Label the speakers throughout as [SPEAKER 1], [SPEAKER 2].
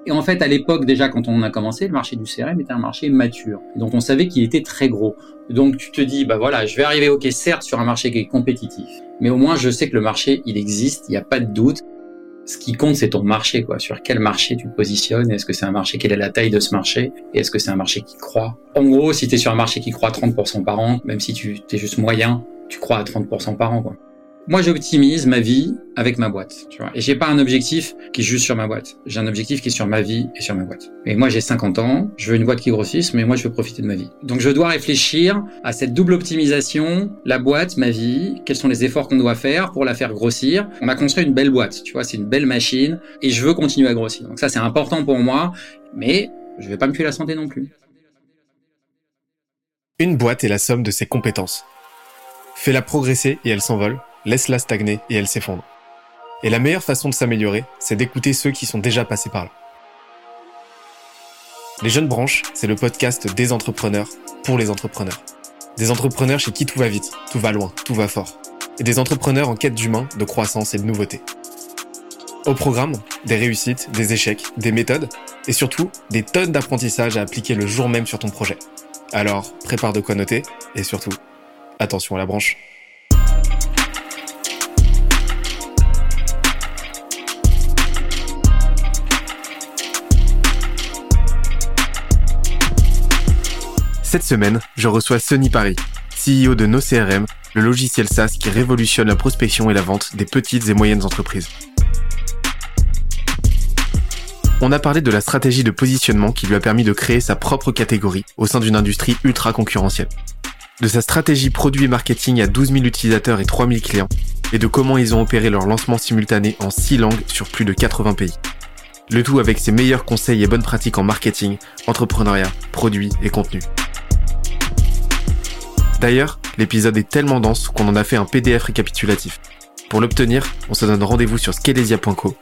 [SPEAKER 1] Et en fait, à l'époque, déjà, quand on a commencé, le marché du CRM était un marché mature. Donc, on savait qu'il était très gros. Donc, tu te dis, bah voilà, je vais arriver, ok, certes, sur un marché qui est compétitif. Mais au moins, je sais que le marché, il existe, il n'y a pas de doute. Ce qui compte, c'est ton marché, quoi. Sur quel marché tu te positionnes? Est-ce que c'est un marché? Quelle est la taille de ce marché? Et est-ce que c'est un marché qui croît? En gros, si tu es sur un marché qui croît 30% par an, même si tu es juste moyen, tu crois à 30% par an, quoi. Moi, j'optimise ma vie avec ma boîte, tu vois. Et j'ai pas un objectif qui est juste sur ma boîte. J'ai un objectif qui est sur ma vie et sur ma boîte. Et moi, j'ai 50 ans, je veux une boîte qui grossisse, mais moi, je veux profiter de ma vie. Donc, je dois réfléchir à cette double optimisation, la boîte, ma vie, quels sont les efforts qu'on doit faire pour la faire grossir. On a construit une belle boîte, tu vois, c'est une belle machine et je veux continuer à grossir. Donc ça, c'est important pour moi, mais je vais pas me tuer la santé non plus.
[SPEAKER 2] Une boîte est la somme de ses compétences. Fais-la progresser et elle s'envole. Laisse-la stagner et elle s'effondre. Et la meilleure façon de s'améliorer, c'est d'écouter ceux qui sont déjà passés par là. Les Jeunes Branches, c'est le podcast des entrepreneurs pour les entrepreneurs. Des entrepreneurs chez qui tout va vite, tout va loin, tout va fort. Et des entrepreneurs en quête d'humain, de croissance et de nouveauté. Au programme, des réussites, des échecs, des méthodes et surtout des tonnes d'apprentissages à appliquer le jour même sur ton projet. Alors, prépare de quoi noter et surtout, attention à la branche. Cette semaine, je reçois Sunny Parry, CEO de NoCRM, le logiciel SaaS qui révolutionne la prospection et la vente des petites et moyennes entreprises. On a parlé de la stratégie de positionnement qui lui a permis de créer sa propre catégorie au sein d'une industrie ultra concurrentielle. De sa stratégie produit et marketing à 12 000 utilisateurs et 3 000 clients, et de comment ils ont opéré leur lancement simultané en 6 langues sur plus de 80 pays. Le tout avec ses meilleurs conseils et bonnes pratiques en marketing, entrepreneuriat, produits et contenu. D'ailleurs, l'épisode est tellement dense qu'on en a fait un PDF récapitulatif. Pour l'obtenir, on se donne rendez-vous sur scalezia.co,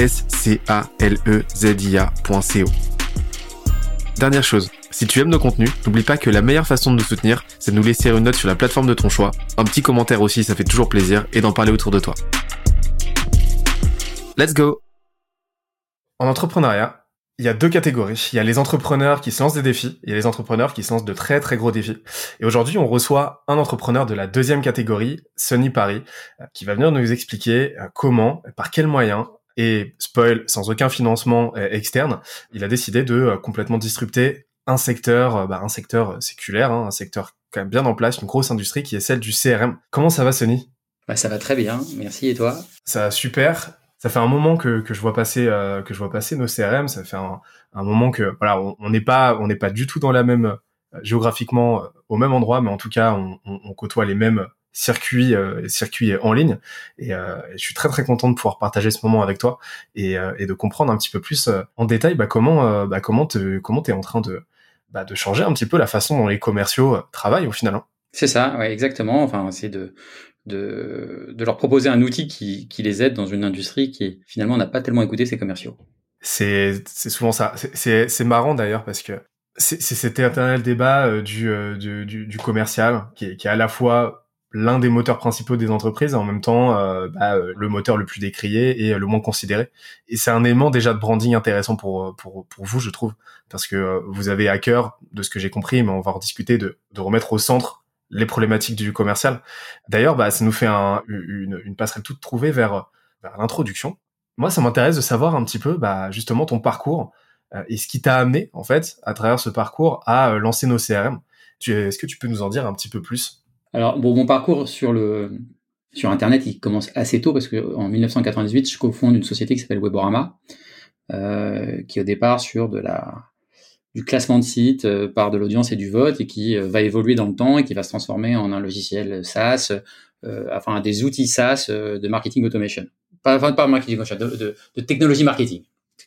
[SPEAKER 2] scalezia.co. Dernière chose, si tu aimes nos contenus, n'oublie pas que la meilleure façon de nous soutenir, c'est de nous laisser une note sur la plateforme de ton choix, un petit commentaire aussi, ça fait toujours plaisir, et d'en parler autour de toi. Let's go! En entrepreneuriat, il y a deux catégories. Il y a les entrepreneurs qui se lancent des défis, et il y a les entrepreneurs qui se lancent de très très gros défis. Et aujourd'hui, on reçoit un entrepreneur de la deuxième catégorie, Sunny Parry, qui va venir nous expliquer comment, par quels moyens, et spoil, sans aucun financement externe, il a décidé de complètement disrupter un secteur séculaire, un secteur quand même bien en place, une grosse industrie qui est celle du CRM. Comment ça va, Sunny ?
[SPEAKER 1] Bah, ça va très bien, merci, et toi ?
[SPEAKER 2] Ça va super. Ça fait un moment que je vois passer nos CRM. Ça fait un moment que voilà, on n'est pas du tout dans la même géographiquement au même endroit, mais en tout cas on côtoie les mêmes circuits en ligne. Et je suis très très content de pouvoir partager ce moment avec toi et de comprendre un petit peu plus en détail comment t'es en train de changer un petit peu la façon dont les commerciaux travaillent au final.
[SPEAKER 1] C'est ça, ouais, exactement. Enfin, c'est de leur proposer un outil qui les aide dans une industrie qui finalement n'a pas tellement écouté ses commerciaux.
[SPEAKER 2] C'est souvent ça. C'est marrant d'ailleurs parce que c'est cet éternel débat du commercial qui est à la fois l'un des moteurs principaux des entreprises et en même temps le moteur le plus décrié et le moins considéré. Et c'est un élément déjà de branding intéressant pour vous, je trouve, parce que vous avez à cœur, de ce que j'ai compris, mais on va en discuter, de remettre au centre les problématiques du commercial. D'ailleurs, ça nous fait une passerelle toute trouvée vers l'introduction. Moi, ça m'intéresse de savoir un petit peu, justement, ton parcours et ce qui t'a amené, en fait, à travers ce parcours, à lancer NoCRM. Est-ce que tu peux nous en dire un petit peu plus ?
[SPEAKER 1] Alors, bon, mon parcours sur Internet, il commence assez tôt parce que en 1998, je cofonde une société qui s'appelle Weborama, qui au départ sur du classement de sites par de l'audience et du vote et qui va évoluer dans le temps et qui va se transformer en un logiciel SaaS, des outils SaaS de marketing automation. Pas marketing automation, de technologie marketing.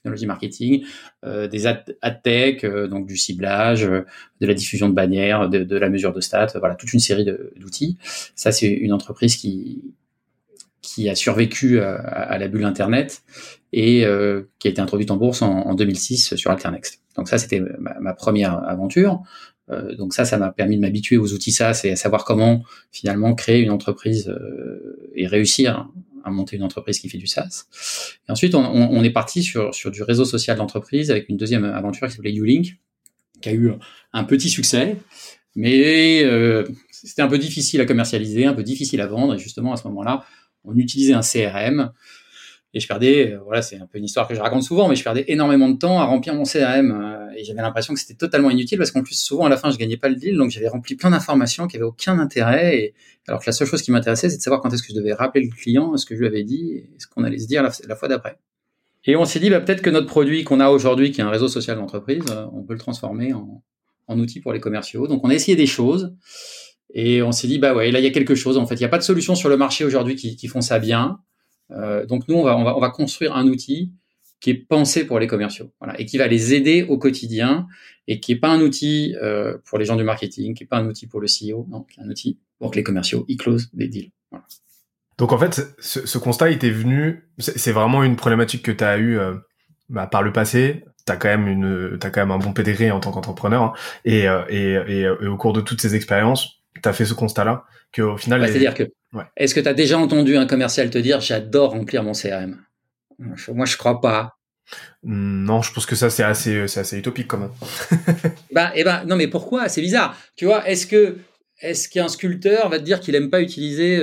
[SPEAKER 1] Des ad tech, donc du ciblage, de la diffusion de bannières, de la mesure de stats, voilà, toute une série d'outils. Ça, c'est une entreprise qui a survécu à la bulle Internet et qui a été introduite en bourse en 2006 sur Alternext. Donc ça, c'était ma première aventure. Donc ça m'a permis de m'habituer aux outils SaaS et à savoir comment finalement créer une entreprise et réussir à monter une entreprise qui fait du SaaS. Et ensuite, on est parti sur du réseau social d'entreprise avec une deuxième aventure qui s'appelait YouLink, qui a eu un petit succès, mais c'était un peu difficile à commercialiser, un peu difficile à vendre. Et justement, à ce moment-là, on utilisait un CRM. Et je perdais, voilà, c'est un peu une histoire que je raconte souvent, mais je perdais énormément de temps à remplir mon CRM. Et j'avais l'impression que c'était totalement inutile parce qu'en plus, souvent, à la fin, je gagnais pas le deal. Donc, j'avais rempli plein d'informations qui avaient aucun intérêt. Et alors que la seule chose qui m'intéressait, c'est de savoir quand est-ce que je devais rappeler le client, ce que je lui avais dit, et ce qu'on allait se dire la fois d'après. Et on s'est dit, bah, peut-être que notre produit qu'on a aujourd'hui, qui est un réseau social d'entreprise, on peut le transformer en outil pour les commerciaux. Donc, on a essayé des choses. Et on s'est dit, bah ouais, là, il y a quelque chose. En fait, il n'y a pas de solution sur le marché aujourd'hui qui font ça bien. Donc nous, on va construire un outil qui est pensé pour les commerciaux, voilà, et qui va les aider au quotidien, et qui est pas un outil pour les gens du marketing, qui est pas un outil pour le CEO, non, qui est un outil pour que les commerciaux y closent des deals. Voilà.
[SPEAKER 2] Donc en fait, ce constat, il t'est venu, c'est vraiment une problématique que tu as eu par le passé. T'as quand même un bon pédigré en tant qu'entrepreneur, hein, et au cours de toutes ces expériences, t'as fait ce constat-là que au final,
[SPEAKER 1] c'est-à-dire que est-ce que tu as déjà entendu un commercial te dire j'adore remplir mon CRM? Moi, je crois pas.
[SPEAKER 2] Non, je pense que ça c'est assez utopique quand même.
[SPEAKER 1] Non, mais pourquoi? C'est bizarre. Tu vois, est-ce qu'un sculpteur va te dire qu'il aime pas utiliser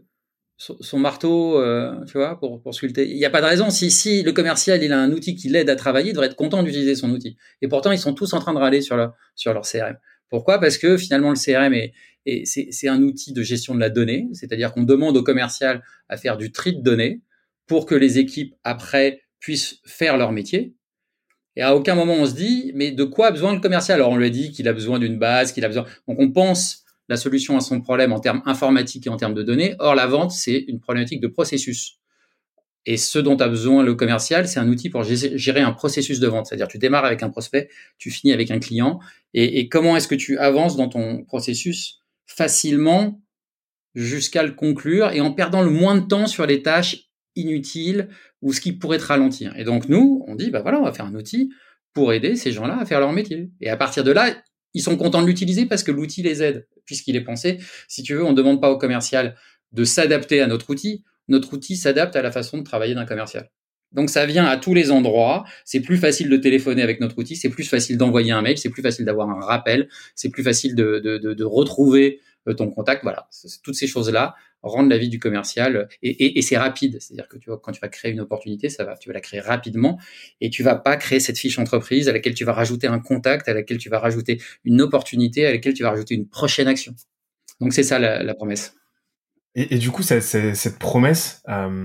[SPEAKER 1] son marteau, tu vois, pour sculpter? Il n'y a pas de raison. Si le commercial il a un outil qui l'aide à travailler, il devrait être content d'utiliser son outil. Et pourtant, ils sont tous en train de râler sur leur CRM. Pourquoi? Parce que finalement, le CRM c'est un outil de gestion de la donnée, c'est-à-dire qu'on demande au commercial à faire du tri de données pour que les équipes après puissent faire leur métier. Et à aucun moment on se dit, mais de quoi a besoin le commercial? Alors on lui a dit qu'il a besoin d'une base, qu'il a besoin. Donc on pense la solution à son problème en termes informatiques et en termes de données. Or la vente, c'est une problématique de processus. Et ce dont a besoin le commercial, c'est un outil pour gérer un processus de vente. C'est-à-dire tu démarres avec un prospect, tu finis avec un client. Et comment est-ce que tu avances dans ton processus facilement jusqu'à le conclure et en perdant le moins de temps sur les tâches inutiles ou ce qui pourrait te ralentir. Et donc nous, on dit, bah voilà, on va faire un outil pour aider ces gens-là à faire leur métier. Et à partir de là, ils sont contents de l'utiliser parce que l'outil les aide, puisqu'il est pensé. Si tu veux, on ne demande pas au commercial de s'adapter à notre outil. Notre outil s'adapte à la façon de travailler d'un commercial. Donc ça vient à tous les endroits. C'est plus facile de téléphoner avec notre outil, c'est plus facile d'envoyer un mail, c'est plus facile d'avoir un rappel, c'est plus facile de retrouver ton contact. Voilà, toutes ces choses-là rendent la vie du commercial et c'est rapide. C'est-à-dire que tu vois, quand tu vas créer une opportunité, tu vas la créer rapidement et tu vas pas créer cette fiche entreprise à laquelle tu vas rajouter un contact, à laquelle tu vas rajouter une opportunité, à laquelle tu vas rajouter une prochaine action. Donc c'est ça la promesse.
[SPEAKER 2] Et du coup, cette promesse,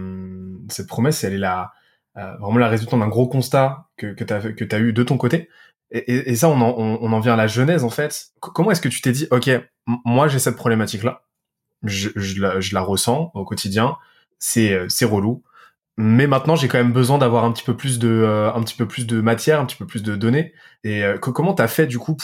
[SPEAKER 2] elle est vraiment la résultante d'un gros constat que t'as eu de ton côté. Et ça, on en vient à la genèse en fait. Comment est-ce que tu t'es dit, ok, moi j'ai cette problématique-là, je la ressens au quotidien, c'est relou, mais maintenant j'ai quand même besoin d'avoir un petit peu plus de matière, un petit peu plus de données. Et comment t'as fait du coup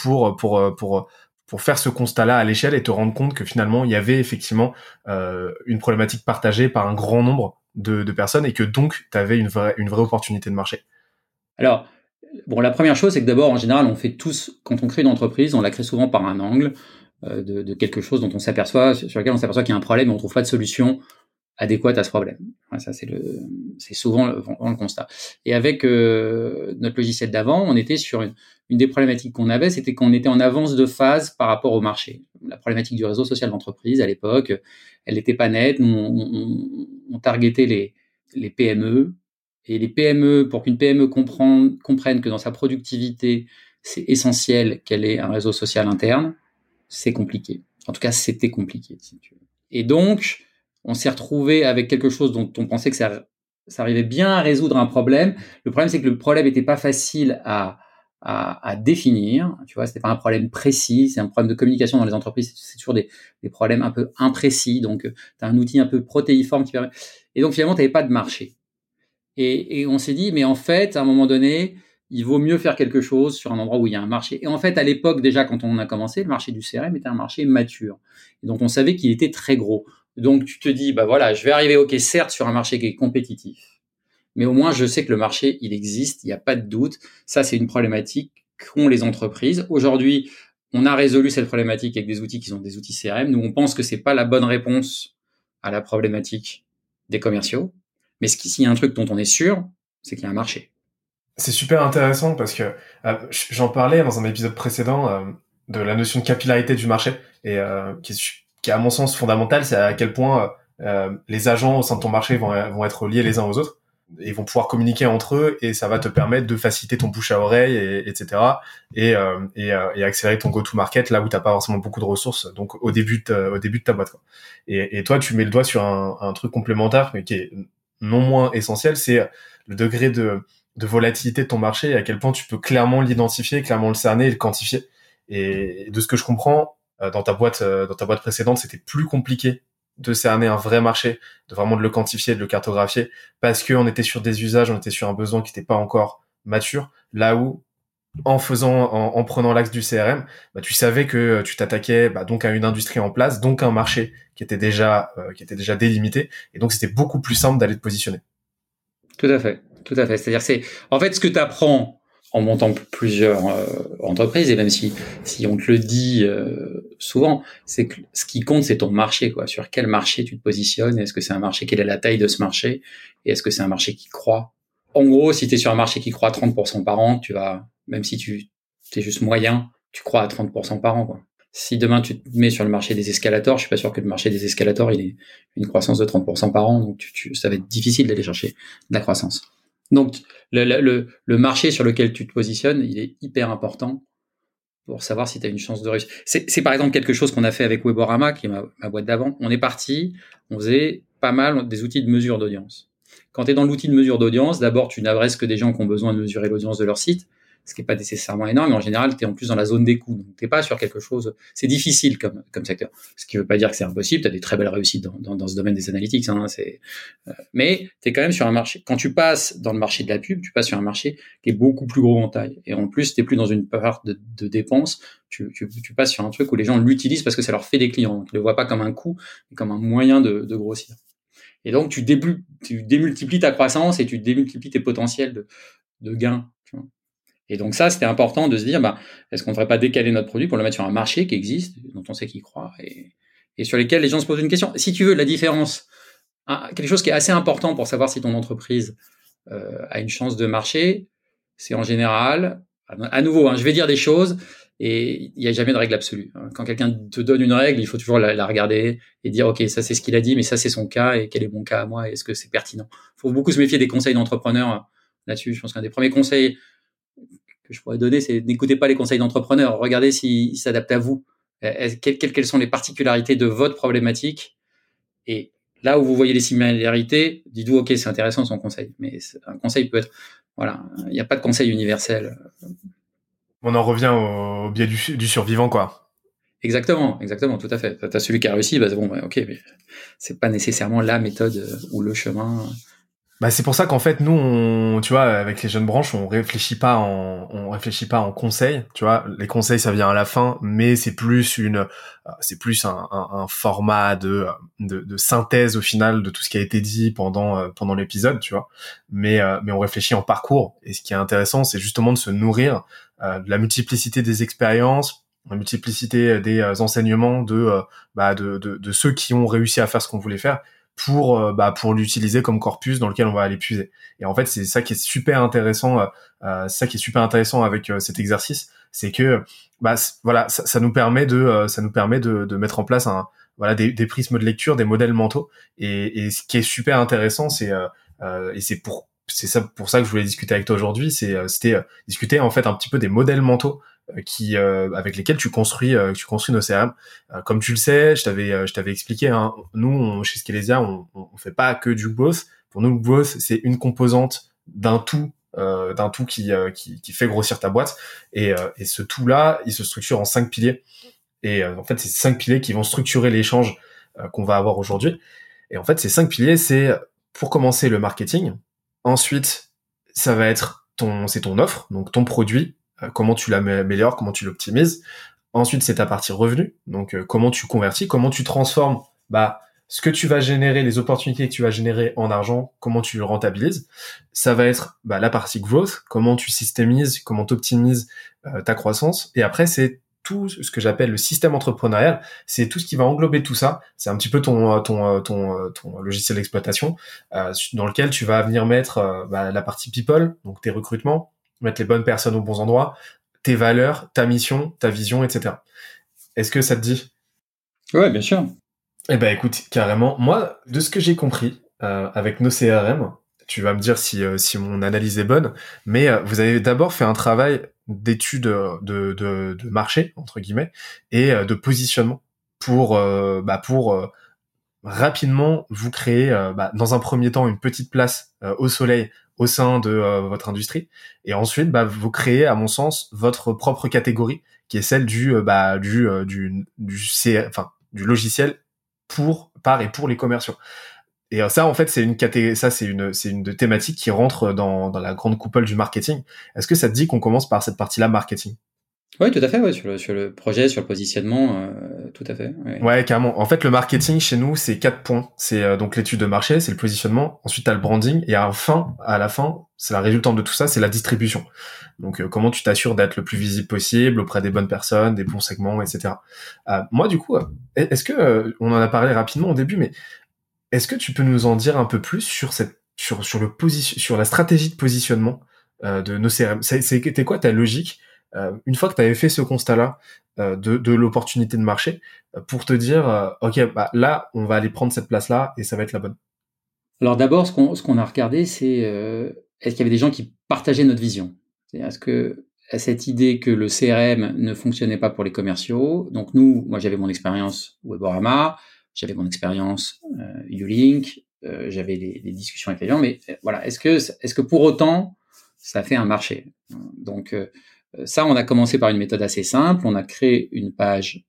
[SPEAKER 2] pour faire ce constat-là à l'échelle et te rendre compte que finalement il y avait effectivement une problématique partagée par un grand nombre de personnes et que donc t'avais une vraie opportunité de marché?
[SPEAKER 1] Alors, bon, la première chose, c'est que d'abord, en général, on fait tous, quand on crée une entreprise, on la crée souvent par un angle de quelque chose dont on s'aperçoit, sur lequel on s'aperçoit qu'il y a un problème et on trouve pas de solution adéquate à ce problème. Ouais, ça, c'est souvent le constat. Et avec notre logiciel d'avant, on était sur une des problématiques qu'on avait, c'était qu'on était en avance de phase par rapport au marché. La problématique du réseau social d'entreprise, à l'époque, elle n'était pas nette. Nous, on targetait les PME. Et les PME, pour qu'une PME comprenne que dans sa productivité, c'est essentiel qu'elle ait un réseau social interne, c'est compliqué. En tout cas, c'était compliqué, si tu veux. Et donc, on s'est retrouvé avec quelque chose dont on pensait que ça arrivait bien à résoudre un problème. Le problème, c'est que le problème n'était pas facile à définir. Tu vois, c'était pas un problème précis. C'est un problème de communication dans les entreprises. C'est toujours des problèmes un peu imprécis. Donc, tu as un outil un peu protéiforme qui permet. Et donc, finalement, tu n'avais pas de marché. Et on s'est dit, mais en fait, à un moment donné, il vaut mieux faire quelque chose sur un endroit où il y a un marché. Et en fait, à l'époque, déjà, quand on a commencé, le marché du CRM était un marché mature. Et donc, on savait qu'il était très gros. Donc, tu te dis, bah voilà, je vais arriver, ok, certes, sur un marché qui est compétitif, mais au moins, je sais que le marché, il existe, il n'y a pas de doute. Ça, c'est une problématique qu'ont les entreprises. Aujourd'hui, on a résolu cette problématique avec des outils qui sont des outils CRM. Nous, on pense que c'est pas la bonne réponse à la problématique des commerciaux. Mais s'il y a un truc dont on est sûr, c'est qu'il y a un marché.
[SPEAKER 2] C'est super intéressant parce que j'en parlais dans un épisode précédent de la notion de capillarité du marché et qui est à mon sens fondamentale, c'est à quel point les agents au sein de ton marché vont être liés les uns aux autres et vont pouvoir communiquer entre eux et ça va te permettre de faciliter ton bouche à oreille etc. et accélérer ton go-to-market là où t'as pas forcément beaucoup de ressources, donc au début de ta boîte, quoi. Et toi tu mets le doigt sur un truc complémentaire mais qui est non moins essentiel, c'est le degré de volatilité de ton marché et à quel point tu peux clairement l'identifier, clairement le cerner et le quantifier. Et de ce que je comprends, dans ta boîte précédente, c'était plus compliqué de cerner un vrai marché, de vraiment de le quantifier, de le cartographier, parce qu'on était sur des usages, on était sur un besoin qui n'était pas encore mature, là où en prenant l'axe du CRM, bah, tu savais que tu t'attaquais donc à une industrie en place, donc à un marché qui était déjà délimité, et donc c'était beaucoup plus simple d'aller te positionner.
[SPEAKER 1] Tout à fait, tout à fait. C'est-à-dire en fait ce que tu apprends en montant plusieurs entreprises, et même si on te le dit souvent, c'est que ce qui compte c'est ton marché, quoi. Sur quel marché tu te positionnes, est-ce que c'est un marché, quelle est la taille de ce marché, et est-ce que c'est un marché qui croît. En gros, si tu es sur un marché qui croît à 30% par an, tu vas, même si tu es juste moyen, tu croît à 30% par an, quoi. Si demain tu te mets sur le marché des escalators, je suis pas sûr que le marché des escalators il ait une croissance de 30% par an, donc ça va être difficile d'aller chercher de la croissance. Donc le marché sur lequel tu te positionnes, il est hyper important pour savoir si tu as une chance de réussir. C'est par exemple quelque chose qu'on a fait avec Weborama, qui est ma boîte d'avant. On est parti, on faisait pas mal des outils de mesure d'audience. Quand tu es dans l'outil de mesure d'audience, d'abord tu n'adresses que des gens qui ont besoin de mesurer l'audience de leur site, ce qui n'est pas nécessairement énorme, mais en général, tu es en plus dans la zone des coûts. Donc, tu n'es pas sur quelque chose... C'est difficile comme secteur. Ce qui ne veut pas dire que c'est impossible. Tu as des très belles réussites dans ce domaine des analytics. Hein, mais tu es quand même sur un marché... Quand tu passes dans le marché de la pub, tu passes sur un marché qui est beaucoup plus gros en taille. Et en plus, tu n'es plus dans une part de dépenses. Tu passes sur un truc où les gens l'utilisent parce que ça leur fait des clients. Donc, ils ne le voient pas comme un coût, mais comme un moyen de grossir. Et donc, tu démultiplies ta croissance et tu démultiplies tes potentiels de gains. Tu vois. Et donc ça, c'était important de se dire, est-ce qu'on ne devrait pas décaler notre produit pour le mettre sur un marché qui existe, dont on sait qu'il croît, et sur lesquels les gens se posent une question. Si tu veux, la différence, quelque chose qui est assez important pour savoir si ton entreprise a une chance de marché, c'est en général, à nouveau, je vais dire des choses, et il n'y a jamais de règle absolue. Quand quelqu'un te donne une règle, il faut toujours la regarder et dire, ok, ça c'est ce qu'il a dit, mais ça c'est son cas, et quel est mon cas à moi, et est-ce que c'est pertinent. Il faut beaucoup se méfier des conseils d'entrepreneurs là-dessus. Je pense qu'un des premiers conseils que je pourrais donner, c'est n'écoutez pas les conseils d'entrepreneurs. Regardez s'ils s'adaptent à vous. Quelles sont les particularités de votre problématique. Et là où vous voyez les similarités, dites-vous, OK, c'est intéressant son conseil. Mais un conseil peut être... Voilà, il n'y a pas de conseil universel.
[SPEAKER 2] On en revient au biais du survivant, quoi.
[SPEAKER 1] Exactement, tout à fait. T'as celui qui a réussi, OK, mais c'est pas nécessairement la méthode ou le chemin.
[SPEAKER 2] C'est pour ça qu'en fait nous tu vois, avec les jeunes branches on réfléchit pas en conseils, tu vois, les conseils ça vient à la fin, mais c'est plus un format de synthèse au final de tout ce qui a été dit pendant l'épisode, tu vois, mais on réfléchit en parcours, et ce qui est intéressant c'est justement de se nourrir de la multiplicité des expériences, la multiplicité des enseignements de ceux qui ont réussi à faire ce qu'on voulait faire, pour l'utiliser comme corpus dans lequel on va aller puiser. Et en fait, c'est ça qui est super intéressant, avec cet exercice, c'est que ça nous permet de mettre en place des prismes de lecture, des modèles mentaux, et ce qui est super intéressant, c'est pour ça que je voulais discuter avec toi aujourd'hui, c'était discuter en fait un petit peu des modèles mentaux avec lesquels tu construis nos CRM. Comme tu le sais, je t'avais expliqué, hein, nous chez Scalesia on fait pas que du growth. Pour nous le growth c'est une composante d'un tout qui fait grossir ta boîte, et ce tout là il se structure en 5 piliers, et en fait c'est 5 piliers qui vont structurer l'échange qu'on va avoir aujourd'hui. Et en fait ces 5 piliers, c'est pour commencer le marketing, ensuite ça va être ton offre, donc ton produit, comment tu l'améliores, comment tu l'optimises. Ensuite, c'est ta partie revenu. Donc, comment tu convertis, comment tu transformes ce que tu vas générer, les opportunités que tu vas générer en argent, comment tu le rentabilises. Ça va être la partie growth, comment tu systémises, comment tu optimises ta croissance. Et après, c'est tout ce que j'appelle le système entrepreneurial. C'est tout ce qui va englober tout ça. C'est un petit peu ton logiciel d'exploitation dans lequel tu vas venir mettre la partie people, donc tes recrutements, mettre les bonnes personnes aux bons endroits, tes valeurs, ta mission, ta vision, etc. Est-ce que ça te dit?
[SPEAKER 1] Ouais, bien sûr.
[SPEAKER 2] Eh ben écoute, carrément, moi, de ce que j'ai compris avec nos CRM, tu vas me dire si mon analyse est bonne, mais vous avez d'abord fait un travail d'étude de marché, entre guillemets, et de positionnement pour rapidement vous créer dans un premier temps une petite place au soleil au sein de votre industrie, et ensuite vous créez, à mon sens, votre propre catégorie qui est celle du logiciel par et pour les commerciaux. Et ça, en fait, c'est une de thématiques qui rentre dans la grande coupole du marketing. Est-ce que ça te dit qu'on commence par cette partie-là, marketing?
[SPEAKER 1] Oui, tout à fait, ouais, sur le projet, sur le positionnement, tout à fait. Ouais.
[SPEAKER 2] Ouais, carrément. En fait, le marketing chez nous, c'est 4 points. C'est donc l'étude de marché, c'est le positionnement. Ensuite, t'as le branding, et à la fin, c'est la résultante de tout ça, c'est la distribution. Donc, comment tu t'assures d'être le plus visible possible auprès des bonnes personnes, des bons segments, etc. Moi, du coup, est-ce que on en a parlé rapidement au début, mais est-ce que tu peux nous en dire un peu plus sur sur la stratégie de positionnement de nos CRM? C'était quoi ta logique une fois que tu avais fait ce constat-là de l'opportunité de marché pour te dire ok, là on va aller prendre cette place-là et ça va être la bonne.
[SPEAKER 1] Alors d'abord, ce qu'on a regardé, c'est est-ce qu'il y avait des gens qui partageaient notre vision? C'est est-ce que cette idée que le CRM ne fonctionnait pas pour les commerciaux. Donc moi j'avais mon expérience Weborama, j'avais mon expérience Ulink, j'avais des discussions avec les gens, mais voilà, est-ce que pour autant ça fait un marché? Donc ça, on a commencé par une méthode assez simple. On a créé une page,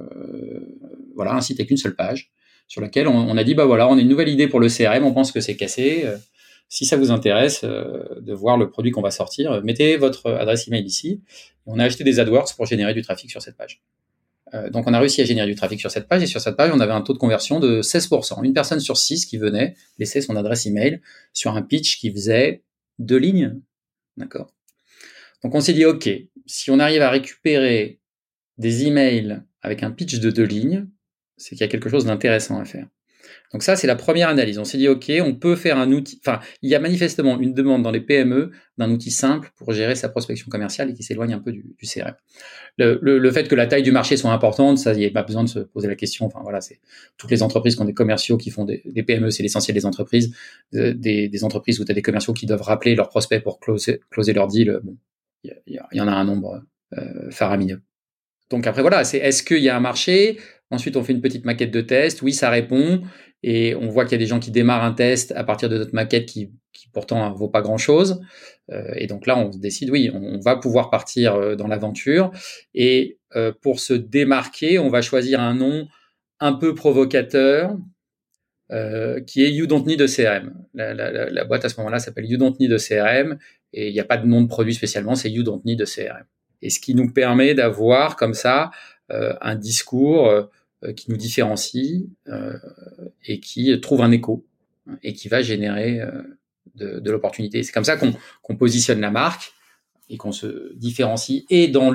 [SPEAKER 1] un site avec une seule page, sur laquelle on a dit, on a une nouvelle idée pour le CRM, on pense que c'est cassé. Si ça vous intéresse de voir le produit qu'on va sortir, mettez votre adresse email ici. On a acheté des AdWords pour générer du trafic sur cette page. Donc on a réussi à générer du trafic sur cette page, et sur cette page, on avait un taux de conversion de 16%. Une personne sur 6 qui venait laisser son adresse email sur un pitch qui faisait 2 lignes. D'accord. Donc on s'est dit, ok, si on arrive à récupérer des emails avec un pitch de 2 lignes, c'est qu'il y a quelque chose d'intéressant à faire. Donc ça, c'est la première analyse. On s'est dit, ok, on peut faire un outil, il y a manifestement une demande dans les PME d'un outil simple pour gérer sa prospection commerciale et qui s'éloigne un peu du CRM. Le fait que la taille du marché soit importante, ça, il n'y a pas besoin de se poser la question. C'est toutes les entreprises qui ont des commerciaux qui font des PME, c'est l'essentiel des entreprises. Des entreprises où tu as des commerciaux qui doivent rappeler leurs prospects pour closer leur deal. Bon, il y en a un nombre faramineux. Donc après, est-ce qu'il y a un marché? Ensuite, on fait une petite maquette de test. Oui, ça répond. Et on voit qu'il y a des gens qui démarrent un test à partir de notre maquette qui pourtant vaut pas grand-chose. Et donc là, on se décide, oui, on va pouvoir partir dans l'aventure. Et pour se démarquer, on va choisir un nom un peu provocateur qui est You Don't Need a CRM. La boîte à ce moment-là s'appelle You Don't Need a CRM. Et il n'y a pas de nom de produit spécialement, c'est You Don't Need a CRM. Et ce qui nous permet d'avoir comme ça un discours qui nous différencie et qui trouve un écho et qui va générer de l'opportunité. C'est comme ça qu'on positionne la marque et qu'on se différencie et dans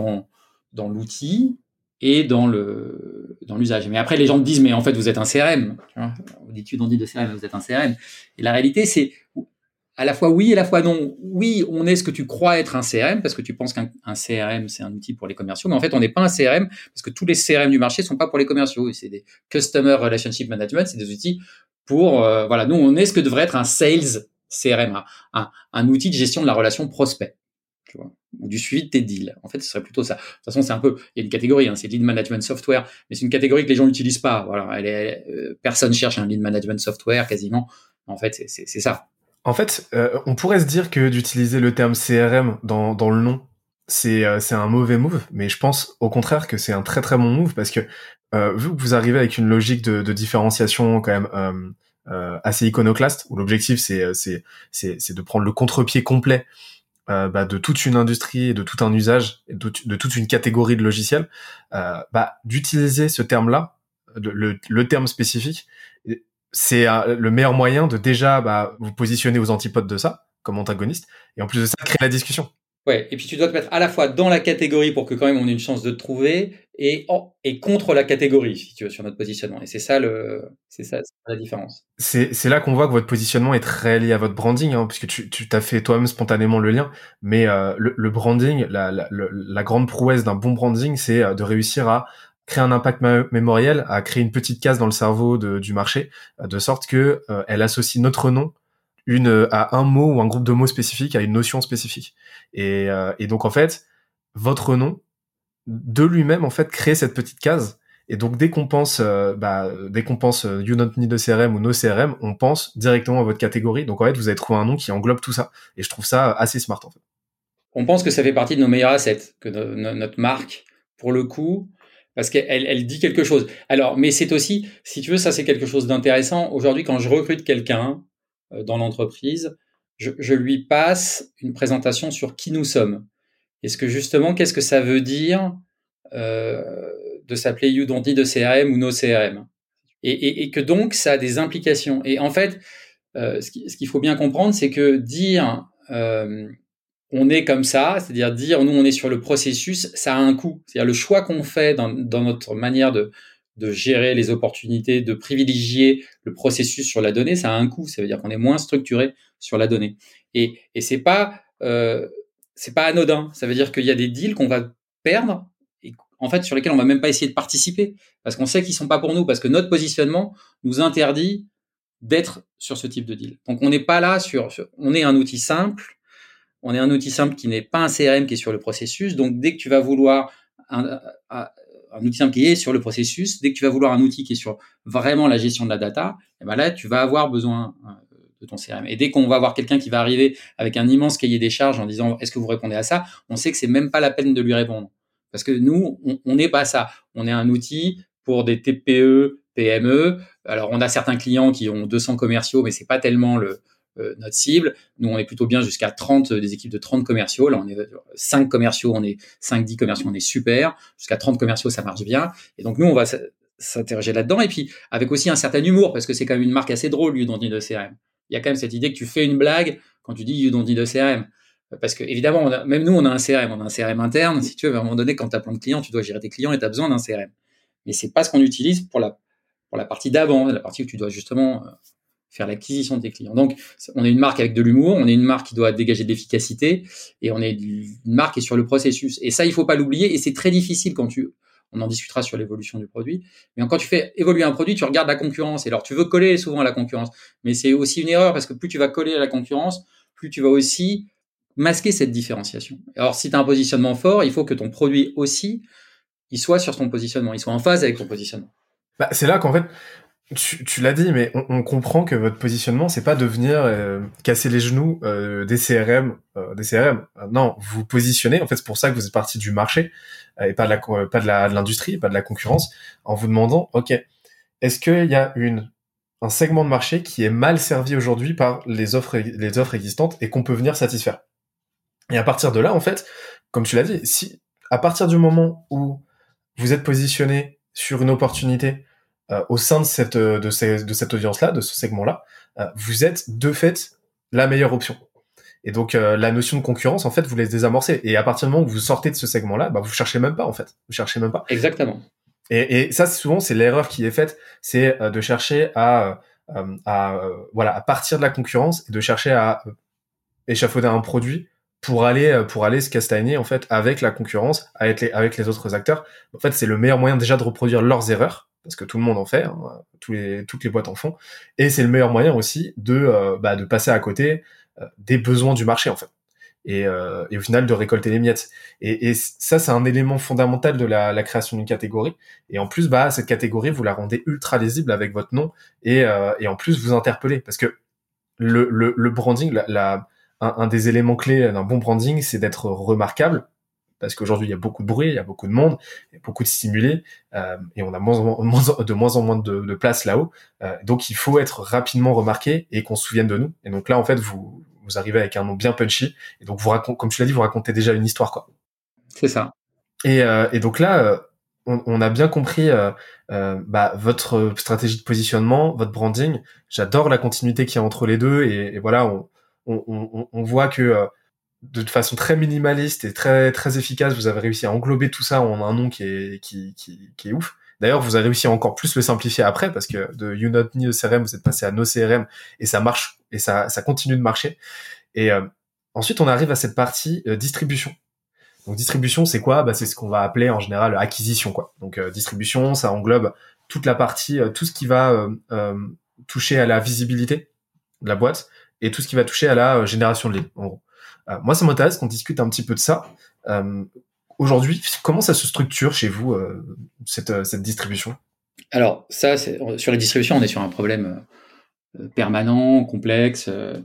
[SPEAKER 1] l'outil et dans l'usage. Mais après, les gens me disent, mais en fait, vous êtes un CRM. Tu vois, vous dites, on dit de CRM, vous êtes un CRM. Et la réalité, c'est à la fois oui et à la fois non. Oui, on est ce que tu crois être un CRM parce que tu penses qu'un CRM, c'est un outil pour les commerciaux. Mais en fait, on n'est pas un CRM parce que tous les CRM du marché sont pas pour les commerciaux. C'est des Customer Relationship Management, c'est des outils pour, nous, on est ce que devrait être un Sales CRM, un outil de gestion de la relation prospect. Tu vois, ou du suivi de tes deals. En fait, ce serait plutôt ça. De toute façon, c'est un peu, il y a une catégorie, c'est Lead Management Software, mais c'est une catégorie que les gens n'utilisent pas. Voilà, personne cherche un Lead Management Software quasiment. En fait, c'est ça.
[SPEAKER 2] En fait, on pourrait se dire que d'utiliser le terme CRM dans le nom, c'est un mauvais move, mais je pense au contraire que c'est un très très bon move parce que vu que vous arrivez avec une logique de différenciation quand même assez iconoclaste, où l'objectif c'est de prendre le contre-pied complet de toute une industrie, de tout un usage, de toute une catégorie de logiciels, d'utiliser ce terme-là, le terme spécifique, c'est le meilleur moyen de déjà vous positionner aux antipodes de ça, comme antagoniste, et en plus de ça, créer la discussion.
[SPEAKER 1] Ouais, et puis tu dois te mettre à la fois dans la catégorie pour que quand même on ait une chance de te trouver et contre la catégorie, si tu veux, sur notre positionnement. Et c'est ça la différence.
[SPEAKER 2] C'est là qu'on voit que votre positionnement est très lié à votre branding, hein, puisque tu t'as fait toi-même spontanément le lien. Mais le branding, la grande prouesse d'un bon branding, c'est de réussir à créer un impact mémoriel, à créer une petite case dans le cerveau du marché, de sorte que elle associe notre nom à un mot ou un groupe de mots spécifique, à une notion spécifique. Et donc en fait, votre nom de lui-même en fait crée cette petite case. Et donc dès qu'on pense You Don't Need a CRM ou No CRM, on pense directement à votre catégorie. Donc en fait, vous avez trouvé un nom qui englobe tout ça. Et je trouve ça assez smart en fait.
[SPEAKER 1] On pense que ça fait partie de nos meilleurs assets, que notre marque, pour le coup, parce qu'elle dit quelque chose. Alors, mais c'est aussi, si tu veux, ça c'est quelque chose d'intéressant. Aujourd'hui, quand je recrute quelqu'un dans l'entreprise, je lui passe une présentation sur qui nous sommes. Est-ce que justement, qu'est-ce que ça veut dire euh, de s'appeler You Don't Need a CRM ou No CRM, et que donc ça a des implications. Et en fait, ce qu'il faut bien comprendre, c'est que dire on est comme ça, c'est-à-dire dire nous on est sur le processus, ça a un coût. C'est-à-dire le choix qu'on fait dans notre manière de gérer les opportunités, de privilégier le processus sur la donnée, ça a un coût. Ça veut dire qu'on est moins structuré sur la donnée. Et c'est pas anodin. Ça veut dire qu'il y a des deals qu'on va perdre, et en fait sur lesquels on va même pas essayer de participer parce qu'on sait qu'ils sont pas pour nous, parce que notre positionnement nous interdit d'être sur ce type de deal. Donc on n'est pas là on est un outil simple. On est un outil simple qui n'est pas un CRM qui est sur le processus. Donc, dès que tu vas vouloir un outil simple qui est sur le processus, dès que tu vas vouloir un outil qui est sur vraiment la gestion de la data, et ben là, tu vas avoir besoin de ton CRM. Et dès qu'on va avoir quelqu'un qui va arriver avec un immense cahier des charges en disant est-ce que vous répondez à ça, on sait que c'est même pas la peine de lui répondre. Parce que nous, on n'est pas ça. On est un outil pour des TPE, PME. Alors, on a certains clients qui ont 200 commerciaux, mais c'est pas tellement notre cible. Nous, on est plutôt bien jusqu'à 30, des équipes de 30 commerciaux. Là, on est 5 commerciaux, on est 5-10 commerciaux, on est super. Jusqu'à 30 commerciaux, ça marche bien. Et donc, nous, on va s'interroger là-dedans. Et puis, avec aussi un certain humour, parce que c'est quand même une marque assez drôle, You Don't Need a CRM. Il y a quand même cette idée que tu fais une blague quand tu dis You Don't Need a CRM. Parce que, évidemment, même nous, on a un CRM interne. Si tu veux, à un moment donné, quand tu as plein de clients, tu dois gérer tes clients et tu as besoin d'un CRM. Mais c'est pas ce qu'on utilise pour la partie d'avant, la partie où tu dois justement faire l'acquisition de tes clients. Donc, on est une marque avec de l'humour, on est une marque qui doit dégager de l'efficacité, et on est une marque qui est sur le processus. Et ça, il faut pas l'oublier, et c'est très difficile on en discutera sur l'évolution du produit, mais quand tu fais évoluer un produit, tu regardes la concurrence, et alors tu veux coller souvent à la concurrence, mais c'est aussi une erreur, parce que plus tu vas coller à la concurrence, plus tu vas aussi masquer cette différenciation. Alors, si tu as un positionnement fort, il faut que ton produit aussi, il soit sur ton positionnement, il soit en phase avec ton positionnement.
[SPEAKER 2] Bah, c'est là qu'en fait, tu l'as dit, mais on comprend que votre positionnement, c'est pas de venir casser les genoux des CRM. Non, vous positionnez. En fait, c'est pour ça que vous êtes parti du marché et pas de l'industrie, pas de la concurrence, en vous demandant, ok, est-ce qu'il y a un segment de marché qui est mal servi aujourd'hui par les offres existantes et qu'on peut venir satisfaire. Et à partir de là, en fait, comme tu l'as dit, si à partir du moment où vous êtes positionné sur une opportunité au sein de cette audience-là, de ce segment-là, vous êtes de fait la meilleure option. Et donc la notion de concurrence, en fait, vous laisse désamorcer. Et à partir du moment où vous sortez de ce segment-là, bah, vous cherchez même pas, en fait. Vous cherchez même pas.
[SPEAKER 1] Exactement.
[SPEAKER 2] Et ça, souvent, c'est l'erreur qui est faite, c'est de chercher à partir de la concurrence et de chercher à échafauder un produit pour aller se castagner en fait avec la concurrence, avec les autres acteurs. En fait, c'est le meilleur moyen déjà de reproduire leurs erreurs, parce que tout le monde en fait, hein, toutes les boîtes en font, et c'est le meilleur moyen aussi de passer à côté des besoins du marché en fait, et au final de récolter les miettes. Et ça, c'est un élément fondamental de la création d'une catégorie. Et en plus, cette catégorie, vous la rendez ultra lisible avec votre nom, et en plus vous interpellez, parce que le branding, un des éléments clés d'un bon branding, c'est d'être remarquable, parce qu'aujourd'hui il y a beaucoup de bruit, il y a beaucoup de monde, il y a beaucoup de stimulés, et on a de moins en moins de place là-haut. Donc il faut être rapidement remarqué et qu'on se souvienne de nous. Et donc là, en fait, vous arrivez avec un nom bien punchy, et donc comme tu l'as dit, vous racontez déjà une histoire, quoi.
[SPEAKER 1] C'est ça.
[SPEAKER 2] Et donc là, on a bien compris votre stratégie de positionnement, votre branding. J'adore la continuité qu'il y a entre les deux, et voilà, on voit que de façon très minimaliste et très très efficace, vous avez réussi à englober tout ça en un nom qui est ouf. D'ailleurs, vous avez réussi à encore plus le simplifier après, parce que de You Not Need a CRM, vous êtes passé à No CRM, et ça marche, et ça continue de marcher. Et ensuite, on arrive à cette partie distribution. Donc distribution, c'est quoi? C'est ce qu'on va appeler en général acquisition, quoi. Donc distribution, ça englobe toute la partie, tout ce qui va toucher à la visibilité de la boîte, et tout ce qui va toucher à la génération de leads, en gros. Moi, ça m'intéresse qu'on discute un petit peu de ça. Aujourd'hui, comment ça se structure chez vous, cette distribution?
[SPEAKER 1] Alors, ça, sur la distribution, on est sur un problème permanent, complexe.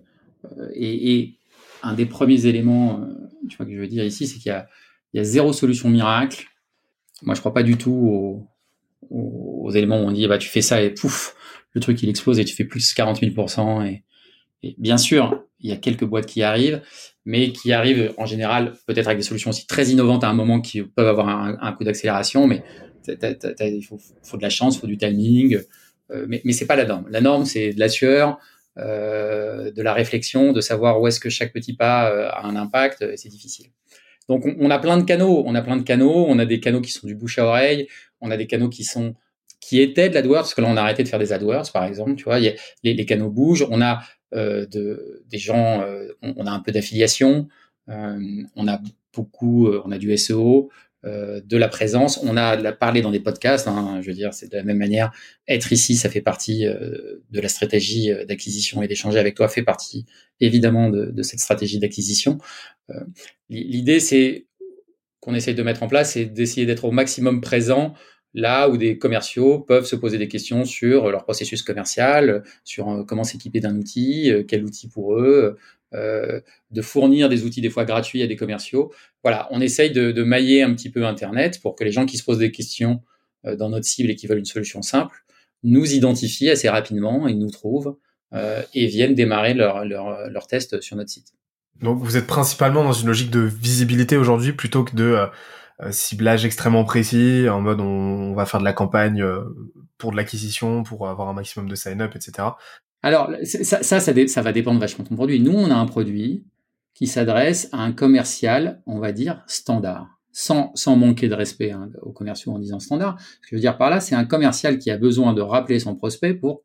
[SPEAKER 1] Et un des premiers éléments tu vois, que je veux dire ici, c'est qu'il y a zéro solution miracle. Moi, je crois pas du tout aux éléments où on dit tu fais ça et pouf, le truc il explose et tu fais plus 40 000%. Et bien sûr, il y a quelques boîtes qui arrivent, mais qui arrivent en général peut-être avec des solutions aussi très innovantes à un moment qui peuvent avoir un coup d'accélération, mais il faut de la chance, il faut du timing, mais c'est pas la norme. La norme, c'est de la sueur, de la réflexion, de savoir où est-ce que chaque petit pas a un impact, et c'est difficile. Donc on a plein de canaux, on a des canaux qui sont du bouche à oreille, on a des canaux qui étaient de l'AdWords, parce que là on a arrêté de faire des AdWords par exemple, tu vois, les canaux bougent, on a des gens, on a un peu d'affiliation, on a on a du SEO, de la présence, on a parlé dans des podcasts, je veux dire, c'est de la même manière, être ici, ça fait partie de la stratégie d'acquisition, et d'échanger avec toi fait partie évidemment de cette stratégie d'acquisition. L'idée, c'est qu'on essaye de mettre en place, c'est d'essayer d'être au maximum présent là où des commerciaux peuvent se poser des questions sur leur processus commercial, sur comment s'équiper d'un outil, quel outil pour eux, de fournir des outils des fois gratuits à des commerciaux. Voilà, on essaye de mailler un petit peu Internet pour que les gens qui se posent des questions dans notre cible et qui veulent une solution simple nous identifient assez rapidement et nous trouvent et viennent démarrer leur test sur notre site.
[SPEAKER 2] Donc vous êtes principalement dans une logique de visibilité aujourd'hui plutôt que de ciblage extrêmement précis, en mode on va faire de la campagne pour de l'acquisition, pour avoir un maximum de sign-up, etc.
[SPEAKER 1] Alors, ça va dépendre vachement de ton produit. Nous, on a un produit qui s'adresse à un commercial, on va dire, standard. Sans manquer de respect aux commerciaux en disant standard. Ce que je veux dire par là, c'est un commercial qui a besoin de rappeler son prospect pour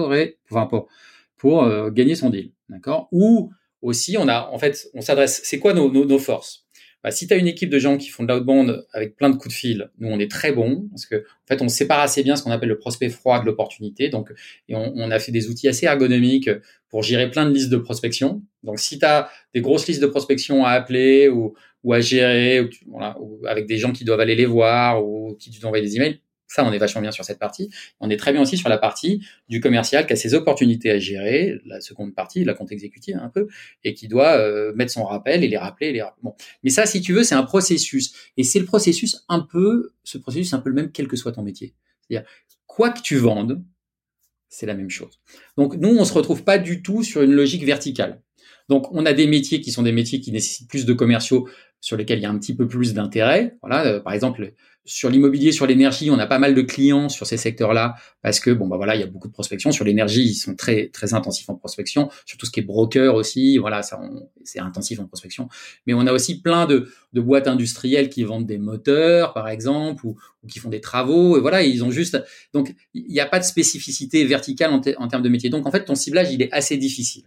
[SPEAKER 1] pour gagner son deal. D'accord? Ou aussi, on s'adresse, c'est quoi nos forces? Si tu as une équipe de gens qui font de l'outbound avec plein de coups de fil, nous on est très bons parce que en fait on sépare assez bien ce qu'on appelle le prospect froid de l'opportunité. Donc, et on a fait des outils assez ergonomiques pour gérer plein de listes de prospection. Donc si tu as des grosses listes de prospection à appeler ou à gérer, ou avec des gens qui doivent aller les voir ou qui doivent envoyer des emails, ça, on est vachement bien sur cette partie. On est très bien aussi sur la partie du commercial qui a ses opportunités à gérer, la seconde partie, la compte exécutive un peu, et qui doit mettre son rappel et les rappeler. Bon. Mais ça, si tu veux, c'est un processus. Et c'est ce processus un peu le même quel que soit ton métier. C'est-à-dire, quoi que tu vendes, c'est la même chose. Donc, nous, on se retrouve pas du tout sur une logique verticale. Donc, on a des métiers qui sont des métiers qui nécessitent plus de commerciaux, sur lesquels il y a un petit peu plus d'intérêt. Voilà, par exemple, sur l'immobilier, sur l'énergie, on a pas mal de clients sur ces secteurs-là parce que il y a beaucoup de prospection. Sur l'énergie, ils sont très très intensifs en prospection. Sur tout ce qui est broker aussi, voilà, c'est intensif en prospection. Mais on a aussi plein de boîtes industrielles qui vendent des moteurs, par exemple, ou qui font des travaux. Et voilà, ils ont juste. Donc, il n'y a pas de spécificité verticale en termes de métier. Donc, en fait, ton ciblage, il est assez difficile.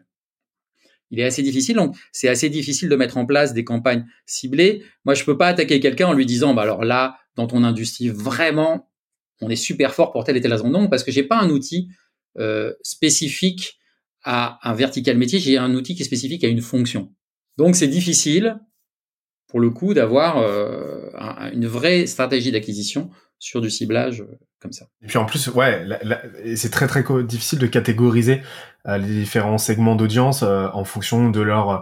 [SPEAKER 1] Donc c'est assez difficile de mettre en place des campagnes ciblées. Moi, je peux pas attaquer quelqu'un en lui disant, alors là, dans ton industrie, vraiment, on est super fort pour telle et telle raison. Non, parce que j'ai pas un outil spécifique à un vertical métier. J'ai un outil qui est spécifique à une fonction. Donc, c'est difficile, pour le coup, d'avoir une vraie stratégie d'acquisition sur du ciblage comme ça.
[SPEAKER 2] Et puis en plus, ouais, c'est très très difficile de catégoriser les différents segments d'audience en fonction de leur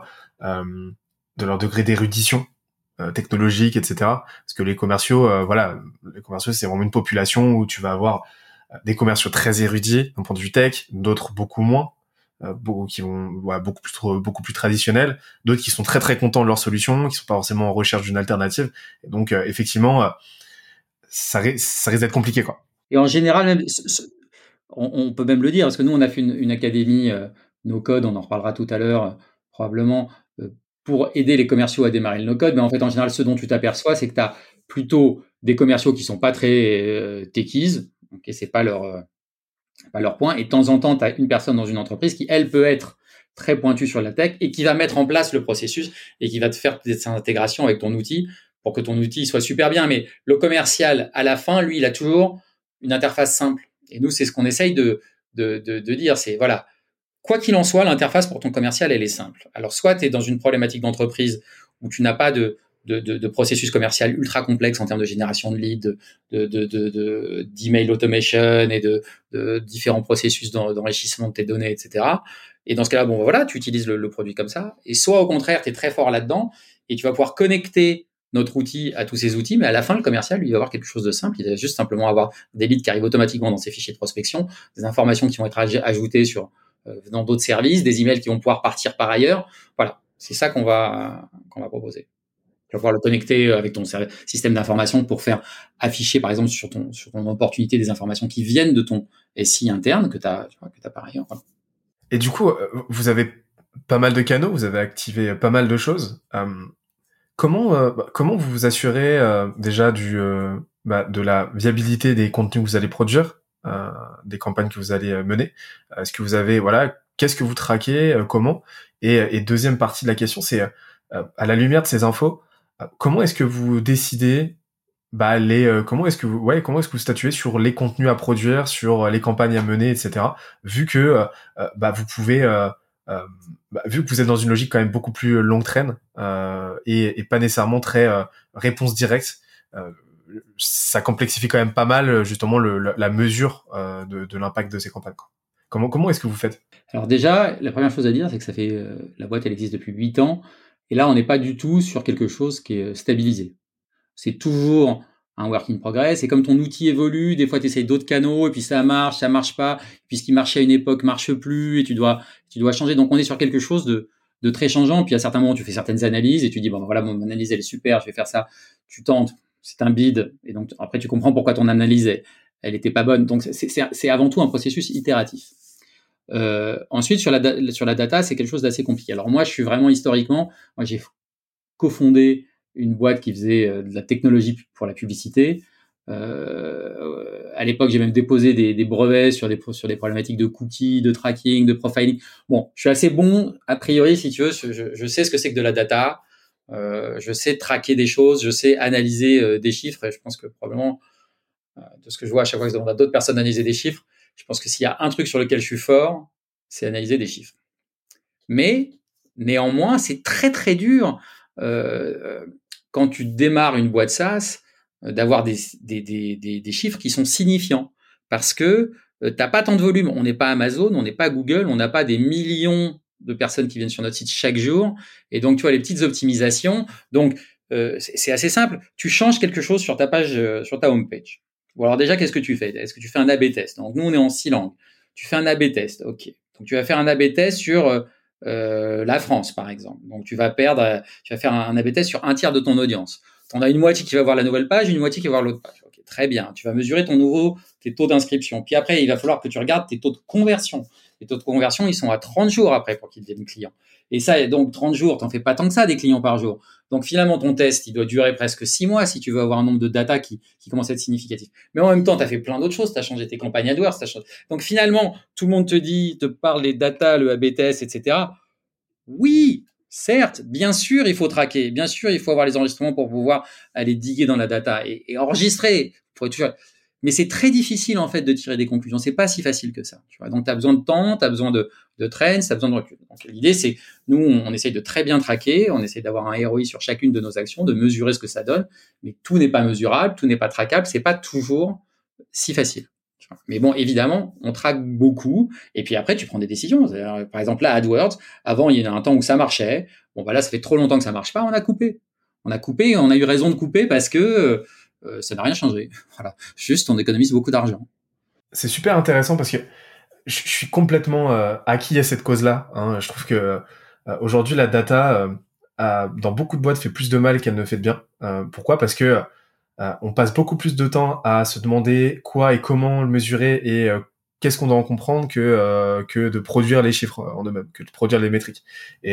[SPEAKER 2] degré d'érudition technologique, etc. Parce que les commerciaux, c'est vraiment une population où tu vas avoir des commerciaux très érudits d'un point de vue tech, d'autres beaucoup moins, qui vont beaucoup plus traditionnels, d'autres qui sont très très contents de leur solution, qui sont pas forcément en recherche d'une alternative. Et donc effectivement, ça risque d'être compliqué, quoi.
[SPEAKER 1] Et en général, même, on peut même le dire, parce que nous, on a fait une académie no code, on en reparlera tout à l'heure, probablement, pour aider les commerciaux à démarrer le no-code. Mais en fait, en général, ce dont tu t'aperçois, c'est que tu as plutôt des commerciaux qui sont pas très techies, okay, c'est pas leur point. Et de temps en temps, tu as une personne dans une entreprise qui, elle, peut être très pointue sur la tech et qui va mettre en place le processus et qui va te faire des intégrations avec ton outil pour que ton outil soit super bien. Mais le commercial, à la fin, lui, il a toujours une interface simple. Et nous, c'est ce qu'on essaye de dire. C'est voilà, quoi qu'il en soit, l'interface pour ton commercial, elle est simple. Alors, soit tu es dans une problématique d'entreprise où tu n'as pas de processus commercial ultra complexe en termes de génération de leads, d'email automation et de différents processus d'enrichissement de tes données, etc. Et dans ce cas-là, bon, voilà, tu utilises le produit comme ça. Et soit au contraire, tu es très fort là-dedans et tu vas pouvoir connecter notre outil à tous ces outils, mais à la fin, le commercial, lui, il va avoir quelque chose de simple. Il va juste simplement avoir des leads qui arrivent automatiquement dans ses fichiers de prospection, des informations qui vont être ajoutées dans d'autres services, des emails qui vont pouvoir partir par ailleurs. Voilà, c'est ça qu'on va proposer. Tu vas pouvoir le connecter avec ton système d'information pour faire afficher, par exemple, sur ton opportunité des informations qui viennent de ton SI interne que tu as par ailleurs. Voilà.
[SPEAKER 2] Et du coup, vous avez pas mal de canaux, vous avez activé pas mal de choses. Comment vous vous assurez déjà de la viabilité des contenus que vous allez produire, des campagnes que vous allez mener? Est-ce que vous avez qu'est-ce que vous traquez, comment? Et deuxième partie de la question, c'est à la lumière de ces infos, comment est-ce que vous décidez comment est-ce que vous statuez sur les contenus à produire, sur les campagnes à mener, etc. Vu que vous pouvez vu que vous êtes dans une logique quand même beaucoup plus longue traîne et pas nécessairement très réponse directe, ça complexifie quand même pas mal justement la mesure de l'impact de ces campagnes, quoi. Comment est-ce que vous faites?
[SPEAKER 1] Alors déjà, la première chose à dire, c'est que ça fait la boîte, elle existe depuis 8 ans, et là, on n'est pas du tout sur quelque chose qui est stabilisé. C'est toujours un work in progress. Et comme ton outil évolue, des fois, tu essayes d'autres canaux, et puis ça marche pas, puis ce qui marchait à une époque marche plus, et tu dois changer. Donc, on est sur quelque chose de très changeant. Puis à certains moments, tu fais certaines analyses, et tu dis, bon, voilà, mon analyse, elle est super, je vais faire ça. Tu tentes, c'est un bid. Et donc, après, tu comprends pourquoi ton analyse, elle était pas bonne. Donc, c'est avant tout un processus itératif. Ensuite, sur la data, c'est quelque chose d'assez compliqué. Alors moi, je suis vraiment historiquement, j'ai cofondé une boîte qui faisait de la technologie pour la publicité. À l'époque, j'ai même déposé des brevets sur des problématiques de cookies, de tracking, de profiling. Bon, je suis assez bon, a priori, si tu veux, je sais ce que c'est que de la data. Je sais traquer des choses, je sais analyser des chiffres, et je pense que probablement, de ce que je vois à chaque fois que on a d'autres personnes analyser des chiffres, je pense que s'il y a un truc sur lequel je suis fort, c'est analyser des chiffres. Mais néanmoins, c'est très très dur quand tu démarres une boîte SaaS d'avoir des chiffres qui sont signifiants, parce que t'as pas tant de volume. On n'est pas Amazon, on n'est pas Google, on n'a pas des millions de personnes qui viennent sur notre site chaque jour, et donc tu vois les petites optimisations. Donc c'est assez simple. Tu changes quelque chose sur ta page, sur ta homepage. Bon, alors déjà, qu'est-ce que tu fais? Est-ce que tu fais un A/B test? Donc nous, on est en 6 langues. Tu fais un A/B test, ok. Donc tu vas faire un A/B test sur la France, par exemple. Donc tu vas faire un A/B test sur un tiers de ton audience. Tu en as une moitié qui va voir la nouvelle page, une moitié qui va voir l'autre page. Ok, très bien. Tu vas mesurer tes taux d'inscription. Puis après, il va falloir que tu regardes tes taux de conversion. Les taux de conversion, ils sont à 30 jours après pour qu'ils deviennent clients. Et ça, donc 30 jours, t'en fais pas tant que ça des clients par jour. Donc finalement, ton test, il doit durer presque 6 mois si tu veux avoir un nombre de data qui commence à être significatif. Mais en même temps, tu as fait plein d'autres choses. Tu as changé tes campagnes AdWords. Donc finalement, tout le monde te parle des data, le A/B test, etc. Oui, certes, bien sûr, il faut traquer. Bien sûr, il faut avoir les enregistrements pour pouvoir aller diguer dans la data et enregistrer. Mais c'est très difficile, en fait, de tirer des conclusions. C'est pas si facile que ça. Tu vois. Donc, tu as besoin de temps, tu as besoin de trends, tu as besoin de recul. Donc, l'idée, c'est, nous, on essaye de très bien traquer, on essaye d'avoir un ROI sur chacune de nos actions, de mesurer ce que ça donne, mais tout n'est pas mesurable, tout n'est pas traquable, c'est pas toujours si facile. Mais bon, évidemment, on traque beaucoup, et puis après, tu prends des décisions. Par exemple, là, AdWords, avant, il y a un temps où ça marchait. Bon, bah là, ça fait trop longtemps que ça marche pas, on a coupé. On a coupé, et on a eu raison de couper parce que ça n'a rien changé. Voilà. Juste, on économise beaucoup d'argent.
[SPEAKER 2] C'est super intéressant parce que je suis complètement acquis à cette cause-là. Hein. Je trouve que aujourd'hui, la data, dans beaucoup de boîtes, fait plus de mal qu'elle ne fait de bien. Pourquoi? Parce que on passe beaucoup plus de temps à se demander quoi et comment le mesurer et qu'est-ce qu'on doit en comprendre que de produire les chiffres en eux-mêmes, que de produire les métriques. Et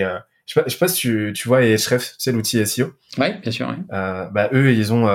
[SPEAKER 2] Je sais pas si tu vois Ahrefs, tu sais, l'outil SEO.
[SPEAKER 1] Ouais, bien sûr. Ouais.
[SPEAKER 2] Eux,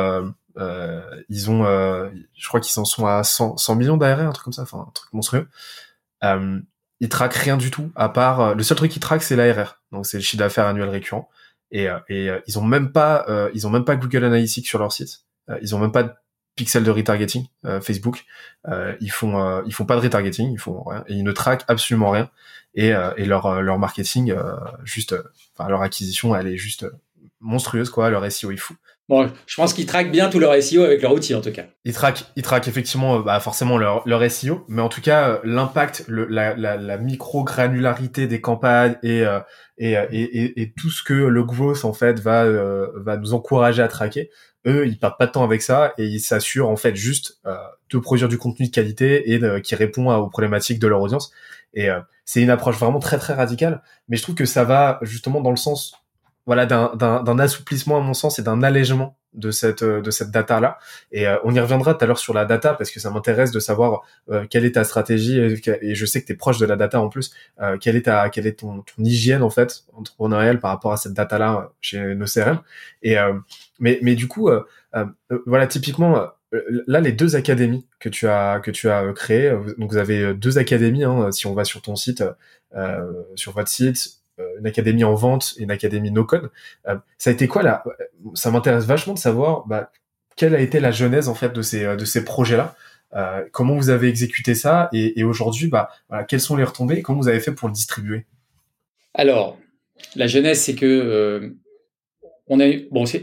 [SPEAKER 2] je crois qu'ils en sont à 100 millions d'ARR, un truc comme ça, enfin un truc monstrueux. Ils traquent rien du tout, à part le seul truc qu'ils traquent, c'est l'ARR, donc c'est le chiffre d'affaires annuel récurrent. Ils ont même pas Google Analytics sur leur site. Ils ont même pas de pixel de retargeting Facebook. Ils font pas de retargeting, ils font rien, et ils ne traquent absolument rien. Et leur marketing, enfin leur acquisition, elle est juste monstrueuse, quoi. Leur SEO est fou.
[SPEAKER 1] Bon, je pense qu'ils traquent bien tout leur SEO avec leur outil, en tout cas.
[SPEAKER 2] Ils traquent effectivement, forcément leur SEO, mais en tout cas, l'impact, la micro-granularité des campagnes et tout ce que le growth, en fait, va nous encourager à traquer. Eux, ils perdent pas de temps avec ça et ils s'assurent, en fait, juste, de produire du contenu de qualité et qui répond aux problématiques de leur audience. Et c'est une approche vraiment très, très radicale, mais je trouve que ça va justement dans le sens, voilà, d'un assouplissement à mon sens et d'un allègement de cette data là. Et on y reviendra tout à l'heure sur la data parce que ça m'intéresse de savoir quelle est ta stratégie et je sais que tu es proche de la data en plus. Quelle est ton hygiène en fait entrepreneuriale par rapport à cette data là chez nos CRM. Et mais du coup voilà, typiquement là les deux académies que tu as créées, donc vous avez deux académies, hein, si on va sur ton site, sur votre site, une académie en vente et une académie no code. Ça a été quoi là? Ça m'intéresse vachement de savoir quelle a été la genèse en fait de ces projets-là. Comment vous avez exécuté ça et aujourd'hui voilà, quelles sont les retombées et comment vous avez fait pour le distribuer?
[SPEAKER 1] Alors, la genèse, c'est que on a bon, c'est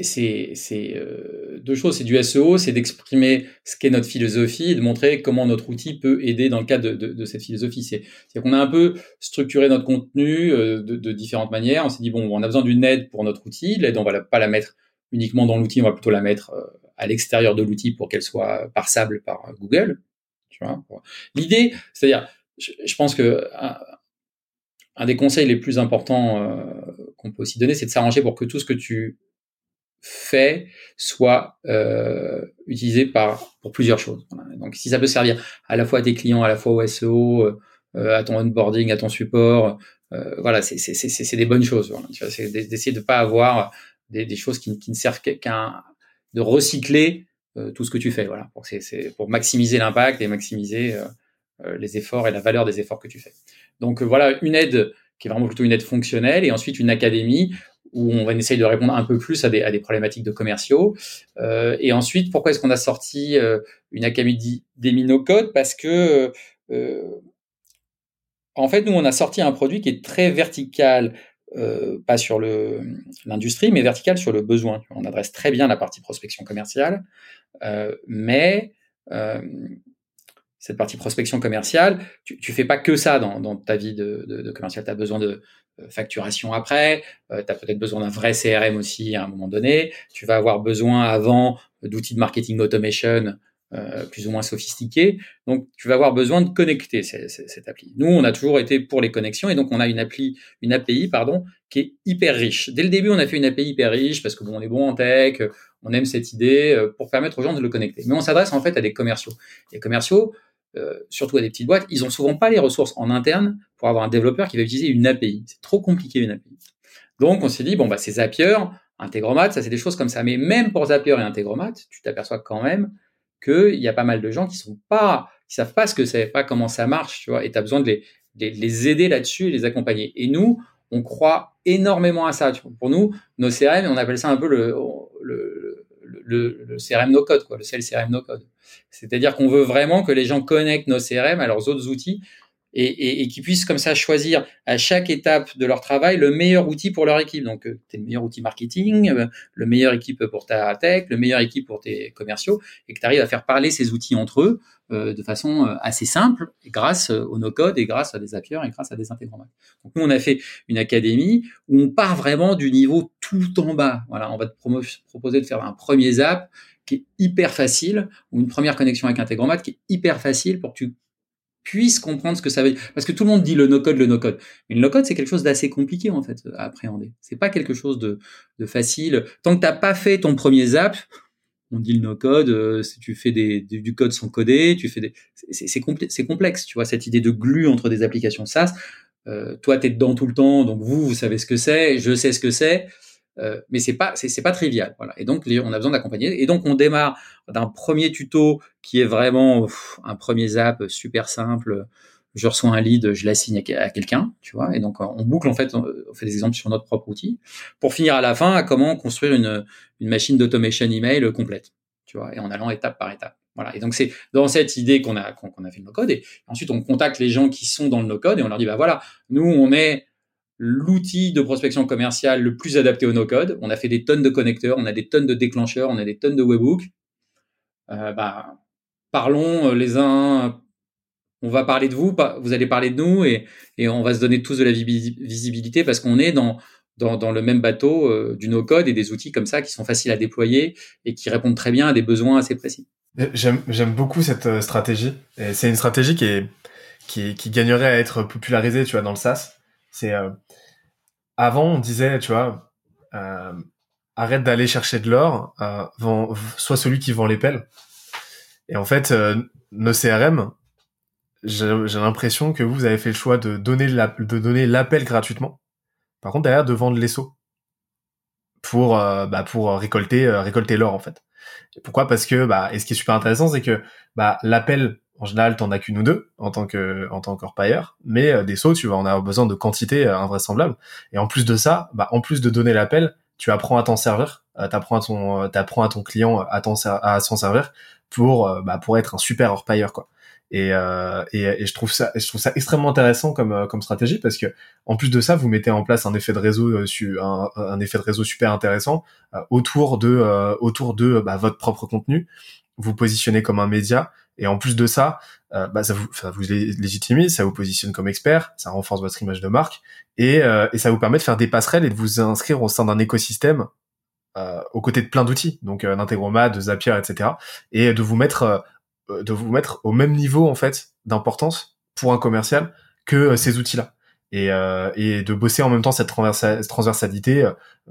[SPEAKER 1] deux choses. C'est du SEO, c'est d'exprimer ce qu'est notre philosophie et de montrer comment notre outil peut aider dans le cadre de cette philosophie. C'est qu'on a un peu structuré notre contenu de différentes manières. On s'est dit bon, on a besoin d'une aide pour notre outil. L'aide, on va pas la mettre uniquement dans l'outil, on va plutôt la mettre à l'extérieur de l'outil pour qu'elle soit parsable par Google. Tu vois. L'idée, c'est-à-dire, je pense que un des conseils les plus importants qu'on peut aussi donner, c'est de s'arranger pour que tout ce que tu fais soit utilisé pour plusieurs choses. Voilà. Donc, si ça peut servir à la fois à tes clients, à la fois au SEO, à ton onboarding, à ton support, voilà, c'est des bonnes choses. Voilà. Tu vois, c'est d'essayer de pas avoir des choses qui ne servent de recycler tout ce que tu fais. Voilà, c'est pour maximiser l'impact et maximiser les efforts et la valeur des efforts que tu fais. Donc voilà, une aide qui est vraiment plutôt une aide fonctionnelle et ensuite une académie où on va essayer de répondre un peu plus à des problématiques de commerciaux. Et ensuite, pourquoi est-ce qu'on a sorti une académie no code? Parce que en fait, nous, on a sorti un produit qui est très vertical, pas sur l'industrie, mais vertical sur le besoin. On adresse très bien la partie prospection commerciale, mais cette partie prospection commerciale, tu fais pas que ça dans ta vie de commercial. Tu as besoin de facturation après, tu as peut-être besoin d'un vrai CRM aussi à un moment donné. Tu vas avoir besoin avant d'outils de marketing automation plus ou moins sophistiqués. Donc, tu vas avoir besoin de connecter cette appli. Nous, on a toujours été pour les connexions et donc on a une API, qui est hyper riche. Dès le début, on a fait une API hyper riche parce que bon, on est bon en tech, on aime cette idée pour permettre aux gens de le connecter. Mais on s'adresse en fait à des commerciaux. Les commerciaux, surtout à des petites boîtes, ils ont souvent pas les ressources en interne pour avoir un développeur qui va utiliser une API. C'est trop compliqué une API. Donc on s'est dit bon c'est Zapier, Integromat, ça c'est des choses comme ça. Mais même pour Zapier et Integromat, tu t'aperçois quand même qu'il y a pas mal de gens qui savent pas ce que c'est, pas comment ça marche, tu vois. Et tu as besoin de les aider là-dessus et les accompagner. Et nous, on croit énormément à ça. Tu vois. Pour nous, nos CRM, on appelle ça un peu le CRM no code, quoi, le CRM no code. C'est-à-dire qu'on veut vraiment que les gens connectent nos CRM à leurs autres outils et qu'ils puissent comme ça choisir à chaque étape de leur travail le meilleur outil pour leur équipe. Donc, tu es le meilleur outil marketing, le meilleur équipe pour ta tech, le meilleur équipe pour tes commerciaux et que tu arrives à faire parler ces outils entre eux de façon assez simple grâce au no-code et grâce à des Zapier et grâce à des Integromat. Donc, nous, on a fait une académie où on part vraiment du niveau tout en bas. Voilà, on va te proposer de faire un premier zap qui est hyper facile ou une première connexion avec Integromat qui est hyper facile pour que tu puisse comprendre ce que ça veut dire. Parce que tout le monde dit le no-code. Mais le no-code, c'est quelque chose d'assez compliqué, en fait, à appréhender. C'est pas quelque chose de facile. Tant que t'as pas fait ton premier zap, on dit le no-code, si tu fais du code sans coder, c'est complexe, tu vois, cette idée de glue entre des applications SaaS. Toi, t'es dedans tout le temps, donc vous savez ce que c'est, je sais ce que c'est. Mais c'est pas trivial, voilà. Et donc on a besoin d'accompagner. Et donc on démarre d'un premier tuto qui est vraiment un premier zap super simple. Je reçois un lead, je l'assigne à quelqu'un, tu vois. Et donc on boucle en fait, on fait des exemples sur notre propre outil, pour finir à la fin à comment construire une machine d'automation email complète, tu vois, et en allant étape par étape. Voilà. Et donc c'est dans cette idée qu'on a fait le no-code. Et ensuite on contacte les gens qui sont dans le no-code et on leur dit bah voilà, nous on est l'outil de prospection commerciale le plus adapté au no-code. On a fait des tonnes de connecteurs, on a des tonnes de déclencheurs, on a des tonnes de webhooks. Parlons les uns. On va parler de vous, vous allez parler de nous, et on va se donner tous de la visibilité parce qu'on est dans le même bateau du no-code et des outils comme ça qui sont faciles à déployer et qui répondent très bien à des besoins assez précis.
[SPEAKER 2] J'aime beaucoup cette stratégie. Et c'est une stratégie qui gagnerait à être popularisée, tu vois, dans le SaaS. C'est avant on disait, tu vois, arrête d'aller chercher de l'or, sois celui qui vend les pelles. Et en fait, nos CRM, j'ai l'impression que vous avez fait le choix de donner l'appel gratuitement. Par contre, derrière, de vendre les sauts pour récolter l'or en fait. Et pourquoi ? Parce que et ce qui est super intéressant, c'est que l'appel en général t'en as qu'une ou deux en tant qu'orpailleur, mais des sauts tu vas en avoir besoin de quantité invraisemblables. Et en plus de ça, en plus de donner l'appel, tu apprends à t'en servir, t'apprends à ton client à s'en servir pour être un super orpailleur quoi. Et je trouve ça extrêmement intéressant comme stratégie parce que en plus de ça vous mettez en place un effet de réseau un effet de réseau super intéressant autour de votre propre contenu. Vous positionnez comme un média et en plus de ça ça vous légitimise, ça vous positionne comme expert, ça renforce votre image de marque et ça vous permet de faire des passerelles et de vous inscrire au sein d'un écosystème aux côtés de plein d'outils, donc d'Integromat, de Zapier, etc. et de vous mettre au même niveau en fait d'importance pour un commercial que ces outils-là et de bosser en même temps cette transversalité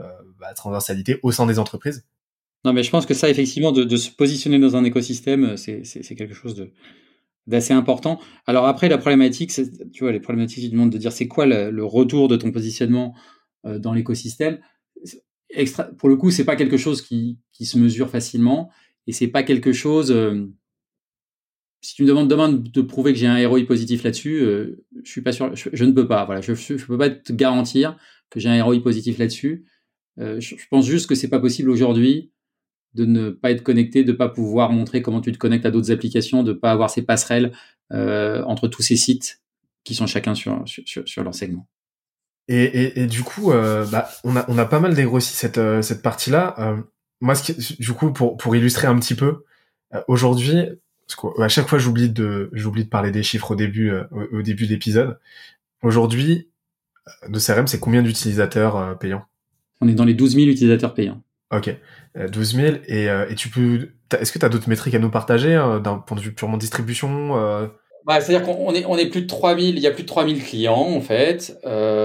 [SPEAKER 2] au sein des entreprises.
[SPEAKER 1] Non, mais je pense que ça, effectivement, de se positionner dans un écosystème, c'est quelque chose d'assez important. Alors après, la problématique, tu vois, les problématiques qui demandent de dire c'est quoi le retour de ton positionnement dans l'écosystème. Pour le coup, c'est pas quelque chose qui se mesure facilement, et c'est pas quelque chose. Si tu me demandes demain de prouver que j'ai un ROI positif là-dessus, je suis pas sûr. Je ne peux pas. Voilà, je peux pas te garantir que j'ai un ROI positif là-dessus. Je pense juste que c'est pas possible aujourd'hui de ne pas être connecté, de pas pouvoir montrer comment tu te connectes à d'autres applications, de pas avoir ces passerelles entre tous ces sites qui sont chacun sur leur segment.
[SPEAKER 2] Et du coup, on a pas mal dégrossi cette partie-là. Moi, du coup, pour illustrer un petit peu, aujourd'hui, parce qu'à chaque fois j'oublie de parler des chiffres au début d'épisode. Aujourd'hui, de CRM, c'est combien d'utilisateurs payants ?
[SPEAKER 1] On est dans les 12 000 utilisateurs payants.
[SPEAKER 2] Ok, 12 000. Et est-ce que tu as d'autres métriques à nous partager d'un point de vue purement distribution
[SPEAKER 1] C'est-à-dire qu'on est plus de 3000, il y a plus de 3000 clients en fait.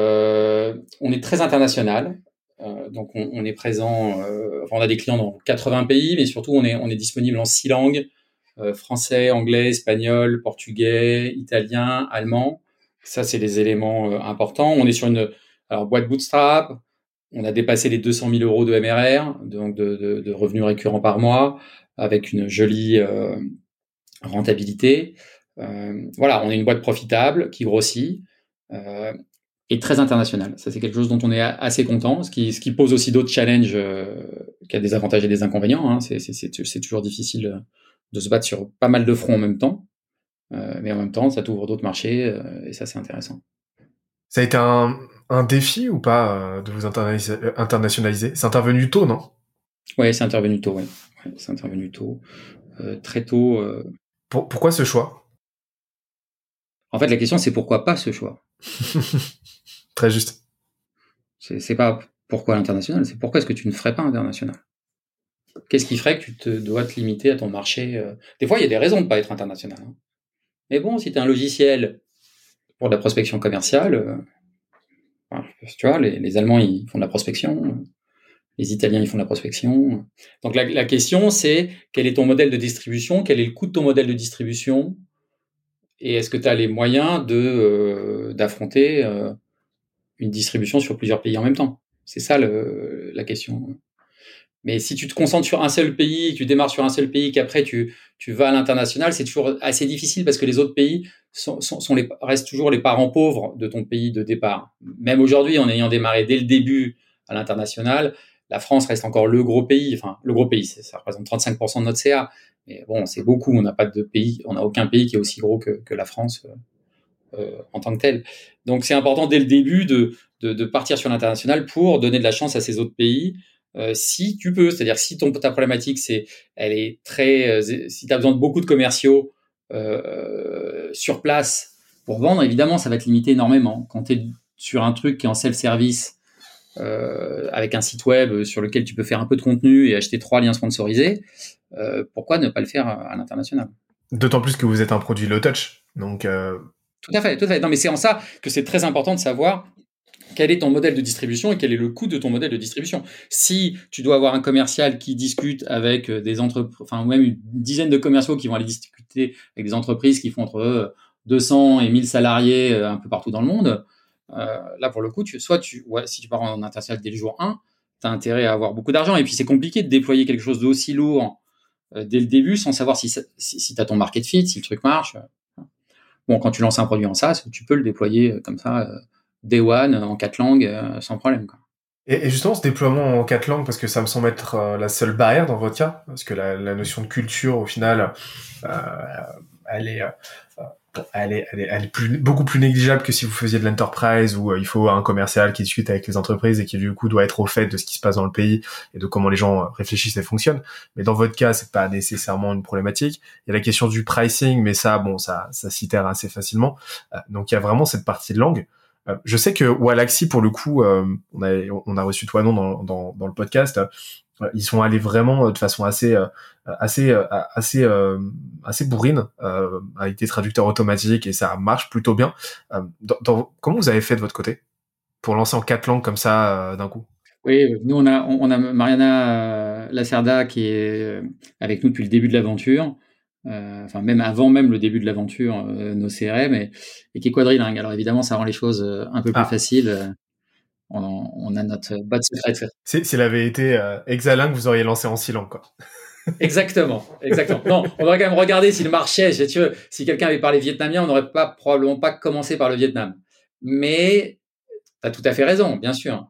[SPEAKER 1] On est très international. Donc on est présent, on a des clients dans 80 pays, mais surtout on est disponible en 6 langues, français, anglais, espagnol, portugais, italien, allemand. Ça, c'est les éléments importants. On est sur une boîte bootstrap. On a dépassé les 200 000 euros de MRR, donc de revenus récurrents par mois, avec une jolie rentabilité. Voilà, on est une boîte profitable qui grossit et très internationale. Ça, c'est quelque chose dont on est assez content, ce qui pose aussi d'autres challenges qui a des avantages et des inconvénients. Hein. C'est toujours difficile de se battre sur pas mal de fronts en même temps, mais en même temps, ça t'ouvre d'autres marchés et ça, c'est intéressant.
[SPEAKER 2] Ça a été un défi ou pas de vous internationaliser ? C'est intervenu tôt, non ?
[SPEAKER 1] Ouais, c'est intervenu tôt, ouais. C'est intervenu tôt, très tôt.
[SPEAKER 2] Pourquoi ce choix ?
[SPEAKER 1] En fait, la question, c'est pourquoi pas ce choix ?
[SPEAKER 2] Très juste.
[SPEAKER 1] C'est pas pourquoi l'international, c'est pourquoi est-ce que tu ne ferais pas international ? Qu'est-ce qui ferait que tu dois te limiter à ton marché ? Des fois, il y a des raisons de ne pas être international. Hein. Mais bon, si tu as un logiciel pour de la prospection commerciale, tu vois, les Allemands, ils font de la prospection. Les Italiens, ils font de la prospection. Donc, la question, c'est quel est ton modèle de distribution ? Quel est le coût de ton modèle de distribution ? Et est-ce que tu as les moyens d'affronter une distribution sur plusieurs pays en même temps? C'est ça la question. Mais si tu te concentres sur un seul pays, tu démarres sur un seul pays, qu'après tu vas à l'international, c'est toujours assez difficile parce que les autres pays restent toujours les parents pauvres de ton pays de départ. Même aujourd'hui, en ayant démarré dès le début à l'international, la France reste encore le gros pays. Enfin, le gros pays, ça représente 35% de notre CA. Mais bon, c'est beaucoup. On n'a pas de pays, on n'a aucun pays qui est aussi gros que la France en tant que tel. Donc, c'est important dès le début de partir sur l'international pour donner de la chance à ces autres pays. Si tu peux, c'est-à-dire si ta problématique elle est très, si tu as besoin de beaucoup de commerciaux sur place pour vendre, évidemment ça va te limiter énormément. Quand tu es sur un truc qui est en self-service avec un site web sur lequel tu peux faire un peu de contenu et acheter 3 liens sponsorisés, pourquoi ne pas le faire à l'international?
[SPEAKER 2] D'autant plus que vous êtes un produit low touch, donc
[SPEAKER 1] tout à fait. Non, mais c'est en ça que c'est très important de savoir quel est ton modèle de distribution et quel est le coût de ton modèle de distribution. Si tu dois avoir un commercial qui discute avec des entreprises, enfin, ou même une dizaine de commerciaux qui vont aller discuter avec des entreprises qui font entre 200 et 1000 salariés un peu partout dans le monde, là, pour le coup, si tu pars en international dès le jour 1, tu as intérêt à avoir beaucoup d'argent. Et puis, c'est compliqué de déployer quelque chose d'aussi lourd dès le début sans savoir si tu as ton market fit, si le truc marche. Bon, quand tu lances un produit en SaaS, tu peux le déployer comme ça Day One en 4 langues sans problème, quoi.
[SPEAKER 2] Et justement, ce déploiement en 4 langues, parce que ça me semble être la seule barrière dans votre cas, parce que la notion de culture, au final, elle est beaucoup plus négligeable que si vous faisiez de l'enterprise où il faut un commercial qui discute avec les entreprises et qui du coup doit être au fait de ce qui se passe dans le pays et de comment les gens réfléchissent et fonctionnent. Mais dans votre cas, c'est pas nécessairement une problématique. Il y a la question du pricing, mais ça s'itère assez facilement. Donc il y a vraiment cette partie de langue. Je sais que Wallaxy, pour le coup, on a reçu Toinon dans le podcast. Ils sont allés vraiment de façon assez bourrine avec des traducteurs automatiques et ça marche plutôt bien. Comment vous avez fait de votre côté pour lancer en 4 langues comme ça d'un coup?
[SPEAKER 1] Oui, nous on a Mariana Lacerda qui est avec nous depuis le début de l'aventure. Enfin même avant même le début de l'aventure, nos CRM et qui est quadrilingue. Alors évidemment, ça rend les choses un peu plus faciles. On a notre boîte secrète.
[SPEAKER 2] S'il avait été hexalingue, vous auriez lancé en 6 langues, quoi.
[SPEAKER 1] Exactement. Non, on aurait quand même regardé s'il marchait. Si tu veux, si quelqu'un avait parlé vietnamien, on n'aurait probablement pas commencé par le Vietnam. Mais tu as tout à fait raison, bien sûr.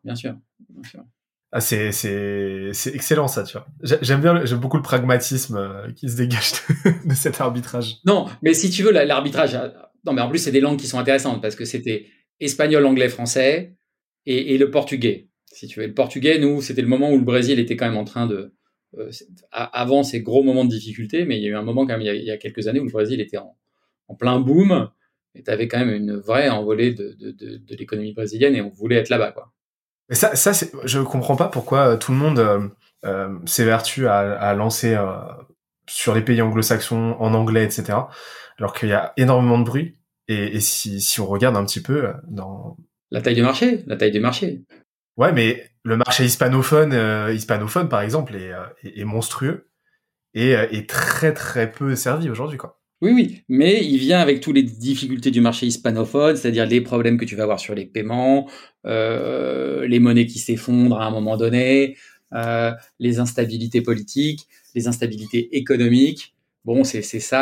[SPEAKER 2] Ah, c'est excellent ça, tu vois. J'aime beaucoup le pragmatisme qui se dégage de cet arbitrage.
[SPEAKER 1] Non, mais si tu veux l'arbitrage, non, mais en plus c'est des langues qui sont intéressantes parce que c'était espagnol, anglais, français et le portugais. Si tu veux, le portugais, nous, c'était le moment où le Brésil était quand même en train de avant ces gros moments de difficulté, mais il y a eu un moment quand même il y a quelques années où le Brésil était en plein boom et tu avais quand même une vraie envolée de l'économie brésilienne et on voulait être là-bas, quoi.
[SPEAKER 2] Mais ça je comprends pas pourquoi tout le monde s'évertue à lancer sur les pays anglo-saxons en anglais, etc. Alors qu'il y a énormément de bruit. Et si on regarde un petit peu dans
[SPEAKER 1] la taille du marché.
[SPEAKER 2] Ouais, mais le marché hispanophone par exemple est monstrueux et est très très peu servi aujourd'hui, quoi.
[SPEAKER 1] Oui, mais il vient avec toutes les difficultés du marché hispanophone, c'est-à-dire les problèmes que tu vas avoir sur les paiements, les monnaies qui s'effondrent à un moment donné, les instabilités politiques, les instabilités économiques. Bon, c'est ça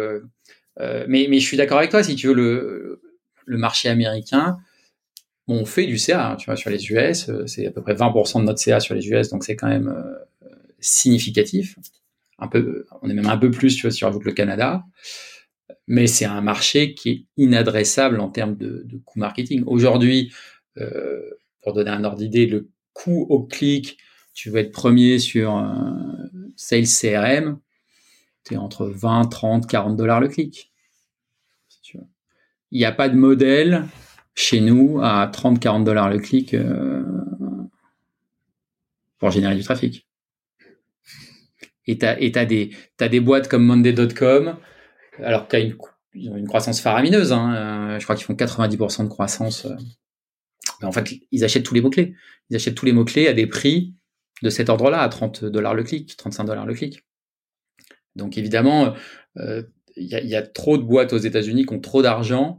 [SPEAKER 1] mais je suis d'accord avec toi, si tu veux, le marché américain, bon, on fait du CA, hein, tu vois, sur les US, c'est à peu près 20% de notre CA sur les US, donc c'est quand même significatif. On est même un peu plus, tu vois, si tu rajoutes le Canada. Mais c'est un marché qui est inadressable en termes de coût marketing. Aujourd'hui, pour donner un ordre d'idée, le coût au clic, tu vas être premier sur Sales CRM, tu es entre 20, 30, 40 dollars le clic. Si tu veux. Il n'y a pas de modèle chez nous à 30, 40 dollars le clic pour générer du trafic. Et t'as des boîtes comme Monday.com, alors qu'ils ont une croissance faramineuse, hein, je crois qu'ils font 90% de croissance. Mais en fait, ils achètent tous les mots-clés. Ils achètent tous les mots-clés à des prix de cet ordre-là, à 30 dollars le clic, 35 dollars le clic. Donc évidemment, il y a trop de boîtes aux États-Unis qui ont trop d'argent,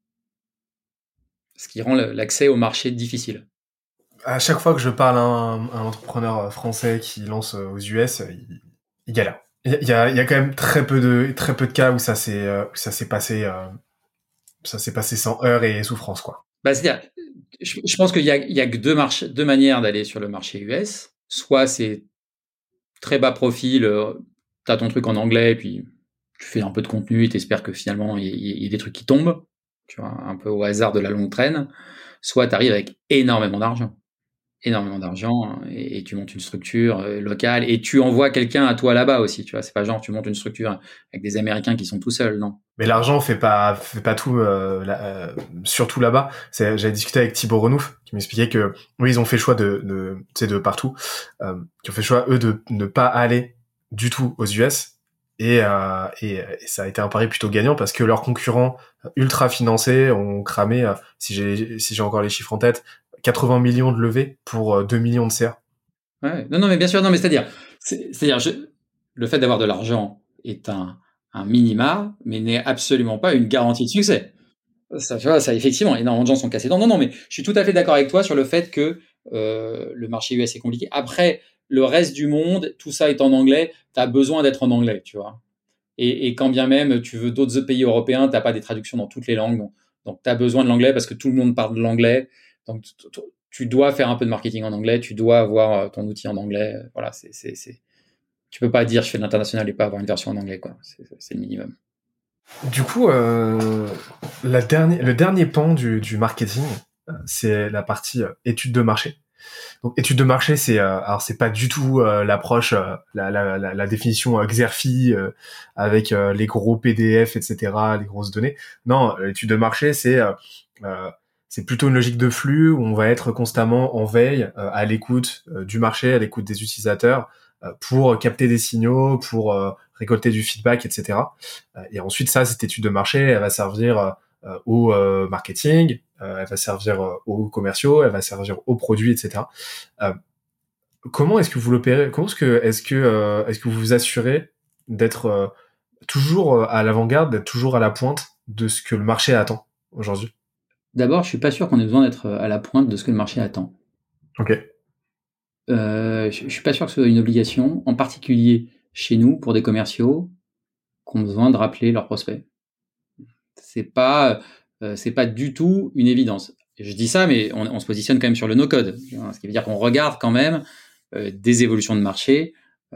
[SPEAKER 1] ce qui rend l'accès au marché difficile.
[SPEAKER 2] À chaque fois que je parle à un entrepreneur français qui lance aux US, il galère. Il y a quand même très peu de cas où ça s'est passé sans heurts et souffrance, quoi.
[SPEAKER 1] Bah, c'est-à-dire, je pense qu'il y a que deux manières d'aller sur le marché US. Soit c'est très bas profil, tu as ton truc en anglais, puis tu fais un peu de contenu et t'espères que finalement il y a des trucs qui tombent, tu vois, un peu au hasard de la longue traîne. Soit tu arrives avec énormément d'argent et tu montes une structure locale et tu envoies quelqu'un à toi là-bas aussi, tu vois. C'est pas genre tu montes une structure avec des Américains qui sont tout seuls, non.
[SPEAKER 2] Mais l'argent fait pas tout, surtout là-bas. J'avais discuté avec Thibaut Renouf qui m'expliquait que oui, ils ont fait le choix tu sais, de partout, qui ont fait le choix eux de ne pas aller du tout aux US et ça a été un pari plutôt gagnant parce que leurs concurrents ultra financés ont cramé, si j'ai encore les chiffres en tête, 80 millions de levées pour 2 millions de CA.
[SPEAKER 1] Ouais. Non, mais bien sûr, non, mais le fait d'avoir de l'argent est un minima, mais n'est absolument pas une garantie de succès. Ça, tu vois, ça, effectivement, énormément de gens sont cassés. Non, mais je suis tout à fait d'accord avec toi sur le fait que le marché US est compliqué. Après, le reste du monde, tout ça est en anglais, tu as besoin d'être en anglais, tu vois. Et quand bien même tu veux d'autres pays européens, tu n'as pas des traductions dans toutes les langues. Donc tu as besoin de l'anglais parce que tout le monde parle de l'anglais. Donc tu dois faire un peu de marketing en anglais, tu dois avoir ton outil en anglais. Voilà, tu peux pas dire je fais de l'international et pas avoir une version en anglais, quoi. C'est le minimum.
[SPEAKER 2] Du coup, le dernier pan du marketing, c'est la partie étude de marché. Donc, étude de marché, alors c'est pas du tout l'approche, la définition Xerfi avec les gros PDF, etc., les grosses données. Non, l'étude de marché, c'est plutôt une logique de flux où on va être constamment en veille, à l'écoute du marché, à l'écoute des utilisateurs, pour capter des signaux, pour récolter du feedback, etc. Et ensuite, cette étude de marché, elle va servir au marketing, elle va servir aux commerciaux, elle va servir aux produits, etc. Comment est-ce que vous l'opérez? Comment est-ce que vous vous assurez d'être toujours à l'avant-garde, d'être toujours à la pointe de ce que le marché attend aujourd'hui?
[SPEAKER 1] D'abord, je suis pas sûr qu'on ait besoin d'être à la pointe de ce que le marché attend.
[SPEAKER 2] Ok.
[SPEAKER 1] Je suis pas sûr que ce soit une obligation, en particulier chez nous, pour des commerciaux qui ont besoin de rappeler leurs prospects. C'est pas du tout une évidence. Je dis ça, mais on se positionne quand même sur le no-code, ce qui veut dire qu'on regarde quand même des évolutions de marché,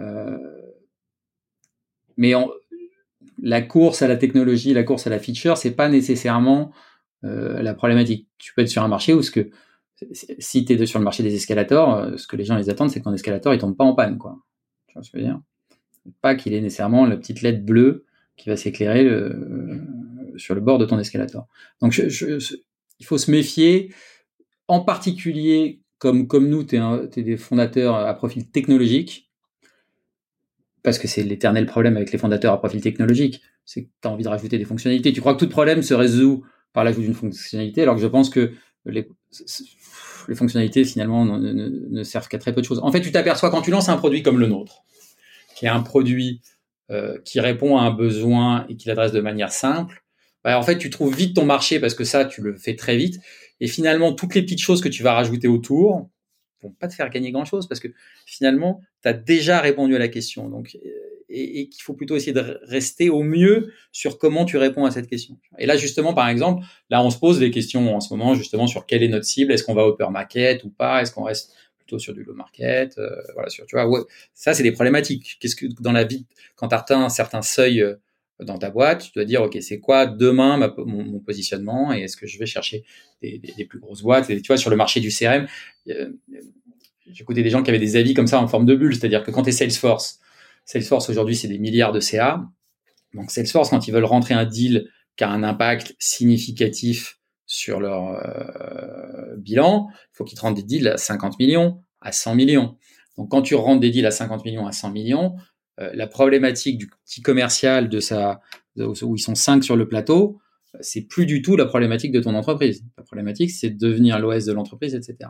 [SPEAKER 1] mais la course à la technologie, la course à la feature, c'est pas nécessairement la problématique. Tu peux être sur un marché où si tu es sur le marché des escalators, ce que les gens ils attendent, c'est qu'un escalator il tombe pas en panne, quoi. Tu vois ce que je veux dire? Pas qu'il ait nécessairement la petite LED bleue qui va s'éclairer sur le bord de ton escalator. Donc il faut se méfier, en particulier comme nous, tu es des fondateurs à profil technologique, parce que c'est l'éternel problème avec les fondateurs à profil technologique, c'est que tu as envie de rajouter des fonctionnalités. Tu crois que tout problème se résout par l'ajout d'une fonctionnalité, alors que je pense que les fonctionnalités finalement ne servent qu'à très peu de choses. En fait, tu t'aperçois quand tu lances un produit comme le nôtre, qui est un produit qui répond à un besoin et qui l'adresse de manière simple, bah, en fait, tu trouves vite ton marché parce que ça, tu le fais très vite. Et finalement, toutes les petites choses que tu vas rajouter autour vont pas te faire gagner grand-chose parce que finalement, tu as déjà répondu à la question. Donc, et qu'il faut plutôt essayer de rester au mieux sur comment tu réponds à cette question. Et là, justement, par exemple, là, on se pose des questions en ce moment, justement, sur quelle est notre cible. Est-ce qu'on va upper market ou pas? Est-ce qu'on reste plutôt sur du low market? Voilà, tu vois, ouais, ça, c'est des problématiques. Qu'est-ce que dans la vie, quand tu atteins un certain seuil dans ta boîte, tu dois dire, OK, c'est quoi demain mon positionnement et est-ce que je vais chercher des plus grosses boîtes? Et tu vois, sur le marché du CRM, j'écoutais des gens qui avaient des avis comme ça en forme de bulle, c'est-à-dire que quand tu es Salesforce aujourd'hui, c'est des milliards de CA. Donc Salesforce, quand ils veulent rentrer un deal qui a un impact significatif sur leur bilan, il faut qu'ils te rendent des deals à 50 millions, à 100 millions. Donc quand tu rentres des deals à 50 millions, à 100 millions, la problématique du petit commercial où ils sont 5 sur le plateau, c'est plus du tout la problématique de ton entreprise. La problématique, c'est de devenir l'OS de l'entreprise, etc.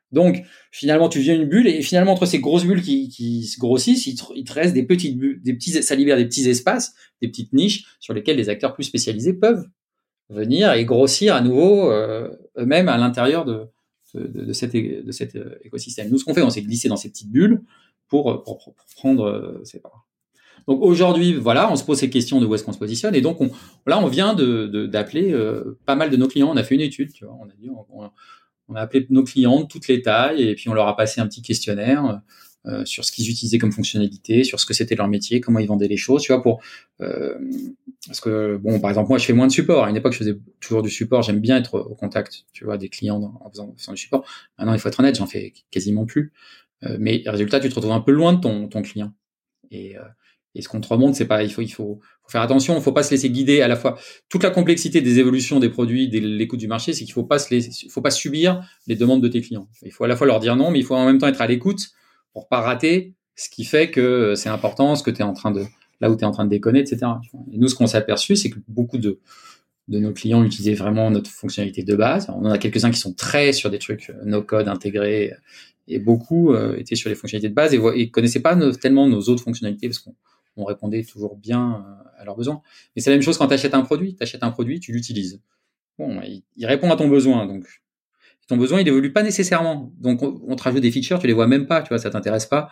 [SPEAKER 1] Donc, finalement, tu deviens une bulle et finalement, entre ces grosses bulles qui se grossissent, il te reste des petites bulles, ça libère des petits espaces, des petites niches sur lesquelles les acteurs plus spécialisés peuvent venir et grossir à nouveau eux-mêmes à l'intérieur de cet écosystème. Nous, ce qu'on fait, on s'est glissé dans ces petites bulles pour prendre ces parts. Donc aujourd'hui, voilà, on se pose ces questions de où est-ce qu'on se positionne, et donc on vient d'appeler pas mal de nos clients. On a fait une étude, tu vois, on a appelé nos clients de toutes les tailles, et puis on leur a passé un petit questionnaire sur ce qu'ils utilisaient comme fonctionnalité, sur ce que c'était leur métier, comment ils vendaient les choses, tu vois, parce que bon, par exemple, moi, je fais moins de support. À une époque, je faisais toujours du support. J'aime bien être au contact, tu vois, des clients en faisant du support. Maintenant, il faut être honnête, j'en fais quasiment plus. Mais résultat, tu te retrouves un peu loin de ton client. Et ce qu'on te remonte, c'est pas, il faut faire attention. Il faut pas se laisser guider à la fois. Toute la complexité des évolutions des produits, de l'écoute du marché, c'est qu'il faut pas subir les demandes de tes clients. Il faut à la fois leur dire non, mais il faut en même temps être à l'écoute pour pas rater ce qui fait que c'est important, ce que tu es en train de, là où tu es en train de déconner, etc. Et nous, ce qu'on s'est aperçu, c'est que beaucoup de nos clients utilisaient vraiment notre fonctionnalité de base. On en a quelques-uns qui sont très sur des trucs no-code intégrés, et beaucoup étaient sur les fonctionnalités de base et connaissaient pas tellement nos autres fonctionnalités parce qu'on répondait toujours bien à leurs besoins. Mais c'est la même chose quand tu achètes un produit. Tu achètes un produit, tu l'utilises. Bon, il répond à ton besoin, donc ton besoin, il évolue pas nécessairement. Donc, on te rajoute des features, tu les vois même pas, tu vois, ça t'intéresse pas,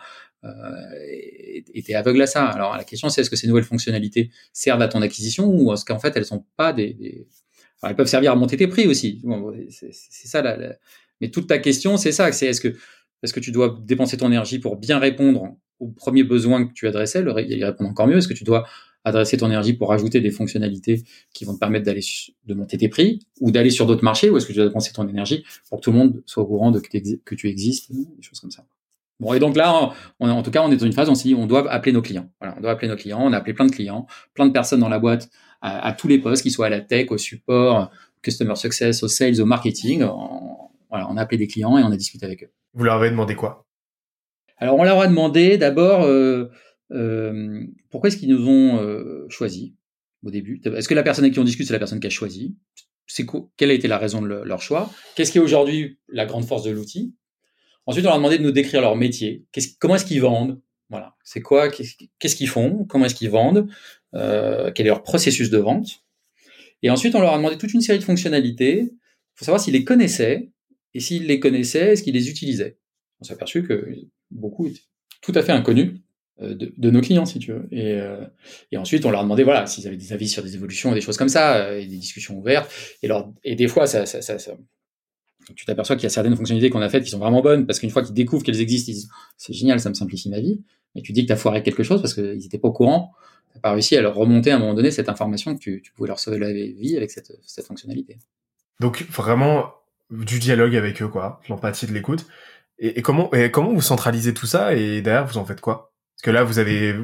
[SPEAKER 1] et t'es aveugle à ça. Alors, la question, c'est est-ce que ces nouvelles fonctionnalités servent à ton acquisition ou est-ce qu'en fait, elles sont pas Alors, elles peuvent servir à monter tes prix aussi. Bon, c'est ça, mais toute ta question, c'est ça. C'est est-ce que tu dois dépenser ton énergie pour bien répondre aux premiers besoins que tu adressais, y répondre encore mieux? Est-ce que tu dois adresser ton énergie pour ajouter des fonctionnalités qui vont te permettre de monter tes prix ou d'aller sur d'autres marchés, ou est-ce que tu dois dépenser ton énergie pour que tout le monde soit au courant que tu existes, des choses comme ça. Bon, et donc là, en tout cas, on est dans une phase où on s'est dit, on doit appeler nos clients. Voilà, on doit appeler nos clients. On a appelé plein de clients, plein de personnes dans la boîte, à tous les postes, qu'ils soient à la tech, au support, customer success, au sales, au marketing. Voilà, on a appelé des clients et on a discuté avec eux.
[SPEAKER 2] Vous leur avez demandé quoi?
[SPEAKER 1] Alors, on leur a demandé d'abord pourquoi est-ce qu'ils nous ont choisis au début. Est-ce que la personne avec qui on discute, c'est la personne qui a choisi? Quelle a été la raison de leur choix? Qu'est-ce qui est aujourd'hui la grande force de l'outil? Ensuite, on leur a demandé de nous décrire leur métier. Comment est-ce qu'ils vendent? Voilà. C'est quoi? Qu'est-ce qu'ils font? Comment est-ce qu'ils vendent? Quel est leur processus de vente? Et ensuite, on leur a demandé toute une série de fonctionnalités. Il faut savoir s'ils les connaissaient. Et s'ils les connaissaient, est-ce qu'ils les utilisaient? On s'est aperçu que beaucoup étaient tout à fait inconnus de nos clients, si tu veux. Et ensuite, on leur a demandé, voilà, s'ils avaient des avis sur des évolutions et des choses comme ça, et des discussions ouvertes. Et des fois, tu t'aperçois qu'il y a certaines fonctionnalités qu'on a faites qui sont vraiment bonnes, parce qu'une fois qu'ils découvrent qu'elles existent, ils disent, c'est génial, ça me simplifie ma vie. Mais tu dis que tu as foiré quelque chose parce qu'ils n'étaient pas au courant. Tu n'as pas réussi à leur remonter à un moment donné cette information que tu pouvais leur sauver la vie avec cette fonctionnalité.
[SPEAKER 2] Donc, vraiment, du dialogue avec eux, quoi. L'empathie, de l'écoute. Et comment vous centralisez tout ça et derrière, vous en faites quoi? Parce que là, vous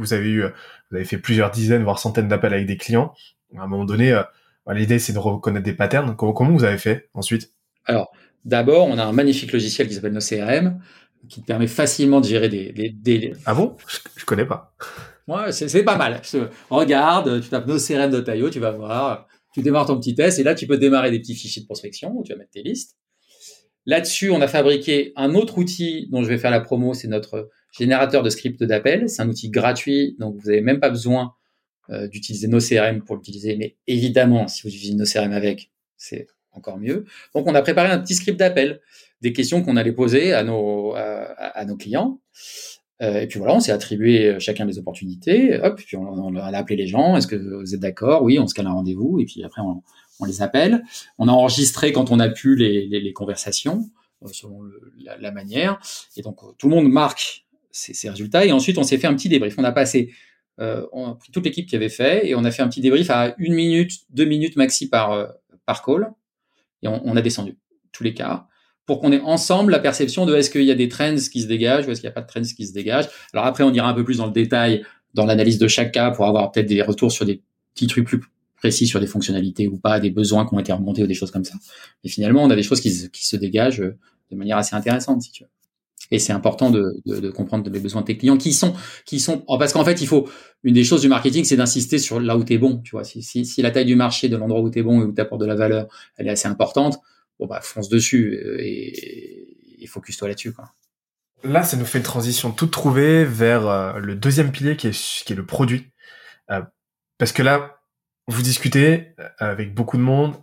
[SPEAKER 2] avez fait plusieurs dizaines, voire centaines d'appels avec des clients. À un moment donné, l'idée, c'est de reconnaître des patterns. Comment vous avez fait ensuite?
[SPEAKER 1] Alors, d'abord, on a un magnifique logiciel qui s'appelle NoCRM, qui te permet facilement de gérer des...
[SPEAKER 2] Ah bon? Je connais pas.
[SPEAKER 1] Ouais, c'est pas mal. Regarde, tu tapes NoCRM.io, tu vas voir, tu démarres ton petit test, et là, tu peux démarrer des petits fichiers de prospection où tu vas mettre tes listes. Là-dessus, on a fabriqué un autre outil dont je vais faire la promo, c'est notre générateur de script d'appel. C'est un outil gratuit, donc vous n'avez même pas besoin d'utiliser NoCRM pour l'utiliser. Mais évidemment, si vous utilisez NoCRM avec, c'est encore mieux. Donc, on a préparé un petit script d'appel, des questions qu'on allait poser à nos clients. Et puis voilà, on s'est attribué chacun des opportunités. Hop, puis on a appelé les gens. Est-ce que vous êtes d'accord? Oui, on se cale un rendez-vous. Et puis après, on les appelle. On a enregistré quand on a pu les conversations selon la manière. Et donc, tout le monde marque ses résultats. Et ensuite, on s'est fait un petit débrief. On a pris toute l'équipe qui avait fait et on a fait un petit débrief à 1 minute, 2 minutes maxi par call. Et on a descendu tous les cas pour qu'on ait ensemble la perception de est-ce qu'il y a des trends qui se dégagent ou est-ce qu'il n'y a pas de trends qui se dégagent. Alors après, on ira un peu plus dans le détail dans l'analyse de chaque cas pour avoir peut-être des retours sur des petits trucs plus précis sur des fonctionnalités ou pas, des besoins qui ont été remontés ou des choses comme ça. Et finalement, on a des choses qui se dégagent de manière assez intéressante, si tu veux. Et c'est important de comprendre les besoins de tes clients qui sont, parce qu'en fait, une des choses du marketing, c'est d'insister sur là où t'es bon, tu vois. Si la taille du marché de l'endroit où t'es bon et où t'apportes de la valeur, elle est assez importante, bon, bah, fonce dessus. Et et focus-toi là-dessus, quoi.
[SPEAKER 2] Là, ça nous fait une transition toute trouvée vers le deuxième pilier qui est le produit. Parce que là, vous discutez avec beaucoup de monde,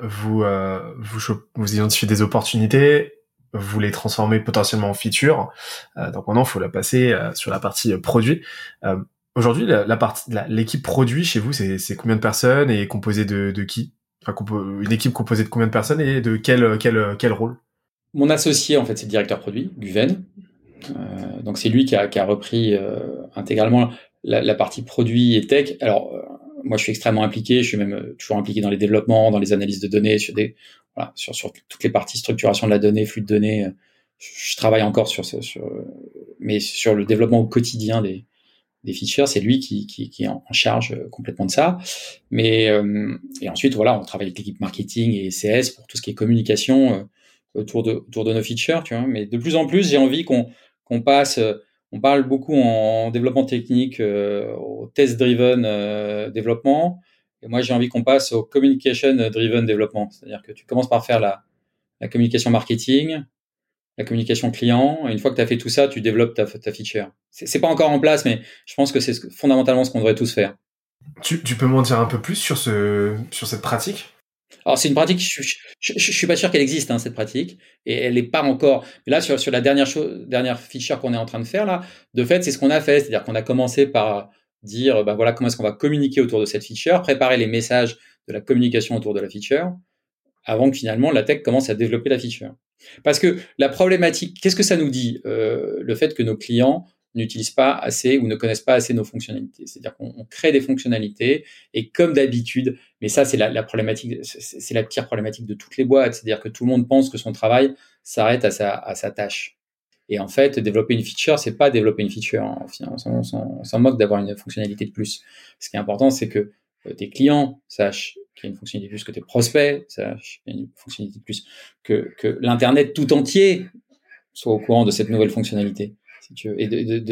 [SPEAKER 2] vous identifiez des opportunités, vous les transformez potentiellement en features. Donc maintenant, il faut la passer sur la partie produit. Aujourd'hui, l'équipe produit chez vous, c'est combien de personnes et composée de qui? Enfin, une équipe composée de combien de personnes et de quel rôle?
[SPEAKER 1] Mon associé, en fait, c'est le directeur produit, Guven. Donc c'est lui qui a repris intégralement la partie produit et tech. Alors moi je suis extrêmement impliqué, je suis même toujours impliqué dans les développements, dans les analyses de données, sur toutes les parties structuration de la donnée, flux de données. Je travaille encore mais sur le développement au quotidien des features, c'est lui qui est en charge complètement de ça. Mais et ensuite voilà, on travaille avec l'équipe marketing et CS pour tout ce qui est communication autour de nos features, tu vois. Mais de plus en plus, j'ai envie qu'on passe, on parle beaucoup en développement technique au test-driven développement. Et moi, j'ai envie qu'on passe au communication-driven développement. C'est-à-dire que tu commences par faire la communication marketing, la communication client. Et une fois que tu as fait tout ça, tu développes ta feature. C'est pas encore en place, mais je pense que c'est fondamentalement ce qu'on devrait tous faire.
[SPEAKER 2] Tu peux m'en dire un peu plus sur cette pratique?
[SPEAKER 1] Alors c'est une pratique, je suis pas sûr qu'elle existe, hein, cette pratique, et elle n'est pas encore. Mais là sur la dernière feature qu'on est en train de faire là, de fait c'est ce qu'on a fait, c'est-à-dire qu'on a commencé par dire bah voilà comment est-ce qu'on va communiquer autour de cette feature, préparer les messages de la communication autour de la feature, avant que finalement la tech commence à développer la feature. Parce que la problématique, qu'est-ce que ça nous dit le fait que nos clients n'utilisent pas assez ou ne connaissent pas assez nos fonctionnalités. C'est-à-dire qu'on crée des fonctionnalités et comme d'habitude, mais ça c'est la problématique, c'est la pire problématique de toutes les boîtes, c'est-à-dire que tout le monde pense que son travail s'arrête à sa tâche. Et en fait, développer une feature, c'est pas développer une feature. On s'en moque d'avoir une fonctionnalité de plus. Ce qui est important, c'est que tes clients sachent qu'il y a une fonctionnalité de plus, que tes prospects sachent qu'il y a une fonctionnalité de plus, que l'Internet tout entier soit au courant de cette nouvelle fonctionnalité. Si tu veux.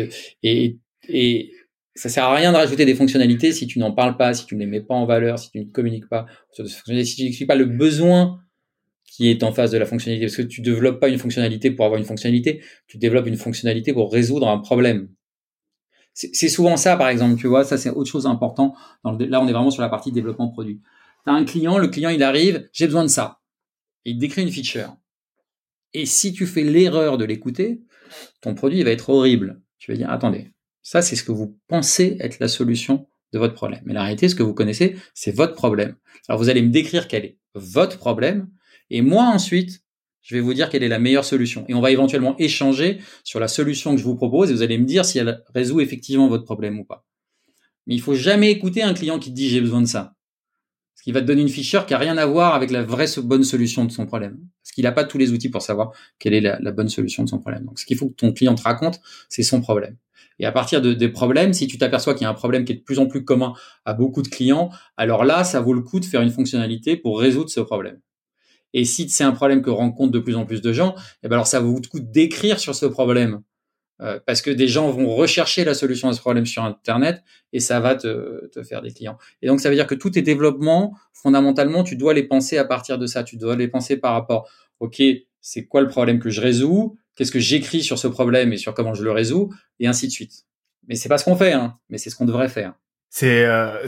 [SPEAKER 1] Et ça sert à rien de rajouter des fonctionnalités si tu n'en parles pas, si tu ne les mets pas en valeur, si tu ne communiques pas sur ces fonctionnalités, si tu n'expliques pas le besoin qui est en face de la fonctionnalité. Parce que tu développes pas une fonctionnalité pour avoir une fonctionnalité, tu développes une fonctionnalité pour résoudre un problème. C'est souvent ça, par exemple, tu vois, ça c'est autre chose important. Là, on est vraiment sur la partie développement produit. Tu as un client, le client il arrive, j'ai besoin de ça. Et il décrit une feature. Et si tu fais l'erreur de l'écouter, ton produit il va être horrible. Tu vas dire, attendez, ça c'est ce que vous pensez être la solution de votre problème. Mais la réalité, ce que vous connaissez, c'est votre problème. Alors vous allez me décrire quel est votre problème, et moi ensuite, je vais vous dire quelle est la meilleure solution. Et on va éventuellement échanger sur la solution que je vous propose, et vous allez me dire si elle résout effectivement votre problème ou pas. Mais il faut jamais écouter un client qui te dit j'ai besoin de ça. Parce qu'il va te donner une feature qui a rien à voir avec la vraie bonne solution de son problème. Parce qu'il n'a pas tous les outils pour savoir quelle est la bonne solution de son problème. Donc, ce qu'il faut que ton client te raconte, c'est son problème. Et à partir des problèmes, si tu t'aperçois qu'il y a un problème qui est de plus en plus commun à beaucoup de clients, alors là, ça vaut le coup de faire une fonctionnalité pour résoudre ce problème. Et si c'est un problème que rencontrent de plus en plus de gens, eh ben alors ça vaut le coup d'écrire sur ce problème. Parce que des gens vont rechercher la solution à ce problème sur Internet et ça va te faire des clients. Et donc, ça veut dire que tous tes développements, fondamentalement, tu dois les penser à partir de ça. Tu dois les penser par rapport, OK, c'est quoi le problème que je résous? Qu'est-ce que j'écris sur ce problème et sur comment je le résous? Et ainsi de suite. Mais c'est pas ce qu'on fait, hein, mais c'est ce qu'on devrait faire.
[SPEAKER 2] C'est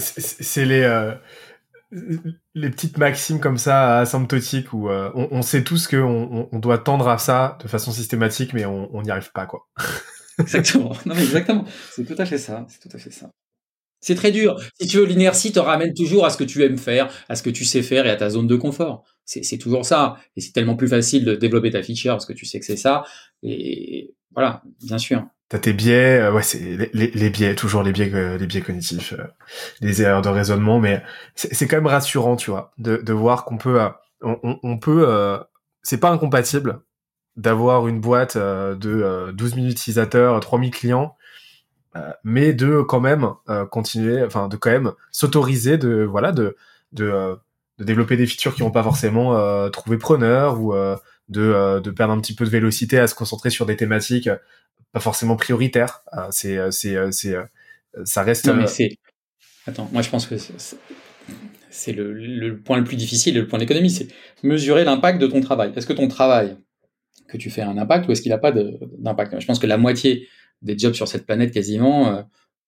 [SPEAKER 2] les petites maximes comme ça asymptotiques où on sait tous qu'on doit tendre à ça de façon systématique, mais on n'y arrive pas, quoi.
[SPEAKER 1] Exactement. Non, mais exactement. C'est tout à fait ça. C'est tout à fait ça. C'est très dur. Si tu veux, l'inertie te ramène toujours à ce que tu aimes faire, à ce que tu sais faire et à ta zone de confort. C'est toujours ça. Et c'est tellement plus facile de développer ta feature parce que tu sais que c'est ça. Et voilà, bien sûr.
[SPEAKER 2] T'as tes biais, ouais, c'est les biais, toujours les biais cognitifs, les erreurs de raisonnement, mais c'est quand même rassurant, tu vois, de voir qu'on peut, on peut, c'est pas incompatible d'avoir une boîte de 12 000 utilisateurs, 3000 clients, mais de quand même continuer, enfin de quand même s'autoriser de développer des features qui n'ont pas forcément trouvé preneur ou de perdre un petit peu de vélocité à se concentrer sur des thématiques pas forcément prioritaires. Ça reste.
[SPEAKER 1] Non, mais attends, moi je pense que c'est le point le plus difficile, le point d'économie, c'est mesurer l'impact de ton travail. Est-ce que ton travail que tu fais un impact ou est-ce qu'il n'a pas d'impact? Je pense que la moitié des jobs sur cette planète quasiment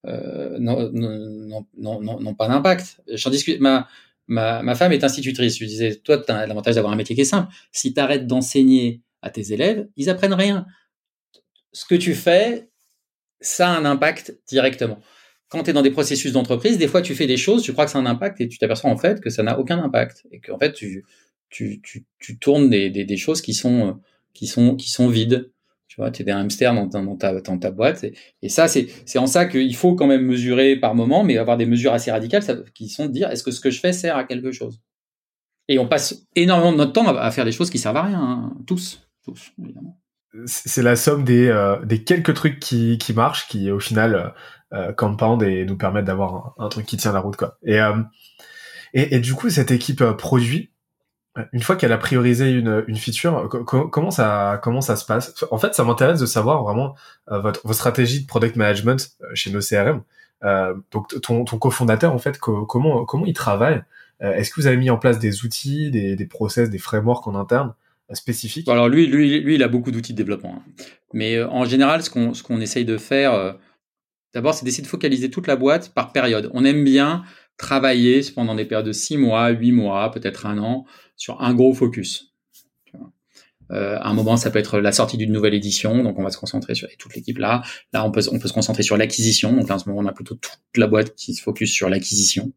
[SPEAKER 1] n'ont pas d'impact. J'en discute. Ma femme est institutrice. Je lui disais, toi, tu as l'avantage d'avoir un métier qui est simple. Si tu arrêtes d'enseigner à tes élèves, ils apprennent rien. Ce que tu fais, ça a un impact directement. Quand tu es dans des processus d'entreprise, des fois, tu fais des choses, tu crois que ça a un impact et tu t'aperçois en fait que ça n'a aucun impact et qu'en fait, tu tournes des choses qui sont vides. Tu vois, tu es des hamsters dans ta boîte. Et ça, c'est en ça qu'il faut quand même mesurer par moment, mais avoir des mesures assez radicales qui sont de dire est-ce que ce que je fais sert à quelque chose? Et on passe énormément de notre temps à faire des choses qui servent à rien. Hein. Tous, évidemment.
[SPEAKER 2] C'est la somme des quelques trucs qui marchent, qui au final compound et nous permettent d'avoir un truc qui tient la route, quoi. Et du coup, cette équipe produit, une fois qu'elle a priorisé une feature, comment ça se passe? En fait, ça m'intéresse de savoir vraiment vos stratégies de product management chez nos CRM. Donc ton cofondateur, en fait, comment il travaille? Est-ce que vous avez mis en place des outils, des process, des frameworks en interne spécifiques?
[SPEAKER 1] Alors lui, il a beaucoup d'outils de développement. Hein. Mais en général, ce qu'on essaye de faire, d'abord, c'est d'essayer de focaliser toute la boîte par période. On aime bien travailler pendant des périodes de 6 mois, 8 mois, peut-être 1 an, sur un gros focus. À un moment, ça peut être la sortie d'une nouvelle édition, donc on va se concentrer sur toute l'équipe là. Là, on peut se concentrer sur l'acquisition. Donc là, en ce moment, on a plutôt toute la boîte qui se focus sur l'acquisition.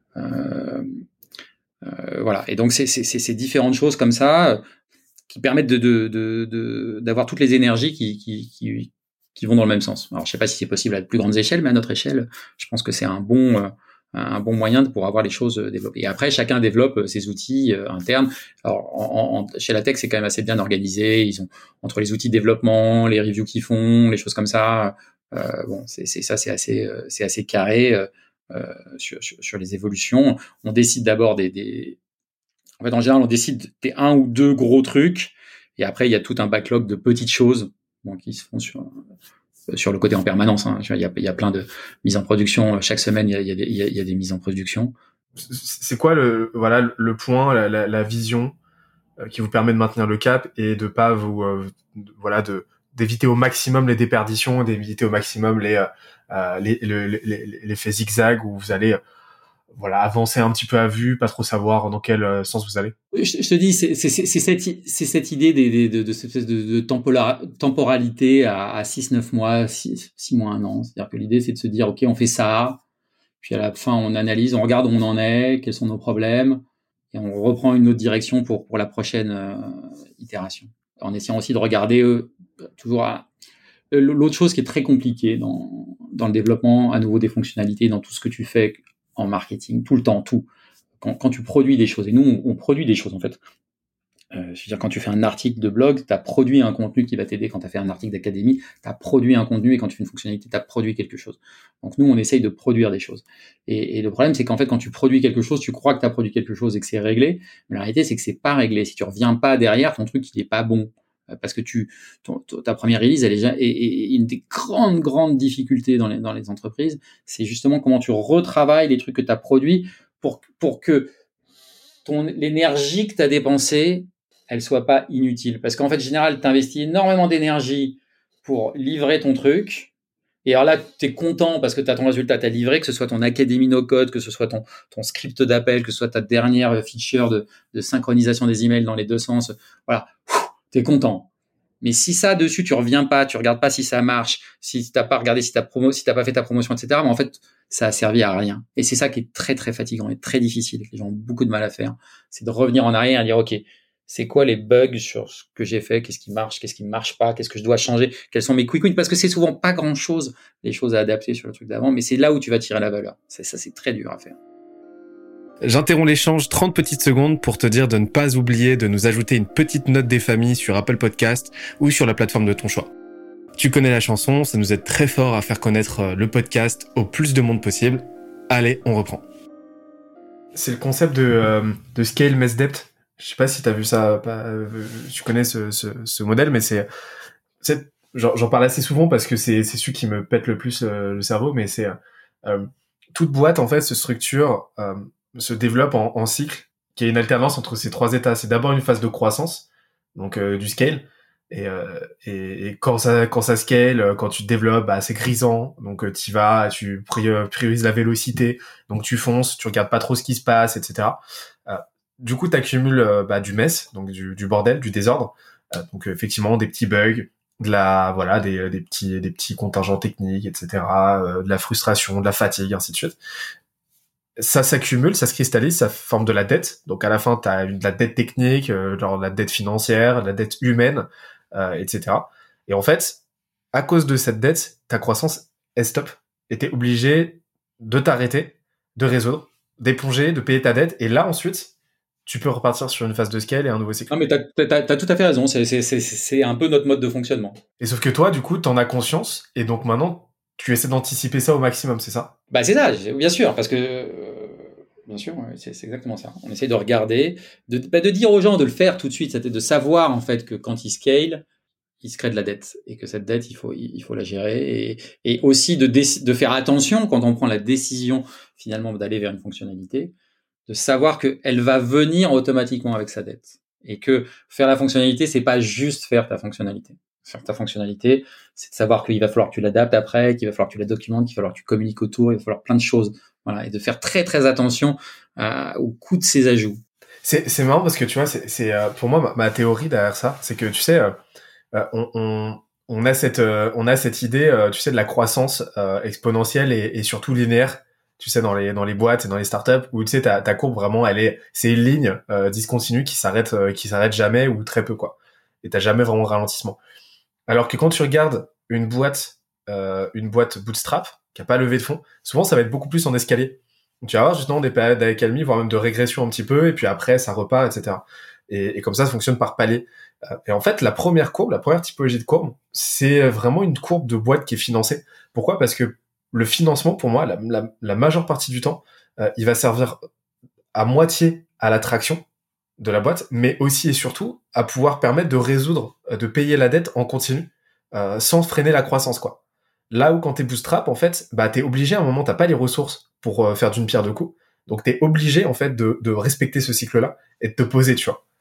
[SPEAKER 1] Voilà. Et donc, c'est différentes choses comme ça qui permettent d'avoir toutes les énergies qui vont dans le même sens. Alors, je sais pas si c'est possible à de plus grandes échelles, mais à notre échelle, je pense que c'est un bon moyen pour avoir les choses développées. Et après, chacun développe ses outils internes. Alors, chez la tech, c'est quand même assez bien organisé. Ils ont entre les outils de développement, les reviews qu'ils font, les choses comme ça. Bon, c'est assez carré sur les évolutions. On décide d'abord en fait, en général, on décide des 1 ou 2 gros trucs, et après, il y a tout un backlog de petites choses qui se font sur le côté en permanence. Hein. Il y a plein de mises en production. Chaque semaine, il y a des mises en production.
[SPEAKER 2] C'est quoi le point, la vision qui vous permet de maintenir le cap et de pas d'éviter au maximum les déperditions, d'éviter au maximum les faits zigzag où vous allez avancer un petit peu à vue, pas trop savoir dans quel sens vous allez.
[SPEAKER 1] Je te dis, c'est cette idée de cette espèce de temporalité à 6-9 mois, 6 mois, 1 an. C'est-à-dire que l'idée, c'est de se dire, OK, on fait ça, puis à la fin, on analyse, on regarde où on en est, quels sont nos problèmes, et on reprend une autre direction pour la prochaine itération. En essayant aussi de regarder toujours l'autre chose qui est très compliquée dans le développement, à nouveau des fonctionnalités, dans tout ce que tu fais en marketing, tout le temps, tout. Quand tu produis des choses, et nous, on produit des choses en fait. Je veux dire, quand tu fais un article de blog, tu as produit un contenu qui va t'aider. Quand tu as fait un article d'académie, tu as produit un contenu, et quand tu fais une fonctionnalité, tu as produit quelque chose. Donc nous, on essaye de produire des choses. Et le problème, c'est qu'en fait, quand tu produis quelque chose, tu crois que tu as produit quelque chose et que c'est réglé, mais la réalité, c'est que c'est pas réglé. Si tu reviens pas derrière, ton truc, il est pas bon. Parce que ta première release, elle est une des grandes difficultés dans les entreprises, c'est justement comment tu retravailles les trucs que tu as produits pour que l'énergie que tu as dépensée, elle soit pas inutile. Parce qu'en fait, en général, tu investis énormément d'énergie pour livrer ton truc. Et alors là, tu es content parce que tu as ton résultat, tu as livré, que ce soit ton Académie No Code, que ce soit ton script d'appel, que ce soit ta dernière feature de synchronisation des emails dans les 2 sens. Voilà. T'es content. Mais si ça, dessus, tu reviens pas, tu regardes pas si ça marche, si t'as pas regardé si t'as pas fait ta promotion, etc., mais en fait, ça a servi à rien. Et c'est ça qui est très, très fatigant et très difficile. Les gens ont beaucoup de mal à faire. C'est de revenir en arrière et dire, OK, c'est quoi les bugs sur ce que j'ai fait? Qu'est-ce qui marche pas? Qu'est-ce que je dois changer? Quels sont mes quick wins? Parce que c'est souvent pas grand chose, les choses à adapter sur le truc d'avant, mais c'est là où tu vas tirer la valeur. Ça, c'est très dur à faire.
[SPEAKER 3] J'interromps l'échange 30 petites secondes pour te dire de ne pas oublier de nous ajouter une petite note des familles sur Apple Podcast ou sur la plateforme de ton choix. Tu connais la chanson, ça nous aide très fort à faire connaître le podcast au plus de monde possible. Allez, on reprend.
[SPEAKER 2] C'est le concept de scale mess depth. Je sais pas si t'as vu ça, tu connais ce modèle, mais j'en parle assez souvent parce que c'est celui qui me pète le plus le cerveau, mais c'est toute boîte en fait se structure, se développe en cycle, qui est une alternance entre ces 3 états. C'est d'abord une phase de croissance, donc du scale, Et quand ça scale, quand tu te développes, bah, c'est grisant. Donc, tu priorises la vélocité. Donc, tu fonces, tu regardes pas trop ce qui se passe, etc. Euh, du coup, t'accumules, du mess, donc du bordel, du désordre. Donc, effectivement, des petits bugs, des petits contingents techniques, etc. De la frustration, de la fatigue, ainsi de suite. Ça s'accumule, ça se cristallise, ça forme de la dette. Donc à la fin, tu as de la dette technique, genre la dette financière, la dette humaine, etc. Et en fait, à cause de cette dette, ta croissance est stop. Et t'es obligé de t'arrêter, de résoudre, d'éponger, de payer ta dette. Et là, ensuite, tu peux repartir sur une phase de scale et un nouveau cycle.
[SPEAKER 1] Non, mais t'as tout à fait raison. C'est un peu notre mode de fonctionnement.
[SPEAKER 2] Et sauf que toi, du coup, t'en as conscience. Et donc maintenant, tu essaies d'anticiper ça au maximum, c'est ça?
[SPEAKER 1] Bah, c'est ça, bien sûr, parce que, bien sûr, ouais, c'est exactement ça. On essaie de regarder, de dire aux gens de le faire tout de suite, c'est de savoir, en fait, que quand ils scale, il se crée de la dette et que cette dette, il faut la gérer et aussi de faire attention quand on prend la décision finalement d'aller vers une fonctionnalité, de savoir qu'elle va venir automatiquement avec sa dette et que faire la fonctionnalité, c'est pas juste faire ta fonctionnalité. Faire ta fonctionnalité, c'est de savoir qu'il va falloir que tu l'adaptes après, qu'il va falloir que tu la documentes, qu'il va falloir que tu communiques autour, il va falloir plein de choses. Voilà, et de faire très très attention au coût de ces ajouts.
[SPEAKER 2] C'est marrant parce que tu vois, pour moi ma théorie derrière ça, c'est que tu sais, on a cette idée, tu sais, de la croissance exponentielle et surtout linéaire, tu sais, dans les boîtes et dans les startups où tu sais ta courbe vraiment c'est une ligne discontinue qui s'arrête jamais ou très peu quoi. Et t'as jamais vraiment de ralentissement. Alors que quand tu regardes une boîte bootstrap qui a pas levé de fonds, souvent ça va être beaucoup plus en escalier. Donc, tu vas avoir justement des périodes d'accalmie, voire même de régression un petit peu, et puis après ça repart, etc. Et comme ça fonctionne par palier. Et en fait, la première typologie de courbe, c'est vraiment une courbe de boîte qui est financée. Pourquoi? Parce que le financement, pour moi, la majeure partie du temps, il va servir à moitié à l'attraction de la boîte, mais aussi et surtout à pouvoir permettre de résoudre, de payer la dette en continu, sans freiner la croissance, quoi. Là où quand t'es bootstrap, en fait, bah t'es obligé à un moment, t'as pas les ressources pour faire d'une pierre deux coups, donc t'es obligé en fait de respecter ce cycle-là et de te poser, tu vois.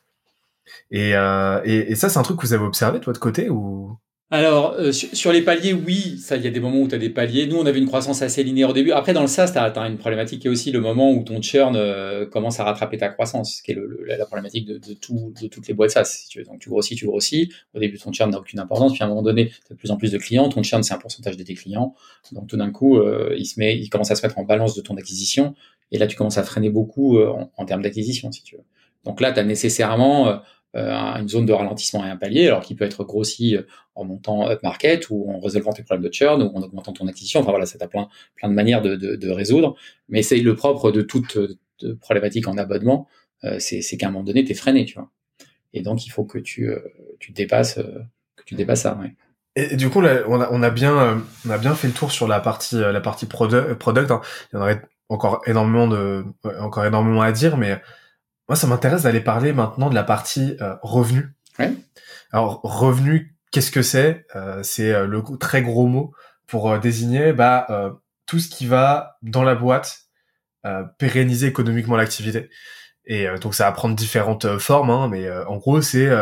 [SPEAKER 2] Et ça, c'est un truc que vous avez observé de votre côté ou?
[SPEAKER 1] Alors, sur les paliers, oui, ça, il y a des moments où tu as des paliers. Nous, on avait une croissance assez linéaire au début. Après, dans le SaaS, tu as une problématique qui est aussi le moment où ton churn commence à rattraper ta croissance, qui est la problématique de toutes les boîtes SaaS. Si tu veux. Donc, tu grossis. Au début, ton churn n'a aucune importance. Puis, à un moment donné, tu as de plus en plus de clients. Ton churn, c'est un pourcentage de tes clients. Donc, tout d'un coup, il commence à se mettre en balance de ton acquisition. Et là, tu commences à freiner beaucoup en termes d'acquisition, si tu veux. Donc là, tu as nécessairement une zone de ralentissement et un palier, alors qui peut être grossi en montant upmarket ou en résolvant tes problèmes de churn ou en augmentant ton acquisition. Enfin voilà, ça t'as plein de manières de résoudre. Mais c'est le propre de toute problématique en abonnement, c'est qu'à un moment donné, t'es freiné, tu vois. Et donc il faut que tu dépasses ça. Ouais.
[SPEAKER 2] Et du coup, là, on a bien fait le tour sur la partie product. Hein. Il y en aurait encore énormément à dire, mais moi, ça m'intéresse d'aller parler maintenant de la partie revenu.
[SPEAKER 1] Ouais.
[SPEAKER 2] Alors, revenu, qu'est-ce que c'est? C'est le très gros mot pour désigner tout ce qui va dans la boîte pérenniser économiquement l'activité. Et donc ça va prendre différentes formes, hein, mais en gros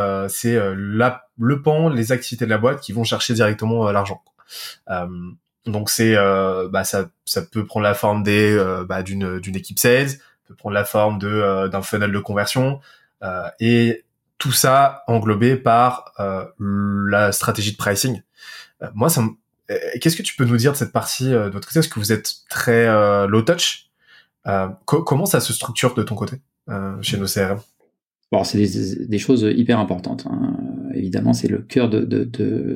[SPEAKER 2] le pan, les activités de la boîte qui vont chercher directement l'argent. Donc ça peut prendre la forme d'une équipe sales, peut prendre la forme d'un funnel de conversion et tout ça englobé par la stratégie de pricing. Moi qu'est-ce que tu peux nous dire de cette partie de votre côté? Est-ce que vous êtes très low touch? Comment ça se structure de ton côté chez nos CRM?
[SPEAKER 1] Bon, c'est des choses hyper importantes. Hein. Évidemment, c'est le cœur de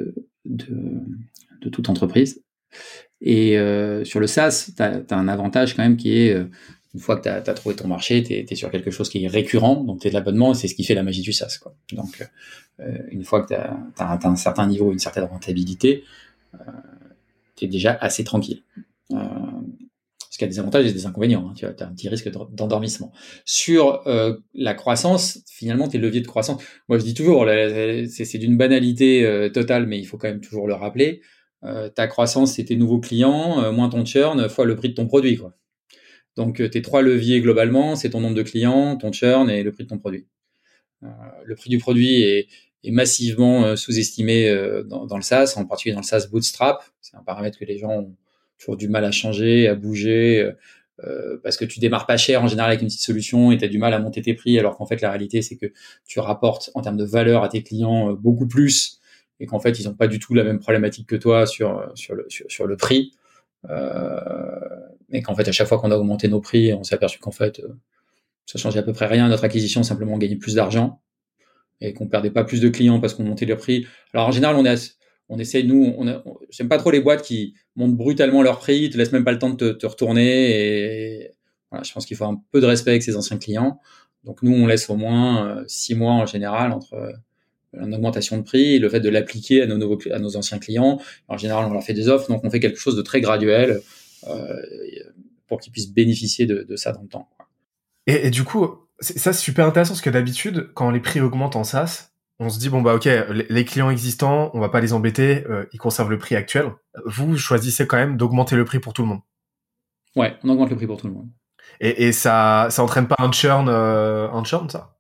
[SPEAKER 1] toute entreprise. Et sur le SaaS, tu as un avantage quand même qui est, une fois que tu as trouvé ton marché, tu es sur quelque chose qui est récurrent, donc tu es de l'abonnement, et c'est ce qui fait la magie du SaaS. Quoi. Donc, une fois que tu as atteint un certain niveau, une certaine rentabilité, tu es déjà assez tranquille. Parce qu'il y a des avantages et des inconvénients. Hein. Tu as un petit risque d'endormissement. Sur la croissance, finalement, tes leviers de croissance, moi je dis toujours, c'est d'une banalité totale, mais il faut quand même toujours le rappeler. Ta croissance, c'est tes nouveaux clients, moins ton churn, fois le prix de ton produit. Quoi. Donc tes trois leviers globalement, c'est ton nombre de clients, ton churn et le prix de ton produit. Le prix du produit est massivement sous-estimé dans le SaaS, en particulier dans le SaaS Bootstrap. C'est un paramètre que les gens ont toujours du mal à changer, à bouger, parce que tu démarres pas cher en général avec une petite solution et tu as du mal à monter tes prix, alors qu'en fait la réalité c'est que tu rapportes en termes de valeur à tes clients beaucoup plus, et qu'en fait ils n'ont pas du tout la même problématique que toi sur le prix, et qu'en fait à chaque fois qu'on a augmenté nos prix, on s'est aperçu qu'en fait ça changeait à peu près rien à notre acquisition, simplement on gagnait plus d'argent et qu'on perdait pas plus de clients parce qu'on montait les prix. Alors en général on essaye, nous, j'aime pas trop les boîtes qui montent brutalement leur prix, ils te laissent même pas le temps de te retourner, et voilà, je pense qu'il faut un peu de respect avec ses anciens clients. Donc nous, on laisse au moins 6 mois en général entre une augmentation de prix et le fait de l'appliquer à nos anciens clients. En général, on leur fait des offres, donc on fait quelque chose de très graduel pour qu'ils puissent bénéficier de ça dans le temps.
[SPEAKER 2] Et du coup, ça c'est super intéressant parce que d'habitude, quand les prix augmentent en SaaS, on se dit bon bah ok, les clients existants, on va pas les embêter, ils conservent le prix actuel. Vous choisissez quand même d'augmenter le prix pour tout le monde.
[SPEAKER 1] Ouais, on augmente le prix pour tout le monde.
[SPEAKER 2] Et ça entraîne pas un churn ça?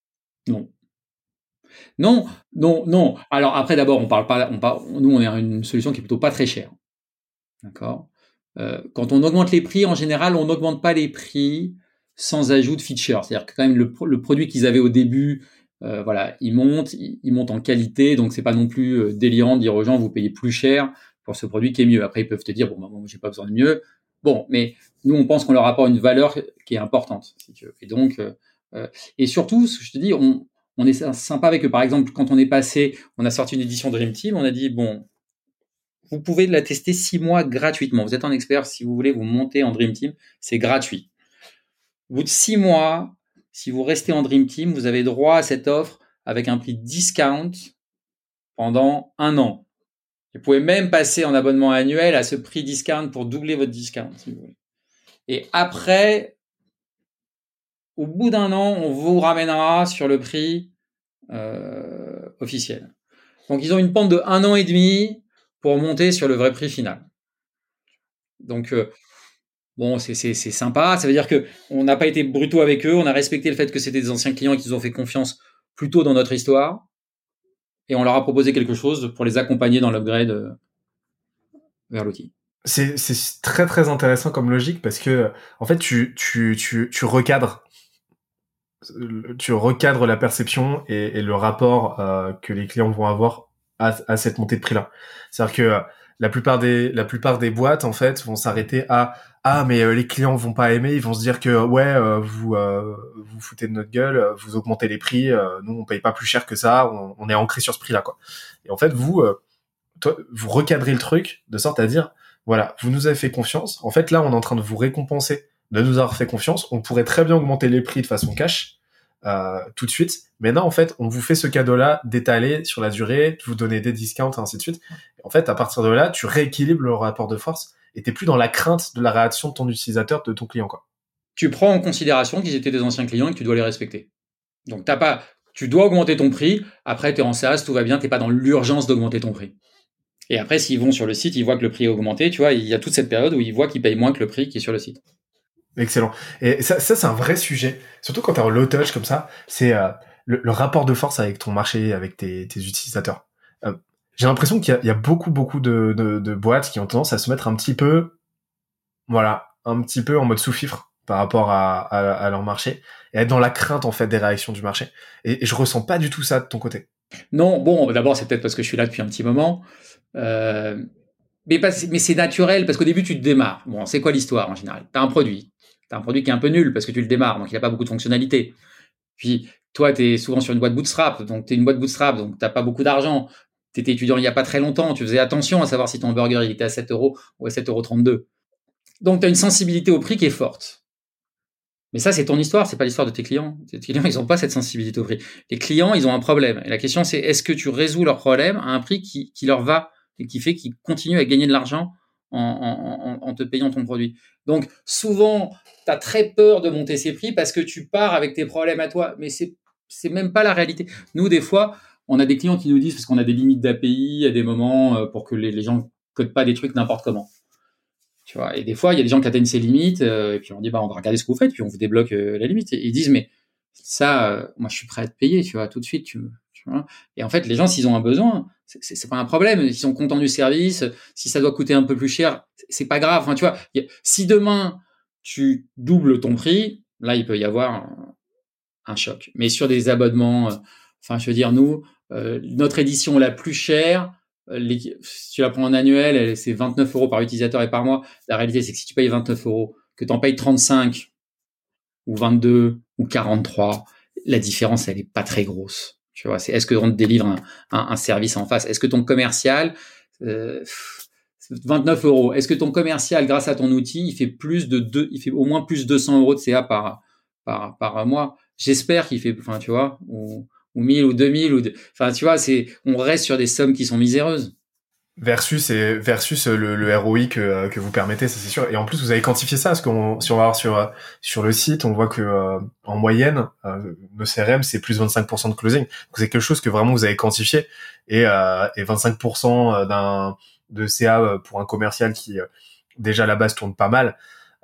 [SPEAKER 1] Non. Alors après, d'abord, nous, on est une solution qui est plutôt pas très chère. D'accord. Quand on augmente les prix, en général, on n'augmente pas les prix sans ajout de feature. C'est-à-dire que quand même le produit qu'ils avaient au début, voilà, il monte en qualité, donc c'est pas non plus délirant de dire aux gens vous payez plus cher pour ce produit qui est mieux. Après, ils peuvent te dire bon, moi j'ai pas besoin de mieux. Bon, mais nous on pense qu'on leur apporte une valeur qui est importante. Si tu veux. Et donc, et surtout, ce que je te dis, on est sympa avec eux. Par exemple, quand on a sorti une édition Dream Team, on a dit bon, vous pouvez la tester 6 mois gratuitement. Vous êtes un expert, si vous voulez vous monter en Dream Team, c'est gratuit. Au bout de 6 mois, si vous restez en Dream Team, vous avez droit à cette offre avec un prix discount pendant 1 an. Vous pouvez même passer en abonnement annuel à ce prix discount pour doubler votre discount, si vous voulez. Et après, au bout d'1 an, on vous ramènera sur le prix officiel. Donc, ils ont une pente de 1 an et demi pour monter sur le vrai prix final. Donc, bon, c'est sympa. Ça veut dire que on n'a pas été brutaux avec eux. On a respecté le fait que c'était des anciens clients et qu'ils nous ont fait confiance plus tôt dans notre histoire. Et on leur a proposé quelque chose pour les accompagner dans l'upgrade vers l'outil.
[SPEAKER 2] C'est très très intéressant comme logique parce que en fait tu recadres la perception et le rapport que les clients vont avoir à cette montée de prix là. C'est-à-dire que la plupart des boîtes en fait vont s'arrêter à mais les clients vont pas aimer, ils vont se dire que vous foutez de notre gueule, vous augmentez les prix, nous on paye pas plus cher que ça, on est ancré sur ce prix là quoi. Et en fait vous recadrez le truc de sorte à dire voilà, vous nous avez fait confiance, en fait là on est en train de vous récompenser de nous avoir fait confiance, on pourrait très bien augmenter les prix de façon cash tout de suite, mais non en fait on vous fait ce cadeau là d'étaler sur la durée, de vous donner des discounts et ainsi de suite. Et en fait à partir de là tu rééquilibres le rapport de force et t'es plus dans la crainte de la réaction de ton utilisateur, de ton client quoi.
[SPEAKER 1] Tu prends en considération qu'ils étaient des anciens clients et que tu dois les respecter. Donc tu dois augmenter ton prix, après t'es en SaaS, tout va bien, t'es pas dans l'urgence d'augmenter ton prix. Et après, s'ils vont sur le site, ils voient que le prix est augmenté, tu vois, il y a toute cette période où ils voient qu'ils payent moins que le prix qui est sur le site.
[SPEAKER 2] Excellent. Et ça c'est un vrai sujet. Surtout quand t'es en low touch comme ça, c'est le rapport de force avec ton marché, avec tes utilisateurs. J'ai l'impression qu'il y a beaucoup de boîtes qui ont tendance à se mettre un petit peu en mode sous-fifre par rapport à leur marché et être dans la crainte en fait des réactions du marché. Et je ressens pas du tout ça de ton côté.
[SPEAKER 1] Non, bon, d'abord c'est peut-être parce que je suis là depuis un petit moment. Mais c'est naturel parce qu'au début tu te démarres. Bon, c'est quoi l'histoire en général ? T'as un produit qui est un peu nul parce que tu le démarres, donc il n'a pas beaucoup de fonctionnalités. Puis toi, t'es souvent sur une boîte bootstrap, donc t'es une boîte bootstrap, donc t'as pas beaucoup d'argent. T'étais étudiant il y a pas très longtemps, tu faisais attention à savoir si ton burger il était à 7 € ou à 7,32 €. Donc t'as une sensibilité au prix qui est forte. Mais ça, c'est ton histoire, c'est pas l'histoire de tes clients. Tes clients, ils ont pas cette sensibilité au prix. Les clients, ils ont un problème. Et la question, c'est est-ce que tu résous leur problème à un prix qui leur va et qui fait qu'ils continuent à gagner de l'argent en te payant ton produit. Donc, souvent, tu as très peur de monter ces prix parce que tu pars avec tes problèmes à toi. Mais c'est même pas la réalité. Nous, des fois, on a des clients qui nous disent, parce qu'on a des limites d'API à des moments pour que les gens codent pas des trucs n'importe comment. Tu vois, et des fois, il y a des gens qui atteignent ces limites, et puis on dit, on va regarder ce que vous faites, puis on vous débloque la limite. Et ils disent, mais ça, moi, je suis prêt à te payer, tu vois, tout de suite, tu vois. Et en fait, les gens, s'ils ont un besoin, c'est pas un problème. S'ils sont contents du service, si ça doit coûter un peu plus cher, c'est pas grave. Enfin, tu vois, si demain tu doubles ton prix, là, il peut y avoir un choc. Mais sur des abonnements, je veux dire, nous, notre édition la plus chère, si tu la prends en annuel, c'est 29 € par utilisateur et par mois. La réalité, c'est que si tu payes 29 €, que tu en payes 35 ou 22 ou 43, la différence, elle est pas très grosse. Tu vois, est-ce qu'on te délivre un service en face? Est-ce que ton commercial, 29 €, est-ce que ton commercial, grâce à ton outil, il fait au moins plus de 200 € de CA par mois? J'espère qu'il fait, tu vois, ou 1000 ou 2000 tu vois, on reste sur des sommes qui sont miséreuses.
[SPEAKER 2] Versus le ROI que vous permettez, ça c'est sûr. Et en plus, vous avez quantifié ça, parce qu'on, si on va voir sur le site, on voit que en moyenne, nos CRM, c'est plus 25% de closing. Donc c'est quelque chose que vraiment vous avez quantifié. Et 25% de CA pour un commercial qui déjà à la base tourne pas mal.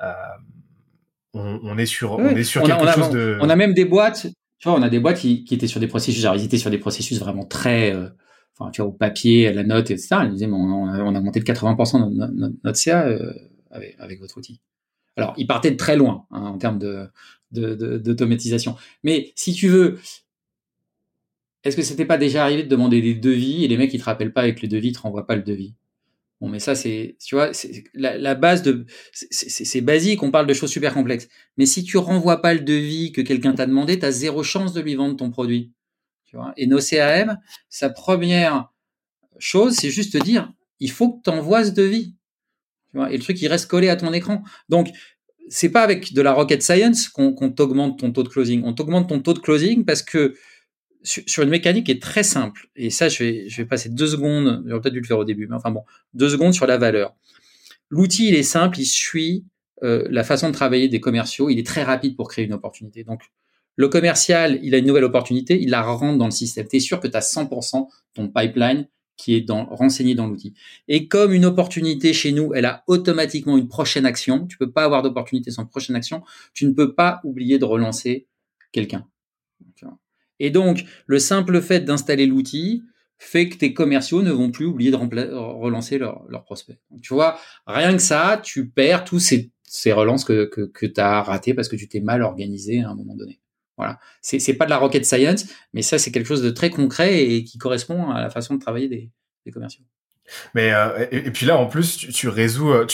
[SPEAKER 2] On est sur quelque chose de.
[SPEAKER 1] On a même des boîtes. Tu vois, on a des boîtes qui étaient sur des processus. Alors, ils étaient sur des processus vraiment très, tu vois, au papier, à la note, etc. Ils disaient, mais on a monté de 80% notre CA avec votre outil. Alors, ils partaient de très loin en termes d'automatisation. Mais si tu veux, est-ce que c'était pas déjà arrivé de demander des devis et les mecs ils te rappellent pas avec le devis, ils te renvoient pas le devis? Bon, mais ça, tu vois, c'est la base c'est basique, on parle de choses super complexes. Mais si tu renvoies pas le devis que quelqu'un t'a demandé, t'as zéro chance de lui vendre ton produit. Tu vois. Et nos CRM, sa première chose, c'est juste te dire, il faut que t'envoies ce devis. Tu vois. Et le truc, il reste collé à ton écran. Donc, c'est pas avec de la rocket science qu'on t'augmente ton taux de closing. On t'augmente ton taux de closing parce que sur une mécanique qui est très simple, et ça, je vais passer 2 secondes, j'aurais peut-être dû le faire au début, mais 2 secondes sur la valeur. L'outil, il est simple, il suit la façon de travailler des commerciaux, il est très rapide pour créer une opportunité. Donc, le commercial, il a une nouvelle opportunité, il la rentre dans le système. Tu es sûr que tu as 100% ton pipeline qui est renseigné dans l'outil. Et comme une opportunité chez nous, elle a automatiquement une prochaine action, tu peux pas avoir d'opportunité sans prochaine action, tu ne peux pas oublier de relancer quelqu'un. Et donc, le simple fait d'installer l'outil fait que tes commerciaux ne vont plus oublier de relancer leurs prospects. Donc, tu vois, rien que ça, tu perds tous ces relances que tu as ratées parce que tu t'es mal organisé à un moment donné. Voilà. C'est pas de la rocket science, mais ça, c'est quelque chose de très concret et qui correspond à la façon de travailler des commerciaux.
[SPEAKER 2] Mais et puis là, en plus, tu résous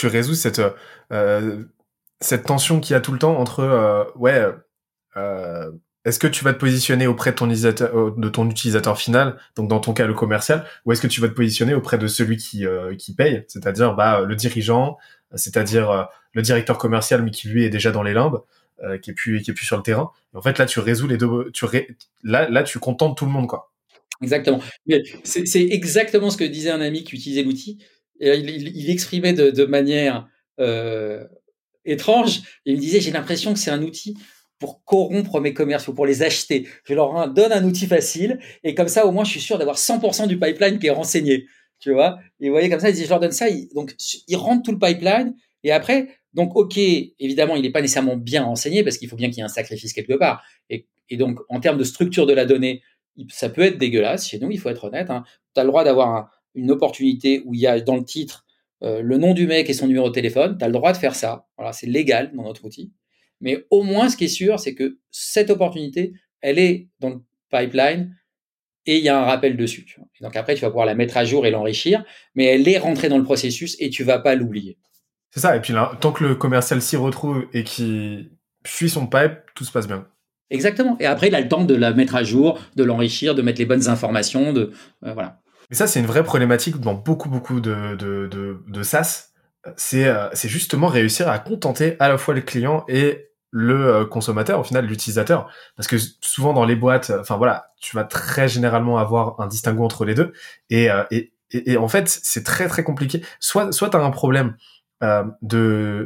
[SPEAKER 2] cette tension qu'il y a tout le temps entre est-ce que tu vas te positionner auprès de ton utilisateur final, donc dans ton cas le commercial, ou est-ce que tu vas te positionner auprès de celui qui paye, c'est-à-dire le dirigeant, c'est-à-dire le directeur commercial, mais qui lui est déjà dans les limbes, qui est plus sur le terrain. Et en fait, là, tu résous les deux. Là, tu contentes tout le monde, quoi.
[SPEAKER 1] Exactement. Mais c'est exactement ce que disait un ami qui utilisait l'outil. Et il exprimait de manière étrange. Il me disait, j'ai l'impression que c'est un outil pour corrompre mes commerciaux, pour les acheter. Je leur donne un outil facile et comme ça, au moins, je suis sûr d'avoir 100% du pipeline qui est renseigné. Tu vois? Et vous voyez, comme ça, il disait, je leur donne ça. Donc, ils rentrent tout le pipeline et après, donc, ok, évidemment, il n'est pas nécessairement bien renseigné parce qu'il faut bien qu'il y ait un sacrifice quelque part. Et donc, en termes de structure de la donnée, ça peut être dégueulasse. Chez nous, il faut être honnête. Hein. Tu as le droit d'avoir une opportunité où il y a dans le titre le nom du mec et son numéro de téléphone. Tu as le droit de faire ça. Voilà, c'est légal dans notre outil. Mais au moins, ce qui est sûr, c'est que cette opportunité, elle est dans le pipeline et il y a un rappel dessus. Tu vois. Et donc après, tu vas pouvoir la mettre à jour et l'enrichir, mais elle est rentrée dans le processus et tu vas pas l'oublier.
[SPEAKER 2] C'est ça. Et puis là, tant que le commercial s'y retrouve et qu'il suit son pipe, tout se passe bien.
[SPEAKER 1] Exactement. Et après, il a le temps de la mettre à jour, de l'enrichir, de mettre les bonnes informations, voilà.
[SPEAKER 2] Mais ça, c'est une vraie problématique dans beaucoup de SaaS. C'est justement réussir à contenter à la fois le client et le consommateur, au final l'utilisateur, parce que souvent dans les boîtes, tu vas très généralement avoir un distinguo entre les deux, et en fait c'est très très compliqué. Soit t'as un problème de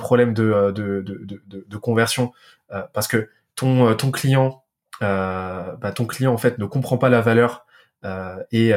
[SPEAKER 2] conversion parce que ton client en fait ne comprend pas la valeur et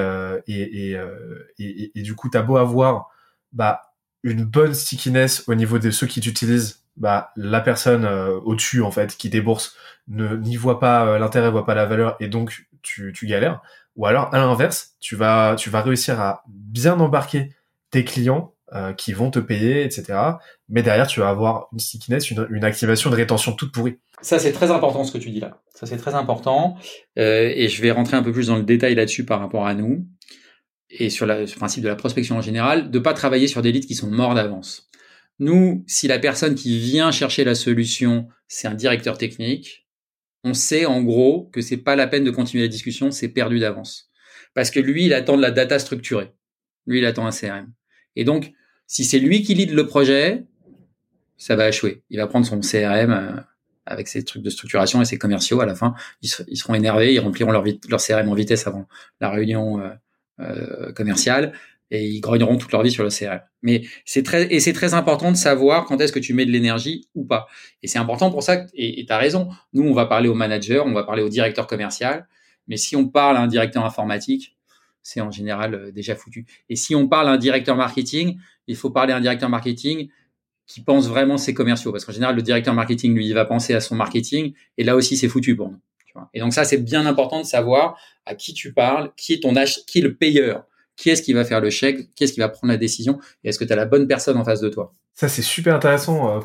[SPEAKER 2] du coup t'as beau avoir une bonne stickiness au niveau de ceux qui t'utilisent, la personne au-dessus en fait qui débourse n'y voit pas l'intérêt, voit pas la valeur, et donc tu galères. Ou alors, à l'inverse, tu vas réussir à bien embarquer tes clients qui vont te payer, etc. Mais derrière, tu vas avoir une stickiness, une activation de rétention toute pourrie.
[SPEAKER 1] Ça, c'est très important ce que tu dis là. Ça, c'est très important. Et je vais rentrer un peu plus dans le détail là-dessus par rapport à nous et sur le principe de la prospection en général, de pas travailler sur des leads qui sont morts d'avance. Nous, si la personne qui vient chercher la solution, c'est un directeur technique, on sait en gros que c'est pas la peine de continuer la discussion, c'est perdu d'avance. Parce que lui, il attend de la data structurée. Lui, il attend un CRM. Et donc, si c'est lui qui lead le projet, ça va échouer. Il va prendre son CRM avec ses trucs de structuration et ses commerciaux. À la fin, ils seront énervés, ils rempliront leur CRM en vitesse avant la réunion commerciale et ils grogneront toute leur vie sur le CRM. Mais c'est très important de savoir quand est-ce que tu mets de l'énergie ou pas. Et c'est important pour ça, et tu as raison, nous, on va parler au manager, on va parler au directeur commercial, mais si on parle à un directeur informatique, c'est en général déjà foutu. Et si on parle à un directeur marketing, il faut parler à un directeur marketing qui pense vraiment ses commerciaux. Parce qu'en général, le directeur marketing, lui, il va penser à son marketing. Et là aussi, c'est foutu pour nous. Tu vois. Et donc ça, c'est bien important de savoir à qui tu parles, qui est qui est le payeur, qui est-ce qui va faire le chèque, qui est-ce qui va prendre la décision, et est-ce que tu as la bonne personne en face de toi.
[SPEAKER 2] Ça, c'est super intéressant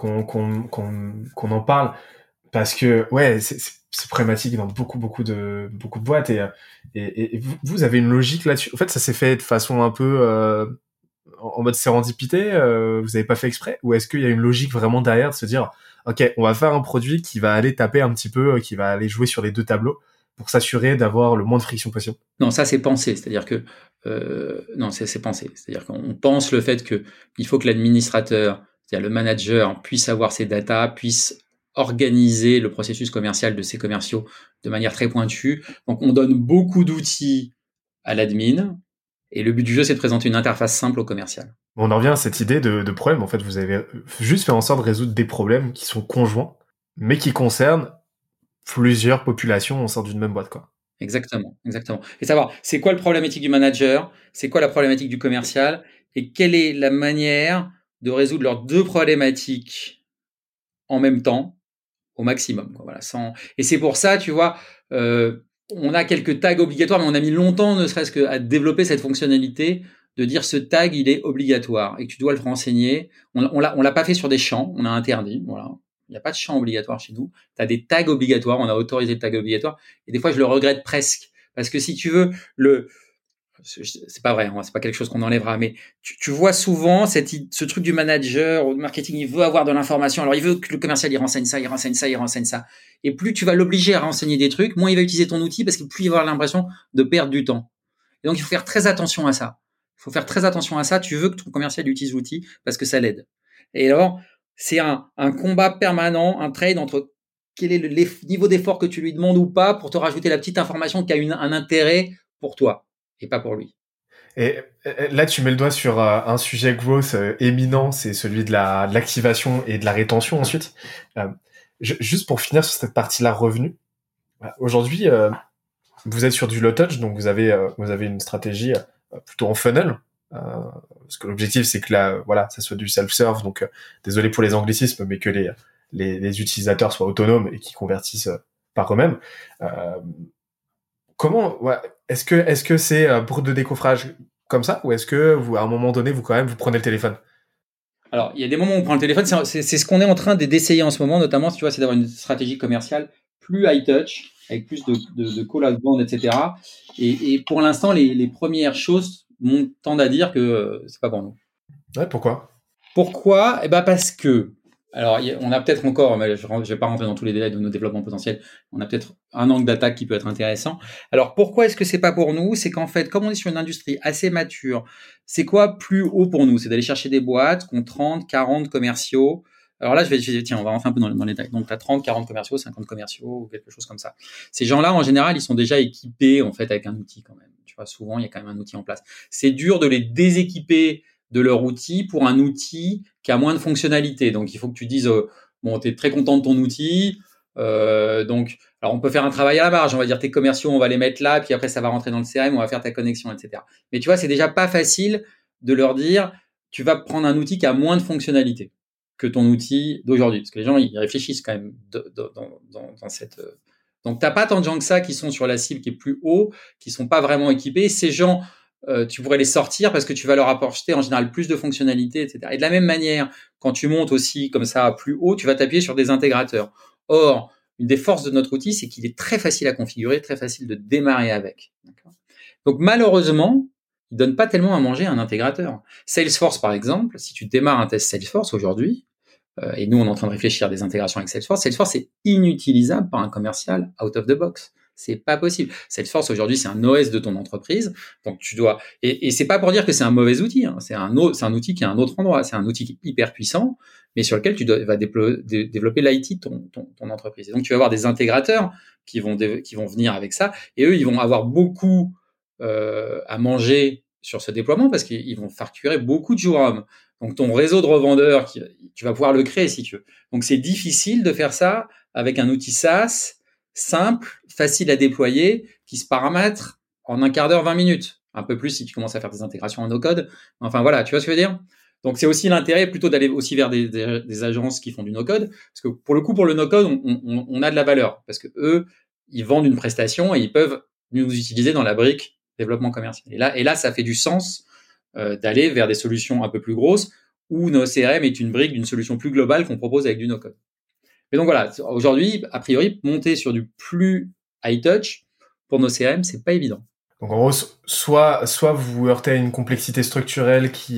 [SPEAKER 2] qu'on en parle. Parce que, ouais, c'est problématique dans beaucoup de boîtes. Et vous avez une logique là-dessus. En fait, ça s'est fait de façon un peu... en mode sérendipité, vous avez pas fait exprès, ou est-ce qu'il y a une logique vraiment derrière de se dire ok, on va faire un produit qui va aller taper un petit peu, qui va aller jouer sur les deux tableaux pour s'assurer d'avoir le moins de friction possible?
[SPEAKER 1] Non, ça c'est pensé, c'est-à-dire que non, c'est pensé, c'est-à-dire qu'on pense le fait que il faut que l'administrateur, c'est-à-dire le manager, puisse avoir ses datas, puisse organiser le processus commercial de ses commerciaux de manière très pointue. Donc on donne beaucoup d'outils à l'admin. Et le but du jeu, c'est de présenter une interface simple au commercial.
[SPEAKER 2] On en revient à cette idée de problème. En fait, vous avez juste fait en sorte de résoudre des problèmes qui sont conjoints, mais qui concernent plusieurs populations au sein d'une même boîte, quoi.
[SPEAKER 1] Exactement. Et savoir, c'est quoi le problématique du manager, c'est quoi la problématique du commercial, et quelle est la manière de résoudre leurs deux problématiques en même temps, au maximum. Quoi. Voilà, Et c'est pour ça, tu vois, on a quelques tags obligatoires, mais on a mis longtemps, ne serait-ce qu'à développer cette fonctionnalité de dire ce tag, il est obligatoire et que tu dois le renseigner. On l'a pas fait sur des champs, on a interdit, voilà. Il n'y a pas de champ obligatoire chez nous. Tu as des tags obligatoires, on a autorisé le tag obligatoire. Et des fois, je le regrette presque. Parce que si tu veux, c'est pas vrai, hein, c'est pas quelque chose qu'on enlèvera, mais tu vois souvent ce truc du manager ou du marketing, il veut avoir de l'information, alors il veut que le commercial il renseigne ça, et plus tu vas l'obliger à renseigner des trucs, moins il va utiliser ton outil parce que plus il va avoir l'impression de perdre du temps. Et donc il faut faire très attention à ça. Tu veux que ton commercial utilise l'outil parce que ça l'aide. Et alors c'est un combat permanent, un trade entre quel est le niveau d'effort que tu lui demandes ou pas pour te rajouter la petite information qui a un intérêt pour toi et pas pour lui.
[SPEAKER 2] Et là, tu mets le doigt sur un sujet growth éminent, c'est celui de l'activation et de la rétention ensuite. Juste pour finir sur cette partie-là revenu, aujourd'hui, vous êtes sur du low touch, donc vous avez une stratégie plutôt en funnel, parce que l'objectif c'est que là, voilà, ça soit du self-serve, donc désolé pour les anglicismes, mais que les utilisateurs soient autonomes et qu'ils convertissent par eux-mêmes. Est-ce que c'est brut de décoffrage comme ça, ou est-ce que vous, à un moment donné, vous prenez le téléphone?
[SPEAKER 1] Alors, il y a des moments où on prend le téléphone, c'est ce qu'on est en train d'essayer en ce moment, notamment, si tu vois, c'est d'avoir une stratégie commerciale plus high touch, avec plus de call outbound, etc. Et pour l'instant, les premières choses m'ont tendance à dire que c'est pas pour nous.
[SPEAKER 2] Ouais, pourquoi?
[SPEAKER 1] Pourquoi? Eh ben parce que, alors, on a peut-être encore, mais je vais pas rentrer dans tous les détails de nos développements potentiels, on a peut-être un angle d'attaque qui peut être intéressant. Alors, pourquoi est-ce que c'est pas pour nous? C'est qu'en fait, comme on est sur une industrie assez mature, c'est quoi plus haut pour nous? C'est d'aller chercher des boîtes qui ont 30, 40 commerciaux. Alors là, tiens, on va rentrer un peu dans les détails. Donc, tu as 30, 40 commerciaux, 50 commerciaux, ou quelque chose comme ça. Ces gens-là, en général, ils sont déjà équipés, en fait, avec un outil quand même. Tu vois, souvent, il y a quand même un outil en place. C'est dur de les déséquiper de leur outil pour un outil qui a moins de fonctionnalités. Donc, il faut que tu dises, bon, tu es très content de ton outil. Donc, alors on peut faire un travail à la marge. On va dire tes commerciaux, on va les mettre là, puis après, ça va rentrer dans le CRM, on va faire ta connexion, etc. Mais tu vois, c'est déjà pas facile de leur dire, tu vas prendre un outil qui a moins de fonctionnalités que ton outil d'aujourd'hui. Parce que les gens, ils réfléchissent quand même dans Donc, t'as pas tant de gens que ça qui sont sur la cible qui est plus haut, qui sont pas vraiment équipés. Ces gens, tu pourrais les sortir parce que tu vas leur apporter en général plus de fonctionnalités, etc. Et de la même manière, quand tu montes aussi comme ça plus haut, tu vas t'appuyer sur des intégrateurs. Or, une des forces de notre outil, c'est qu'il est très facile à configurer, très facile de démarrer avec. D'accord. Donc, malheureusement, il donne pas tellement à manger à un intégrateur. Salesforce, par exemple, si tu démarres un test Salesforce aujourd'hui, et nous, on est en train de réfléchir à des intégrations avec Salesforce. Salesforce est inutilisable par un commercial out of the box. C'est pas possible. Salesforce, aujourd'hui, c'est un OS de ton entreprise. Donc, tu dois, et c'est pas pour dire que c'est un mauvais outil, hein. C'est un outil qui est à un autre endroit. C'est un outil qui est hyper puissant, mais sur lequel tu vas développer l'IT de ton entreprise. Et donc, tu vas avoir des intégrateurs qui vont venir avec ça. Et eux, ils vont avoir beaucoup, à manger sur ce déploiement parce qu'ils vont facturer beaucoup de jours hommes. Donc, ton réseau de revendeurs, tu vas pouvoir le créer si tu veux. Donc, c'est difficile de faire ça avec un outil SaaS simple, facile à déployer, qui se paramètre en un quart d'heure, 20 minutes. Un peu plus si tu commences à faire des intégrations en no-code. Enfin, voilà, tu vois ce que je veux dire? Donc, c'est aussi l'intérêt plutôt d'aller aussi vers des agences qui font du no-code. Parce que pour le coup, pour le no-code, on a de la valeur. Parce que eux, ils vendent une prestation et ils peuvent nous utiliser dans la brique développement commercial. Et là, ça fait du sens d'aller vers des solutions un peu plus grosses où nos CRM est une brique d'une solution plus globale qu'on propose avec du no-code. Et donc voilà, aujourd'hui, a priori, monter sur du plus high touch pour nos CRM, c'est pas évident.
[SPEAKER 2] Donc en gros, soit vous vous heurtez à une complexité structurelle qui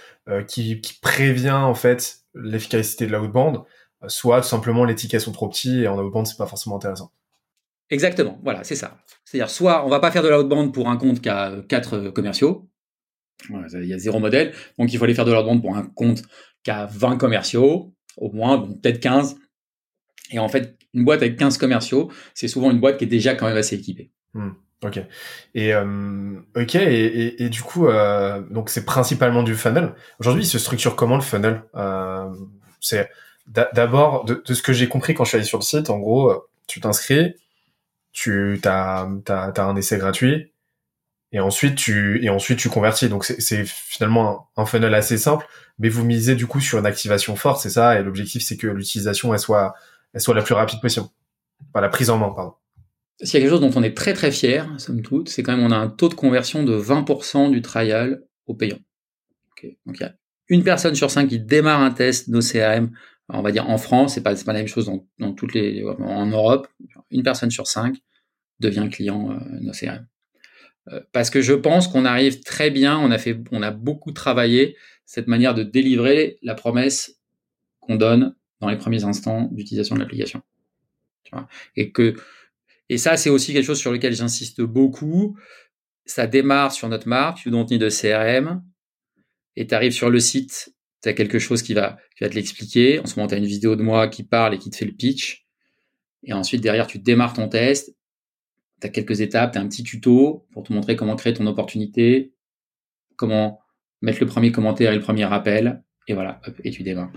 [SPEAKER 2] prévient en fait l'efficacité de l'outbound, soit tout simplement les tickets sont trop petits et en outbound c'est pas forcément intéressant.
[SPEAKER 1] Exactement, voilà, c'est ça. C'est-à-dire soit on va pas faire de l'outbound pour un compte qui a 4 commerciaux, il y a 0 modèle, donc il faut aller faire de l'outbound pour un compte qui a 20 commerciaux, au moins, bon, peut-être 15. Et en fait, une boîte avec 15 commerciaux, c'est souvent une boîte qui est déjà quand même assez équipée.
[SPEAKER 2] Ok. Et et du coup, donc c'est principalement du funnel. Aujourd'hui, il se structure comment le funnel? C'est d'abord de ce que j'ai compris quand je suis allé sur le site. En gros, tu t'inscris, t'as un essai gratuit, et ensuite tu convertis. Donc c'est finalement un funnel assez simple, mais vous misez du coup sur une activation forte, c'est ça. Et l'objectif c'est que l'utilisation elle soit la plus rapide possible. Enfin, la prise en main, pardon.
[SPEAKER 1] S'il y a quelque chose dont on est très très fier, somme toute, c'est quand même on a un taux de conversion de 20% du trial au payant. Okay. Donc il y a une personne sur 5 qui démarre un test nos CRM, on va dire en France, c'est pas la même chose dans toutes les en Europe, une personne sur 5 devient client nos CRM. Parce que je pense qu'on arrive très bien, on a beaucoup travaillé cette manière de délivrer la promesse qu'on donne dans les premiers instants d'utilisation de l'application. Tu vois, et ça, c'est aussi quelque chose sur lequel j'insiste beaucoup. Ça démarre sur notre marque, You Don't Need a CRM, et tu arrives sur le site, tu as quelque chose qui va te l'expliquer. En ce moment, tu as une vidéo de moi qui parle et qui te fait le pitch. Et ensuite, derrière, tu démarres ton test. Tu as quelques étapes, tu as un petit tuto pour te montrer comment créer ton opportunité, comment mettre le premier commentaire et le premier rappel. Et voilà, hop, et tu démarres.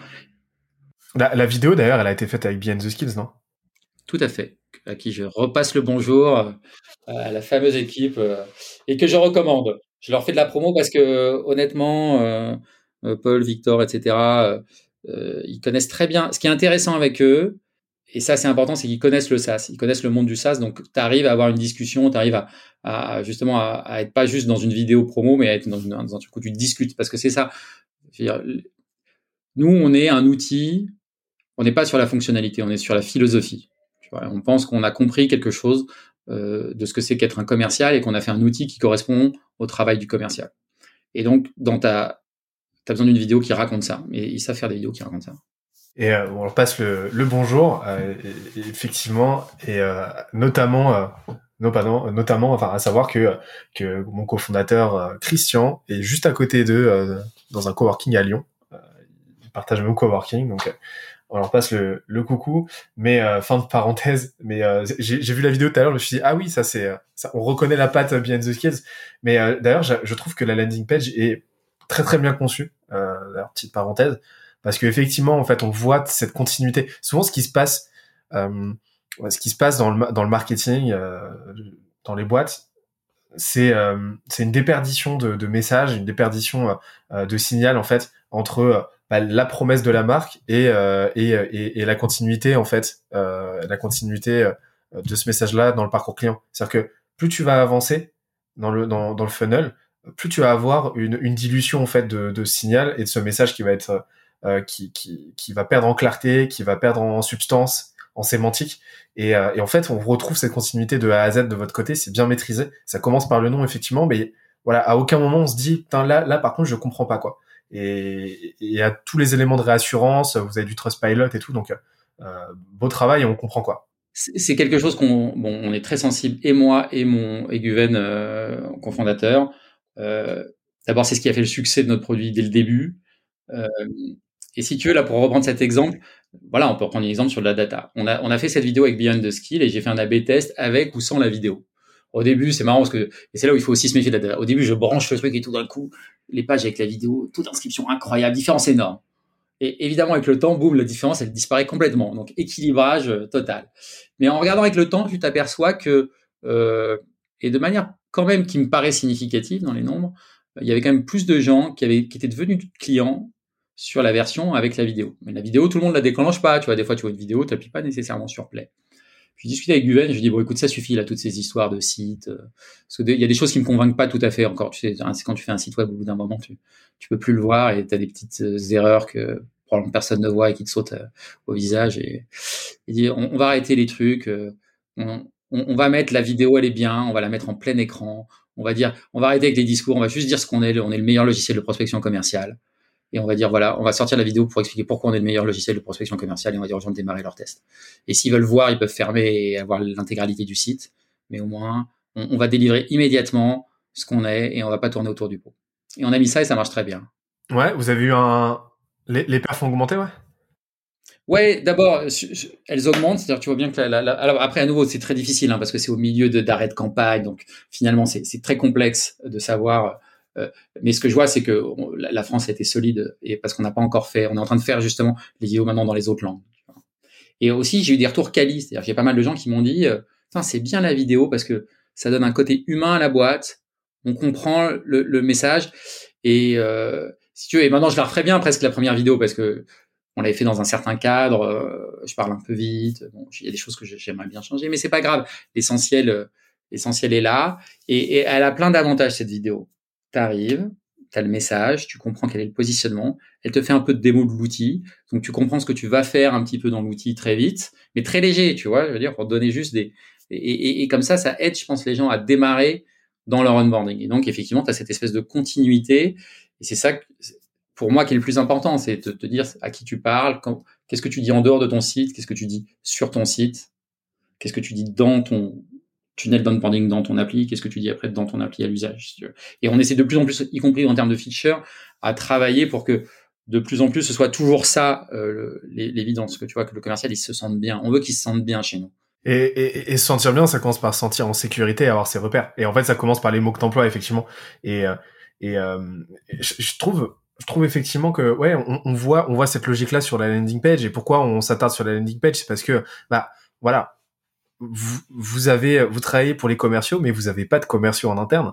[SPEAKER 2] La vidéo, d'ailleurs, elle a été faite avec Behind the Skills, non?
[SPEAKER 1] Tout à fait. À qui je repasse le bonjour, à la fameuse équipe, et que je recommande. Je leur fais de la promo parce que honnêtement, Paul, Victor, etc., ils connaissent très bien. Ce qui est intéressant avec eux, et ça c'est important, c'est qu'ils connaissent le SaaS, ils connaissent le monde du SaaS. Donc tu arrives à avoir une discussion, tu arrives à justement à être pas juste dans une vidéo promo, mais à être dans un truc où tu discutes. Parce que c'est ça. Je veux dire, nous, on est un outil, on n'est pas sur la fonctionnalité, on est sur la philosophie. On pense qu'on a compris quelque chose de ce que c'est qu'être un commercial et qu'on a fait un outil qui correspond au travail du commercial. Et donc, t'as besoin d'une vidéo qui raconte ça. Et ils savent faire des vidéos qui racontent ça.
[SPEAKER 2] Et on leur passe le bonjour, et effectivement, et notamment, enfin, à savoir que mon cofondateur Christian est juste à côté d'eux dans un coworking à Lyon. Ils partagent le même coworking, donc on leur passe le coucou. Mais fin de parenthèse, mais j'ai vu la vidéo tout à l'heure, je me suis dit ah oui, ça c'est ça, on reconnaît la patte Behind the Skills. Mais d'ailleurs, je trouve que la landing page est très très bien conçue. D'ailleurs, petite parenthèse. Parce que effectivement, en fait, on voit cette continuité. Souvent, ce qui se passe dans le marketing, dans les boîtes, c'est une déperdition de messages, une déperdition de signal en fait entre la promesse de la marque et la continuité en fait, la continuité de ce message-là dans le parcours client. C'est-à-dire que plus tu vas avancer dans le funnel, plus tu vas avoir une dilution en fait de signal et de ce message qui va être qui va perdre en clarté, qui va perdre en substance, en sémantique. Et en fait, on retrouve cette continuité de A à Z de votre côté, c'est bien maîtrisé. Ça commence par le nom, effectivement, mais voilà, à aucun moment on se dit, putain, là, par contre, je comprends pas, quoi. Et il y a tous les éléments de réassurance, vous avez du Trustpilot et tout, donc beau travail et on comprend quoi.
[SPEAKER 1] C'est quelque chose on est très sensible, et moi et Guven, cofondateur. D'abord, c'est ce qui a fait le succès de notre produit dès le début. Et si tu veux, là, pour reprendre cet exemple, voilà, on peut reprendre un exemple sur de la data. On a fait cette vidéo avec Beyond the Skill et j'ai fait un A/B test avec ou sans la vidéo. Au début, c'est marrant parce que, et c'est là où il faut aussi se méfier de la data. Au début, je branche le truc et tout d'un coup, les pages avec la vidéo, taux d'inscription incroyable, différence énorme. Et évidemment, avec le temps, boum, la différence, elle disparaît complètement. Donc, équilibrage total. Mais en regardant avec le temps, tu t'aperçois que, et de manière quand même qui me paraît significative dans les nombres, il y avait quand même plus de gens qui étaient devenus clients sur la version avec la vidéo. Mais la vidéo, tout le monde la déclenche pas. Tu vois, des fois, tu vois une vidéo, tu n'appuies pas nécessairement sur play. J'ai discuté avec Guven, je lui ai dit, bon, écoute, ça suffit, là, toutes ces histoires de sites. Parce que il y a des choses qui me convainquent pas tout à fait encore. Tu sais, c'est quand tu fais un site web, au bout d'un moment, tu peux plus le voir et tu as des petites erreurs que probablement personne ne voit et qui te sautent au visage. Et il dit, on va arrêter les trucs, on va mettre la vidéo, elle est bien, on va la mettre en plein écran. On va arrêter avec les discours, on va juste dire ce qu'on est, on est le meilleur logiciel de prospection commerciale. Et on va dire, voilà, on va sortir la vidéo pour expliquer pourquoi on est le meilleur logiciel de prospection commerciale et on va dire aux gens de démarrer leur test. Et s'ils veulent voir, ils peuvent fermer et avoir l'intégralité du site. Mais au moins, on va délivrer immédiatement ce qu'on est et on va pas tourner autour du pot. Et on a mis ça et ça marche très bien.
[SPEAKER 2] Ouais, vous avez eu les perfs ont augmenté, ouais?
[SPEAKER 1] Ouais, d'abord, elles augmentent. C'est-à-dire, tu vois bien que alors après, à nouveau, c'est très difficile, parce que c'est au milieu d'arrêt de campagne. Donc, finalement, c'est très complexe de savoir. Mais ce que je vois, c'est que la France a été solide et parce qu'on n'a pas encore fait. On est en train de faire justement les vidéos maintenant dans les autres langues. Et aussi, j'ai eu des retours quali. C'est-à-dire, qu'il y a pas mal de gens qui m'ont dit, c'est bien la vidéo parce que ça donne un côté humain à la boîte. On comprend le message. Et si tu veux, et maintenant, je la referai bien presque la première vidéo parce que on l'avait fait dans un certain cadre. Je parle un peu vite. Bon, il y a des choses que j'aimerais bien changer, mais c'est pas grave. L'essentiel est là. Et elle a plein d'avantages, cette vidéo. T'arrives, t'as le message, tu comprends quel est le positionnement. Elle te fait un peu de démo de l'outil. Donc, tu comprends ce que tu vas faire un petit peu dans l'outil très vite, mais très léger, tu vois. Je veux dire, pour te donner juste et comme ça aide, je pense, les gens à démarrer dans leur onboarding. Et donc, effectivement, tu as cette espèce de continuité. Et c'est ça, pour moi, qui est le plus important, c'est de te dire à qui tu parles, qu'est-ce que tu dis en dehors de ton site, qu'est-ce que tu dis sur ton site, qu'est-ce que tu dis dans ton tunnel d'onboarding dans ton appli, qu'est-ce que tu dis après dans ton appli à l'usage. Si tu veux. Et on essaie de plus en plus, y compris en termes de features, à travailler pour que de plus en plus ce soit toujours ça, l'évidence, que tu vois, que le commercial il se sente bien. On veut qu'il se sente bien chez nous.
[SPEAKER 2] Et se sentir bien, ça commence par se sentir en sécurité, avoir ses repères. Et en fait, ça commence par les mots que t'emploies, effectivement. Je trouve effectivement que ouais, on voit cette logique-là sur la landing page. Et pourquoi on s'attarde sur la landing page, c'est parce que voilà, vous travaillez pour les commerciaux, mais vous avez pas de commerciaux en interne.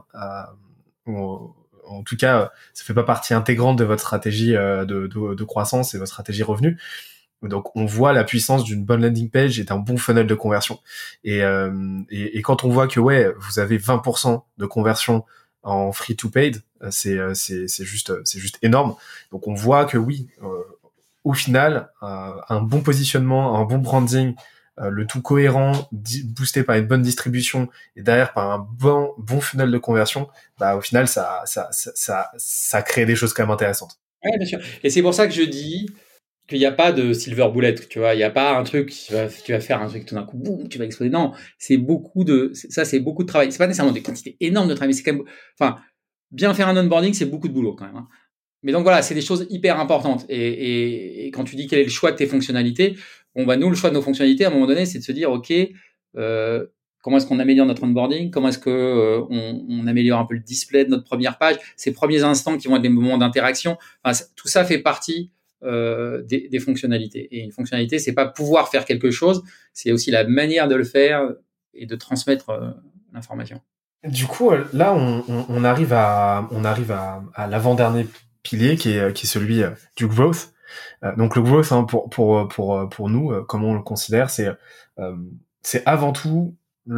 [SPEAKER 2] En tout cas, ça fait pas partie intégrante de votre stratégie de croissance et votre stratégie revenu. Donc, on voit la puissance d'une bonne landing page et d'un bon funnel de conversion. Et quand on voit que ouais, vous avez 20% de conversion en free to paid, c'est juste énorme. Donc, on voit que oui, au final, un bon positionnement, un bon branding, le tout cohérent, boosté par une bonne distribution et derrière par un bon funnel de conversion, au final, ça crée des choses quand même intéressantes.
[SPEAKER 1] Ouais, bien sûr. Et c'est pour ça que je dis qu'il n'y a pas de silver bullet, tu vois. Il n'y a pas un truc, tu vas faire un truc tout d'un coup, boum, tu vas exploser. Non, c'est beaucoup de travail. C'est pas nécessairement des quantités énormes de travail, mais c'est quand même, bien faire un onboarding, c'est beaucoup de boulot quand même. Mais donc voilà, c'est des choses hyper importantes. Et quand tu dis quel est le choix de tes fonctionnalités, nous, le choix de nos fonctionnalités, à un moment donné, c'est de se dire, OK, comment est-ce qu'on améliore notre onboarding? Comment est-ce que on améliore un peu le display de notre première page? Ces premiers instants qui vont être des moments d'interaction. Tout ça fait partie des fonctionnalités. Et une fonctionnalité, c'est pas pouvoir faire quelque chose, c'est aussi la manière de le faire et de transmettre l'information.
[SPEAKER 2] Du coup, là, on arrive à l'avant-dernier pilier qui est celui du growth. Donc le growth, pour nous, comment on le considère, c'est avant tout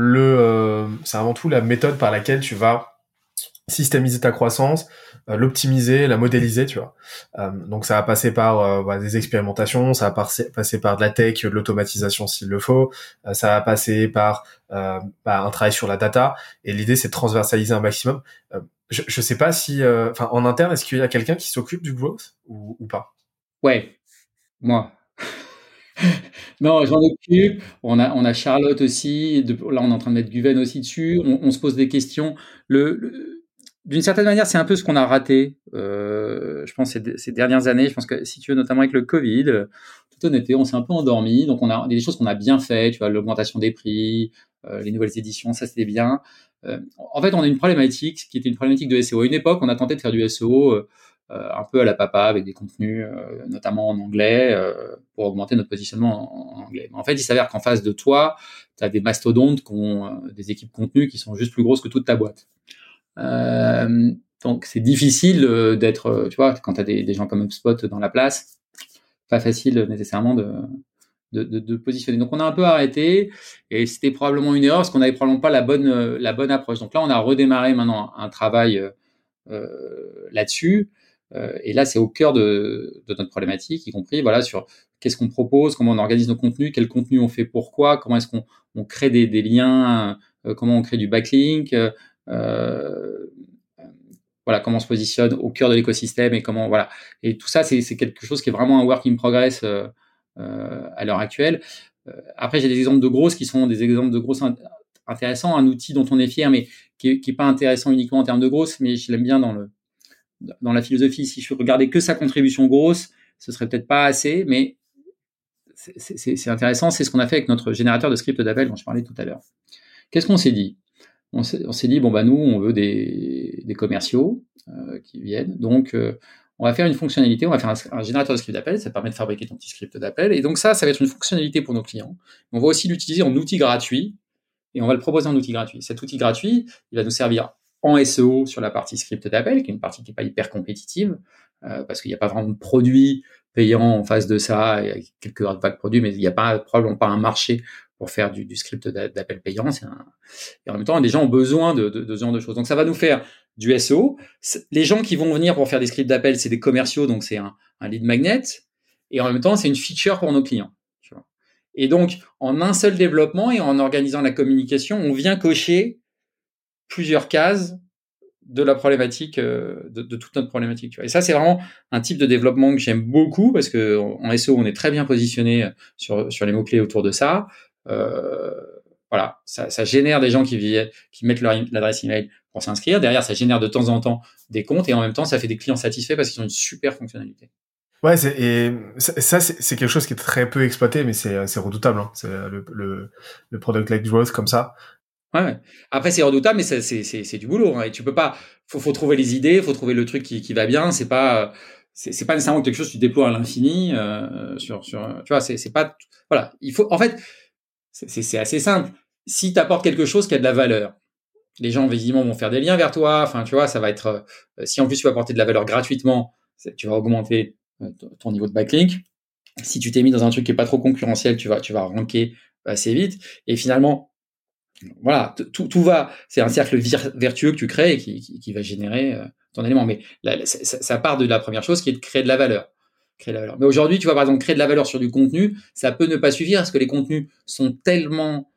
[SPEAKER 2] la méthode par laquelle tu vas systémiser ta croissance, l'optimiser, la modéliser, tu vois. Donc ça va passer par des expérimentations, ça va passer par de la tech, de l'automatisation s'il le faut, ça va passer par un travail sur la data, et l'idée c'est de transversaliser un maximum. Je sais pas si, en interne, est-ce qu'il y a quelqu'un qui s'occupe du growth ou pas?
[SPEAKER 1] Ouais, moi. Non, j'en occupe. On a Charlotte aussi. Là, on est en train de mettre Guven aussi dessus. On se pose des questions. D'une certaine manière, c'est un peu ce qu'on a raté. Je pense ces dernières années. Je pense que si tu veux, notamment avec le Covid, toute honnêteté, on s'est un peu endormi. Donc, on a des choses qu'on a bien fait. Tu vois, l'augmentation des prix, les nouvelles éditions, ça c'était bien. En fait, on a une problématique qui était une problématique de SEO. À une époque, on a tenté de faire du SEO. Un peu à la papa avec des contenus, notamment en anglais, pour augmenter notre positionnement en anglais. Mais en fait, il s'avère qu'en face de toi, tu as des mastodontes qui ont des équipes contenu qui sont juste plus grosses que toute ta boîte. Donc, c'est difficile d'être, tu vois, quand tu as des gens comme HubSpot dans la place, pas facile nécessairement de positionner. Donc, on a un peu arrêté et c'était probablement une erreur parce qu'on n'avait probablement pas la bonne approche. Donc là, on a redémarré maintenant un travail là-dessus. Et là, c'est au cœur de notre problématique, y compris voilà sur qu'est-ce qu'on propose, comment on organise nos contenus, quel contenu on fait, pourquoi, comment est-ce qu'on crée des liens, comment on crée du backlink, voilà, comment on se positionne au cœur de l'écosystème et comment voilà. Et tout ça, c'est quelque chose qui est vraiment un work in progress à l'heure actuelle. Après, j'ai des exemples de grosses qui sont des exemples de grosses intéressants, un outil dont on est fier, mais qui est pas intéressant uniquement en termes de grosses, mais je l'aime bien dans la philosophie. Si je regardais que sa contribution grosse, ce serait peut-être pas assez, mais c'est intéressant. C'est ce qu'on a fait avec notre générateur de script d'appel dont je parlais tout à l'heure. Qu'est-ce qu'on s'est dit? On s'est dit, bon, bah, nous, on veut des commerciaux qui viennent. Donc, on va faire une fonctionnalité, on va faire un générateur de script d'appel, ça permet de fabriquer ton petit script d'appel. Et donc ça va être une fonctionnalité pour nos clients. On va aussi l'utiliser en outil gratuit et on va le proposer en outil gratuit. Cet outil gratuit, il va nous servir en SEO sur la partie script d'appel, qui est une partie qui n'est pas hyper compétitive, parce qu'il n'y a pas vraiment de produit payant en face de ça, il y a quelques artefacts produits, mais il n'y a probablement pas un marché pour faire du script d'appel payant. Et en même temps, les gens ont besoin de ce genre de choses. Donc ça va nous faire du SEO. Les gens qui vont venir pour faire des scripts d'appel, c'est des commerciaux, donc c'est un lead magnet. Et en même temps, c'est une feature pour nos clients. Tu vois. Et donc, en un seul développement et en organisant la communication, on vient cocher plusieurs cases de la problématique, de toute notre problématique. Tu vois. Et ça, c'est vraiment un type de développement que j'aime beaucoup parce que en SEO, on est très bien positionné sur les mots-clés autour de ça. Voilà, ça génère des gens qui mettent l'adresse email pour s'inscrire. Derrière, ça génère de temps en temps des comptes et en même temps, ça fait des clients satisfaits parce qu'ils ont une super fonctionnalité.
[SPEAKER 2] Ouais, c'est quelque chose qui est très peu exploité, mais c'est redoutable. Hein. C'est le product like growth comme ça.
[SPEAKER 1] Ouais. Après, c'est redoutable, mais c'est du boulot. Hein, et tu peux pas. Faut trouver les idées, faut trouver le truc qui va bien. C'est pas nécessairement quelque chose que tu déploies à l'infini. Tu vois, c'est pas. Voilà. Il faut. En fait, c'est assez simple. Si tu apportes quelque chose qui a de la valeur, les gens visiblement vont faire des liens vers toi. Enfin, tu vois, ça va être. Si en plus tu vas apporter de la valeur gratuitement, tu vas augmenter ton niveau de backlink. Si tu t'es mis dans un truc qui est pas trop concurrentiel, tu vas ranker assez vite. Et finalement, voilà, tout va. C'est un cercle vertueux que tu crées et qui va générer ton élément. Mais ça part de la première chose qui est de créer de la valeur. Mais aujourd'hui, tu vois, par exemple, créer de la valeur sur du contenu, ça peut ne pas suffire parce que les contenus sont tellement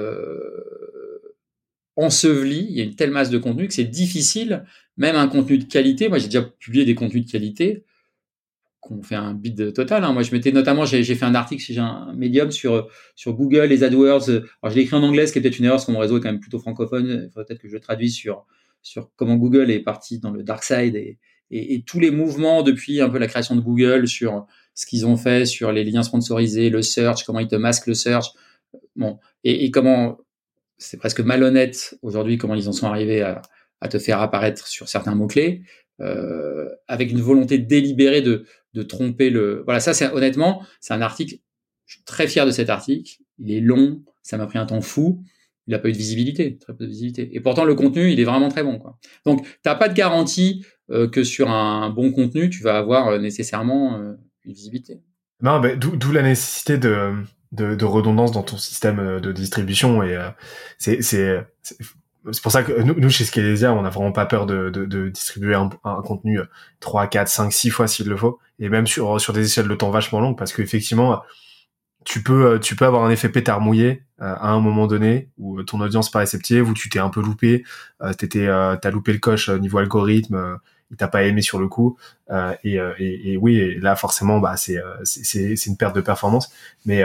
[SPEAKER 1] ensevelis, il y a une telle masse de contenu que c'est difficile, même un contenu de qualité. Moi, j'ai déjà publié des contenus de qualité qu'on fait un bid total. Hein. Moi, j'ai fait un article chez un Medium sur Google, les AdWords. Alors, je l'ai écrit en anglais, ce qui est peut-être une erreur, parce que mon réseau est quand même plutôt francophone. Il faudrait peut-être que je le traduise sur comment Google est parti dans le dark side et tous les mouvements depuis un peu la création de Google sur ce qu'ils ont fait sur les liens sponsorisés, le search, comment ils te masquent le search. Bon, et comment c'est presque malhonnête aujourd'hui comment ils en sont arrivés à te faire apparaître sur certains mots-clés, avec une volonté délibérée de tromper le. Voilà, ça, honnêtement, c'est un article. Je suis très fier de cet article. Il est long, ça m'a pris un temps fou. Il n'a pas eu de visibilité, très peu de visibilité. Et pourtant, le contenu, il est vraiment très bon, quoi. Donc, t'as pas de garantie que sur un bon contenu, tu vas avoir nécessairement une visibilité.
[SPEAKER 2] Non, mais d'où la nécessité de redondance dans ton système de distribution. Et c'est pour ça que nous chez Scalesia, on n'a vraiment pas peur de distribuer un contenu 3, 4, 5, 6 fois s'il le faut, et même sur des échelles de temps vachement longues, parce qu'effectivement, tu peux avoir un effet pétard mouillé à un moment donné où ton audience pas réceptive, où tu t'es un peu loupé, t'as loupé le coche niveau algorithme, il t'a pas aimé sur le coup, et oui, et là forcément c'est une perte de performance. Mais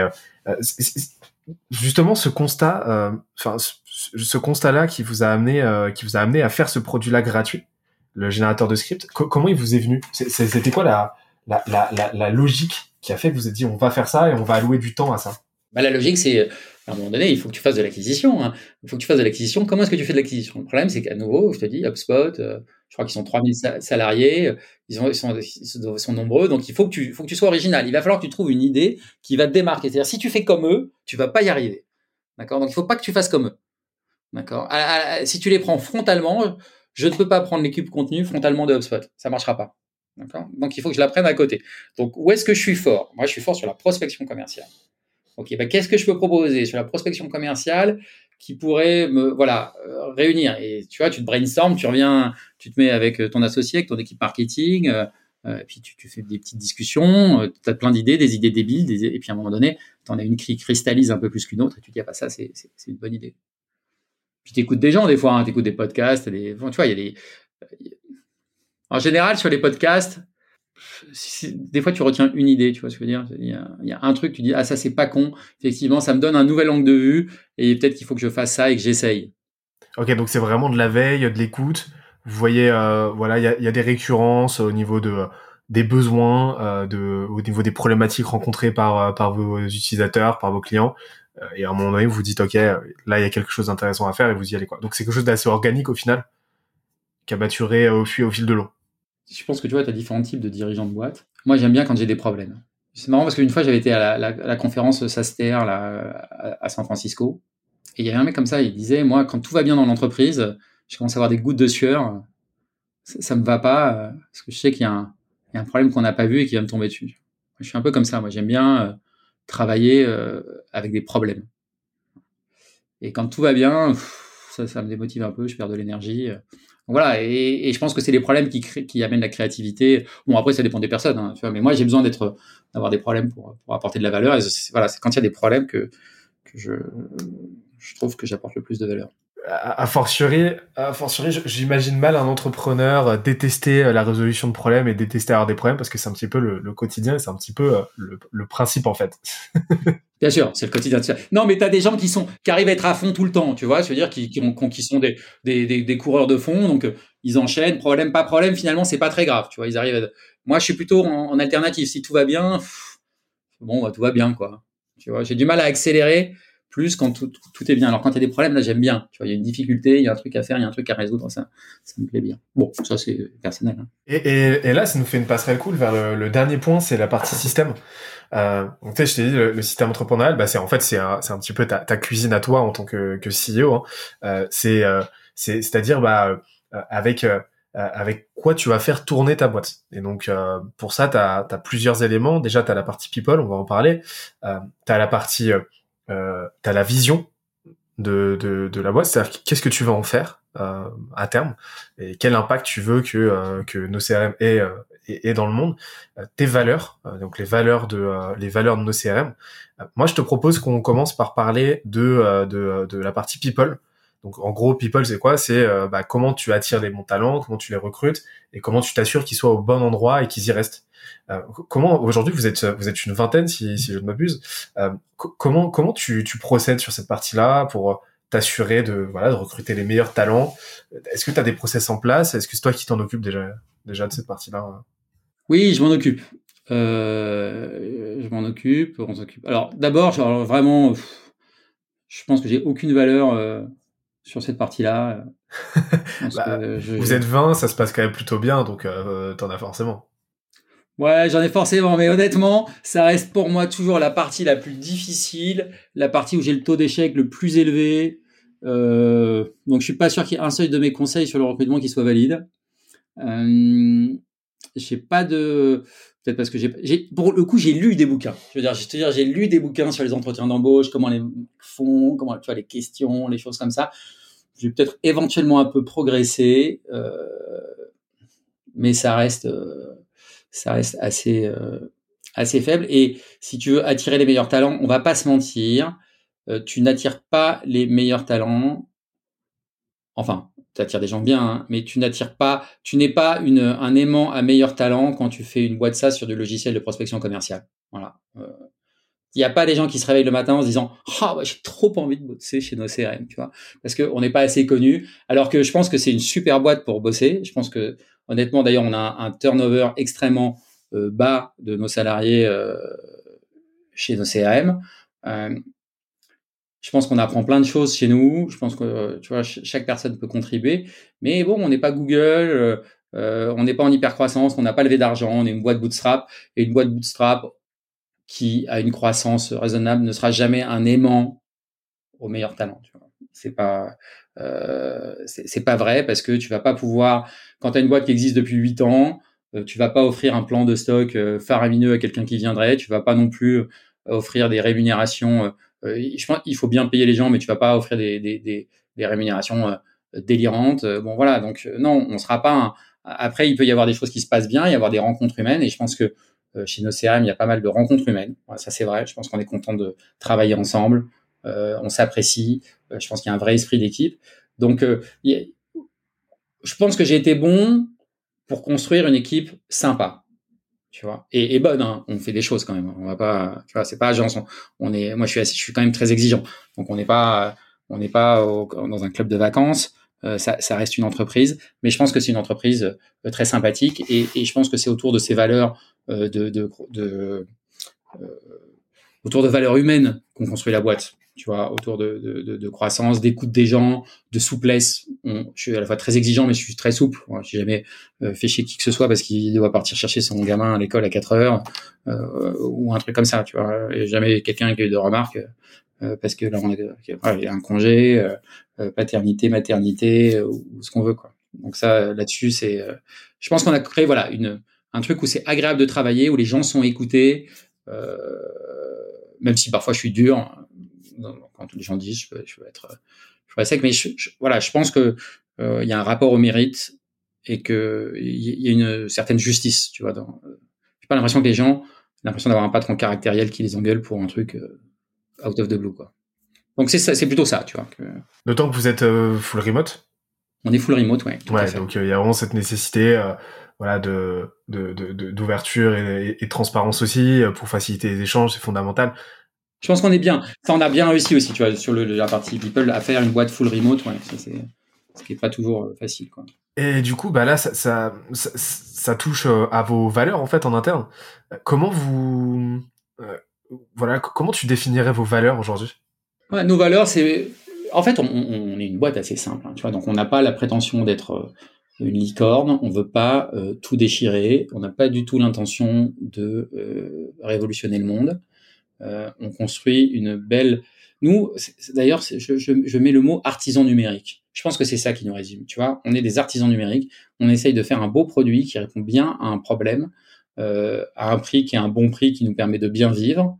[SPEAKER 2] justement ce constat, ce constat-là qui vous a amené à faire ce produit-là gratuit, le générateur de script, comment il vous est venu? C'était quoi la logique qui a fait que vous avez dit on va faire ça et on va allouer du temps à ça?
[SPEAKER 1] La logique, c'est à un moment donné, il faut que tu fasses de l'acquisition. Hein. Il faut que tu fasses de l'acquisition. Comment est-ce que tu fais de l'acquisition? Le problème, c'est qu'à nouveau, je te dis, HubSpot, je crois qu'ils sont 3000 salariés, ils sont nombreux, donc il faut que tu sois original. Il va falloir que tu trouves une idée qui va te démarquer. C'est-à-dire, si tu fais comme eux, tu vas pas y arriver. D'accord? Donc, il faut pas que tu fasses comme eux. D'accord? Si tu les prends frontalement, je ne peux pas prendre l'équipe contenu frontalement de HubSpot. Ça marchera pas. D'accord? Donc, il faut que je la prenne à côté. Donc, où est-ce que je suis fort? Moi, je suis fort sur la prospection commerciale. Ok, qu'est-ce que je peux proposer sur la prospection commerciale qui pourrait me réunir? Et tu vois, tu te brainstorm, tu reviens, tu te mets avec ton associé, avec ton équipe marketing, et puis tu fais des petites discussions, tu as plein d'idées, des idées débiles, et puis à un moment donné, tu en as une qui cristallise un peu plus qu'une autre, et tu te dis, ça, c'est une bonne idée. Puis tu écoutes des gens des fois, hein, tu écoutes des podcasts, tu vois, il y a des... En général, sur les podcasts, des fois tu retiens une idée, tu vois ce que je veux dire, il y a un truc, tu dis ça c'est pas con, effectivement ça me donne un nouvel angle de vue et peut-être qu'il faut que je fasse ça et que j'essaye.
[SPEAKER 2] Ok, donc c'est vraiment de la veille, de l'écoute. Vous voyez, il y a des récurrences au niveau des besoins, au niveau des problématiques rencontrées par vos utilisateurs, par vos clients, et à un moment donné vous vous dites ok, là il y a quelque chose d'intéressant à faire et vous y allez quoi. Donc c'est quelque chose d'assez organique au final, qui a maturé au fil de l'eau.
[SPEAKER 1] Je pense que tu vois, tu as différents types de dirigeants de boîte. Moi, j'aime bien quand j'ai des problèmes. C'est marrant parce qu'une fois, j'avais été à la conférence SaaSter à San Francisco. Et il y avait un mec comme ça, il disait, moi, quand tout va bien dans l'entreprise, je commence à avoir des gouttes de sueur. Ça me va pas parce que je sais qu'il y a un problème qu'on n'a pas vu et qui va me tomber dessus. Je suis un peu comme ça. Moi, j'aime bien travailler avec des problèmes. Et quand tout va bien, ça me démotive un peu, je perds de l'énergie. Voilà, et je pense que c'est les problèmes qui amènent la créativité. Bon, après, ça dépend des personnes, hein, tu vois, mais moi, j'ai besoin d'avoir des problèmes pour apporter de la valeur. Et c'est quand il y a des problèmes que je trouve que j'apporte le plus de valeur.
[SPEAKER 2] A fortiori, j'imagine mal un entrepreneur détester la résolution de problèmes et détester avoir des problèmes, parce que c'est un petit peu le quotidien, c'est un petit peu le principe en fait.
[SPEAKER 1] Bien sûr, c'est le quotidien. Non, mais t'as des gens qui arrivent à être à fond tout le temps, tu vois, je veux dire, qui sont des coureurs de fond, donc ils enchaînent, problème, pas problème, finalement, c'est pas très grave, tu vois, ils arrivent Moi, je suis plutôt en alternative, si tout va bien, tout va bien, quoi. Tu vois, j'ai du mal à accélérer plus quand tout est bien. Alors, quand il y a des problèmes, là, j'aime bien. Tu vois, il y a une difficulté, il y a un truc à faire, il y a un truc à résoudre, ça me plaît bien. Bon, ça, c'est personnel. Hein.
[SPEAKER 2] Et là, ça nous fait une passerelle cool vers le dernier point, c'est la partie système. Donc, tu sais, je t'ai dit, le système entrepreneurial, c'est un petit peu ta cuisine à toi en tant que CEO. Hein. C'est-à-dire, avec quoi tu vas faire tourner ta boîte. Et donc, pour ça, t'as plusieurs éléments. Déjà, t'as la partie people, on va en parler. T'as la partie, t'as la vision de la boîte, c'est-à-dire qu'est-ce que tu vas en faire à terme et quel impact tu veux que nos CRM aient dans le monde, tes valeurs, donc les valeurs de nos CRM. Moi, je te propose qu'on commence par parler de la partie people. Donc, en gros, people, c'est quoi? C'est comment tu attires les bons talents, comment tu les recrutes et comment tu t'assures qu'ils soient au bon endroit et qu'ils y restent. Comment aujourd'hui vous êtes une vingtaine si je ne m'abuse. Comment tu procèdes sur cette partie-là pour t'assurer de recruter les meilleurs talents? Est-ce que tu as des process en place? Est-ce que c'est toi qui t'en occupes déjà de cette partie-là?
[SPEAKER 1] Oui, je m'en occupe. Je m'en occupe, on s'occupe. Alors d'abord, vraiment, je pense que j'ai aucune valeur sur cette partie-là.
[SPEAKER 2] Vous êtes 20, ça se passe quand même plutôt bien, donc t'en as forcément.
[SPEAKER 1] Ouais, j'en ai forcément, mais honnêtement, ça reste pour moi toujours la partie la plus difficile, la partie où j'ai le taux d'échec le plus élevé. Donc je suis pas sûr qu'il y ait un seul de mes conseils sur le recrutement qui soit valide. j'ai pas de, peut-être parce que pour le coup, j'ai lu des bouquins. J'ai lu des bouquins sur les entretiens d'embauche, comment les font, comment, tu vois, les questions, les choses comme ça. J'ai peut-être éventuellement un peu progressé, mais ça reste assez faible. Et si tu veux attirer les meilleurs talents, on va pas se mentir, tu n'attires pas les meilleurs talents. Enfin, tu attires des gens bien, hein, mais tu n'es pas un aimant à meilleur talent quand tu fais une boîte SaaS sur du logiciel de prospection commerciale. Voilà. Il n'y a pas des gens qui se réveillent le matin en se disant ah ouais, j'ai trop envie de bosser chez nos CRM, tu vois, parce qu'on n'est pas assez connu. Alors que je pense que c'est une super boîte pour bosser. Je pense que honnêtement, d'ailleurs, on a un turnover extrêmement bas de nos salariés chez nos CRM. Je pense qu'on apprend plein de choses chez nous. Je pense que tu vois, chaque personne peut contribuer. Mais bon, on n'est pas Google, on n'est pas en hypercroissance, on n'a pas levé d'argent, on est une boîte bootstrap. Et une boîte bootstrap qui a une croissance raisonnable ne sera jamais un aimant au meilleur talent. Tu vois. C'est pas vrai parce que tu vas pas pouvoir, quand tu as une boîte qui existe depuis 8 ans, tu vas pas offrir un plan de stock faramineux à quelqu'un qui viendrait. Tu vas pas non plus offrir des rémunérations. Je pense qu'il faut bien payer les gens, mais tu vas pas offrir des rémunérations délirantes. Bon voilà, donc non, on sera pas. Après, il peut y avoir des choses qui se passent bien, il y avoir des rencontres humaines, et je pense que chez nos CRM, il y a pas mal de rencontres humaines. Voilà, ça c'est vrai. Je pense qu'on est content de travailler ensemble. On s'apprécie. Je pense qu'il y a un vrai esprit d'équipe. Donc, je pense que j'ai été bon pour construire une équipe sympa, tu vois, et bonne. Hein. On fait des choses quand même. On va pas, tu vois, c'est pas genre, moi, je suis quand même très exigeant. Donc, on n'est pas dans un club de vacances. Ça reste une entreprise, mais je pense que c'est une entreprise très sympathique et je pense que c'est autour de ces valeurs autour de valeurs humaines qu'on construit la boîte. Tu vois, autour de croissance, d'écoute des gens, de souplesse. Je suis à la fois très exigeant, mais je suis très souple. J'ai jamais fait chier qui que ce soit parce qu'il doit partir chercher son gamin à l'école à 4 heures ou un truc comme ça. Tu vois, et jamais quelqu'un qui a eu de remarques parce que là, il y a un congé, paternité, maternité ou ce qu'on veut, quoi. Donc ça, là-dessus, je pense qu'on a créé voilà un truc où c'est agréable de travailler, où les gens sont écoutés. Même si parfois je suis dur, quand les gens disent, je peux être sec, mais voilà, je pense que il y a un rapport au mérite et que il y a une certaine justice, tu vois. J'ai pas l'impression que les gens, l'impression d'avoir un patron caractériel qui les engueule pour un truc out of the blue, quoi. Donc c'est plutôt ça, tu vois.
[SPEAKER 2] D'autant que vous êtes full remote.
[SPEAKER 1] On est full remote, ouais.
[SPEAKER 2] Ouais, donc il y a vraiment cette nécessité, voilà, d'ouverture et de transparence aussi pour faciliter les échanges, c'est fondamental.
[SPEAKER 1] Je pense qu'on est bien. Ça, on a bien réussi aussi, tu vois, sur la partie people, à faire une boîte full remote, ouais. Ça, c'est ce qui est pas toujours facile, quoi.
[SPEAKER 2] Et du coup, bah là, ça touche à vos valeurs en fait en interne. Comment comment tu définirais vos valeurs aujourd'hui?
[SPEAKER 1] Ouais, nos valeurs, c'est en fait, on est une boîte assez simple, hein, tu vois, donc on n'a pas la prétention d'être une licorne, on veut pas tout déchirer, on n'a pas du tout l'intention de révolutionner le monde. On construit une belle. Nous, d'ailleurs, je mets le mot artisan numérique. Je pense que c'est ça qui nous résume. Tu vois, on est des artisans numériques. On essaye de faire un beau produit qui répond bien à un problème, à un prix qui est un bon prix qui nous permet de bien vivre.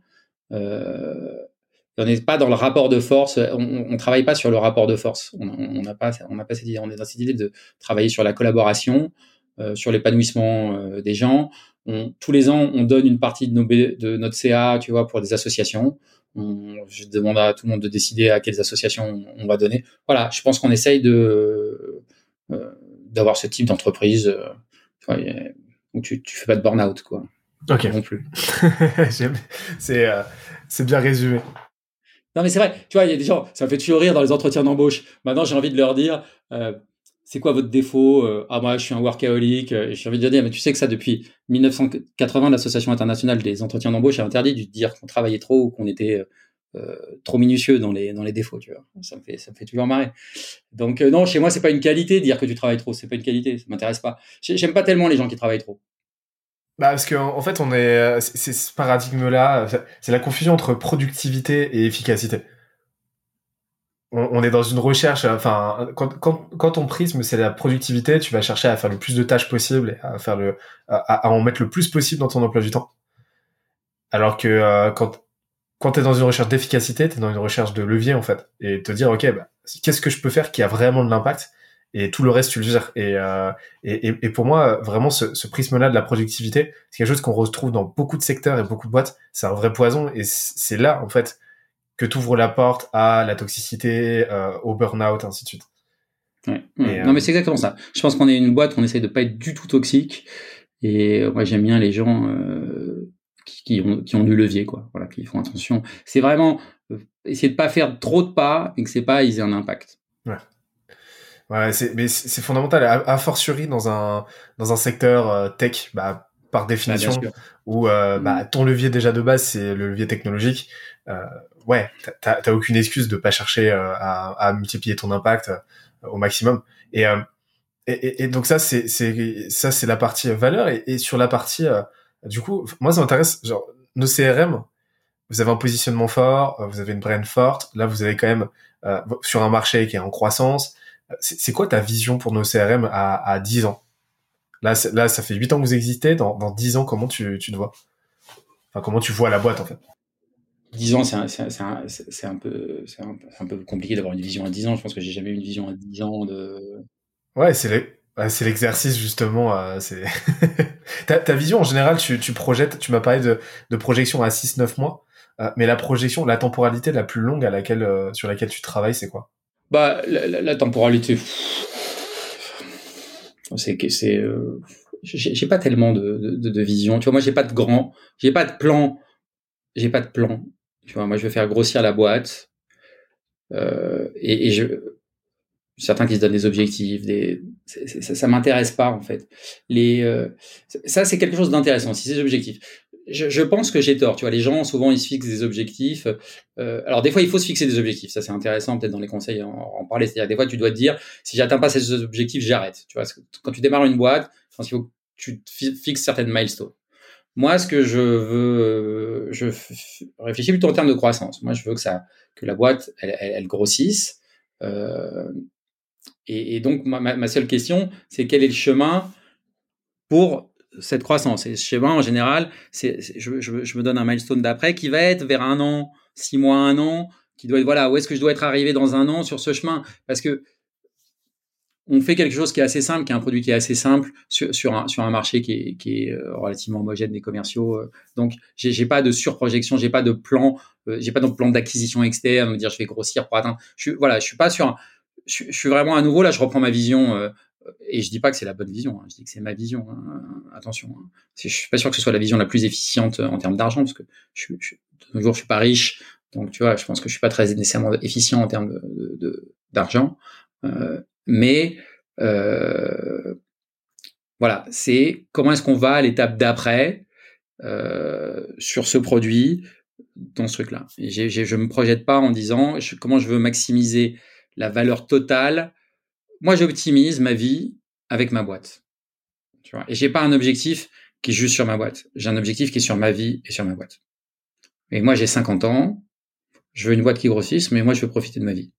[SPEAKER 1] On n'est pas dans le rapport de force. On travaille pas sur le rapport de force. On n'a pas cette idée. On est dans cette idée de travailler sur la collaboration, sur l'épanouissement des gens. Tous les ans, on donne une partie de notre CA, tu vois, pour des associations. Je demande à tout le monde de décider à quelles associations on va donner. Voilà, je pense qu'on essaye d'avoir ce type d'entreprise tu vois, où tu fais pas de burn-out, quoi.
[SPEAKER 2] Ok.
[SPEAKER 1] Non plus.
[SPEAKER 2] C'est bien résumé.
[SPEAKER 1] Non, mais c'est vrai, tu vois, il y a des gens, ça me fait toujours rire dans les entretiens d'embauche. Maintenant, j'ai envie de leur dire, c'est quoi votre défaut? Ah, moi, je suis un workaholic. J'ai envie de leur dire, mais tu sais que ça, depuis 1980, l'Association internationale des entretiens d'embauche a interdit de dire qu'on travaillait trop ou qu'on était trop minutieux dans les défauts, tu vois. Ça me fait toujours marrer. Donc, non, chez moi, c'est pas une qualité de dire que tu travailles trop. C'est pas une qualité, ça m'intéresse pas. J'aime pas tellement les gens qui travaillent trop.
[SPEAKER 2] Bah parce que en fait c'est ce paradigme là, c'est la confusion entre productivité et efficacité. on est dans une recherche, enfin, quand ton prisme, c'est la productivité, tu vas chercher à faire le plus de tâches possible et à en mettre le plus possible dans ton emploi du temps. Alors que, quand t'es dans une recherche d'efficacité, t'es dans une recherche de levier, en fait. Et te dire, OK, bah, qu'est-ce que je peux faire qui a vraiment de l'impact? Et tout le reste, tu le gères. Et pour moi, vraiment, ce prisme-là de la productivité, c'est quelque chose qu'on retrouve dans beaucoup de secteurs et beaucoup de boîtes. C'est un vrai poison. Et c'est là, en fait, que t'ouvres la porte à la toxicité, au burn-out, ainsi de suite.
[SPEAKER 1] Ouais.
[SPEAKER 2] Et,
[SPEAKER 1] Non, mais c'est exactement ça. Je pense qu'on est une boîte, on essaie de pas être du tout toxique. Et moi, j'aime bien les gens qui ont du levier, quoi. Voilà, qui font attention. C'est vraiment essayer de pas faire trop de pas et que ces pas ils aient un impact.
[SPEAKER 2] ouais. Ouais, c'est fondamental, a fortiori dans un secteur tech, bah, par
[SPEAKER 1] Bah, bien
[SPEAKER 2] définition,
[SPEAKER 1] sûr.
[SPEAKER 2] où bah, ton levier déjà de base, c'est le levier technologique. Ouais, t'as aucune excuse de pas chercher à multiplier ton impact au maximum. Et, euh, et donc ça c'est la partie valeur et sur la partie du coup moi ça m'intéresse genre nos CRM, vous avez un positionnement fort, vous avez une brand forte, là vous avez quand même sur un marché qui est en croissance. C'est quoi ta vision pour nos CRM à 10 ans? Là ça fait 8 ans que vous existez, dans 10 ans comment tu te vois? Enfin comment tu vois la boîte en fait?
[SPEAKER 1] 10 ans, c'est un peu compliqué d'avoir une vision à 10 ans. Je pense que j'ai jamais eu une vision à 10 ans de.
[SPEAKER 2] Ouais, c'est l'exercice justement. C'est ta vision en général. Tu projettes. Tu m'as parlé de projection à 6 9 mois, mais la projection, la temporalité la plus longue sur laquelle tu travailles, c'est quoi?
[SPEAKER 1] Bah, la temporalité, j'ai pas tellement de vision. Tu vois, moi, j'ai pas de plan. Tu vois, moi, je veux faire grossir la boîte, certains qui se donnent des objectifs, ça m'intéresse pas en fait. Ça c'est quelque chose d'intéressant, si ces objectifs. Je pense que j'ai tort, tu vois. Les gens souvent ils se fixent des objectifs. Alors des fois il faut se fixer des objectifs, ça c'est intéressant peut-être dans les conseils en parler. C'est-à-dire des fois tu dois te dire si j'atteins pas ces objectifs j'arrête. Tu vois, parce que quand tu démarres une boîte, je pense qu'il faut que tu te fixes certaines milestones. Moi, ce que je veux, réfléchis plutôt en termes de croissance. Moi, je veux que la boîte, elle grossisse. Euh, et donc, ma seule question, c'est quel est le chemin pour cette croissance. Et ce chemin, en général, je me donne un milestone d'après qui va être vers 1 an, 6 mois, 1 an, qui doit être, voilà, où est-ce que je dois être arrivé dans 1 an sur ce chemin? Parce que on fait quelque chose qui est assez simple, qui est un produit qui est assez simple sur un marché qui est relativement homogène des commerciaux. Donc, j'ai pas de surprojection, j'ai pas de plan, j'ai pas de plan d'acquisition externe, me dire je vais grossir pour atteindre. Je suis pas sur je suis vraiment à nouveau là, je reprends ma vision et je dis pas que c'est la bonne vision, hein, je dis que c'est ma vision. Hein, attention, hein. Je suis pas sûr que ce soit la vision la plus efficiente en termes d'argent parce que de nos jours je suis pas riche, donc tu vois, je pense que je suis pas très nécessairement efficient en termes d'argent. Mais voilà, c'est comment est-ce qu'on va à l'étape d'après sur ce produit, dans ce truc-là. Et je me projette pas en disant comment je veux maximiser la valeur totale. Moi, j'optimise ma vie avec ma boîte. Tu vois, et j'ai pas un objectif qui est juste sur ma boîte. J'ai un objectif qui est sur ma vie et sur ma boîte. Et moi, j'ai 50 ans. Je veux une boîte qui grossisse, mais moi, je veux profiter de ma vie.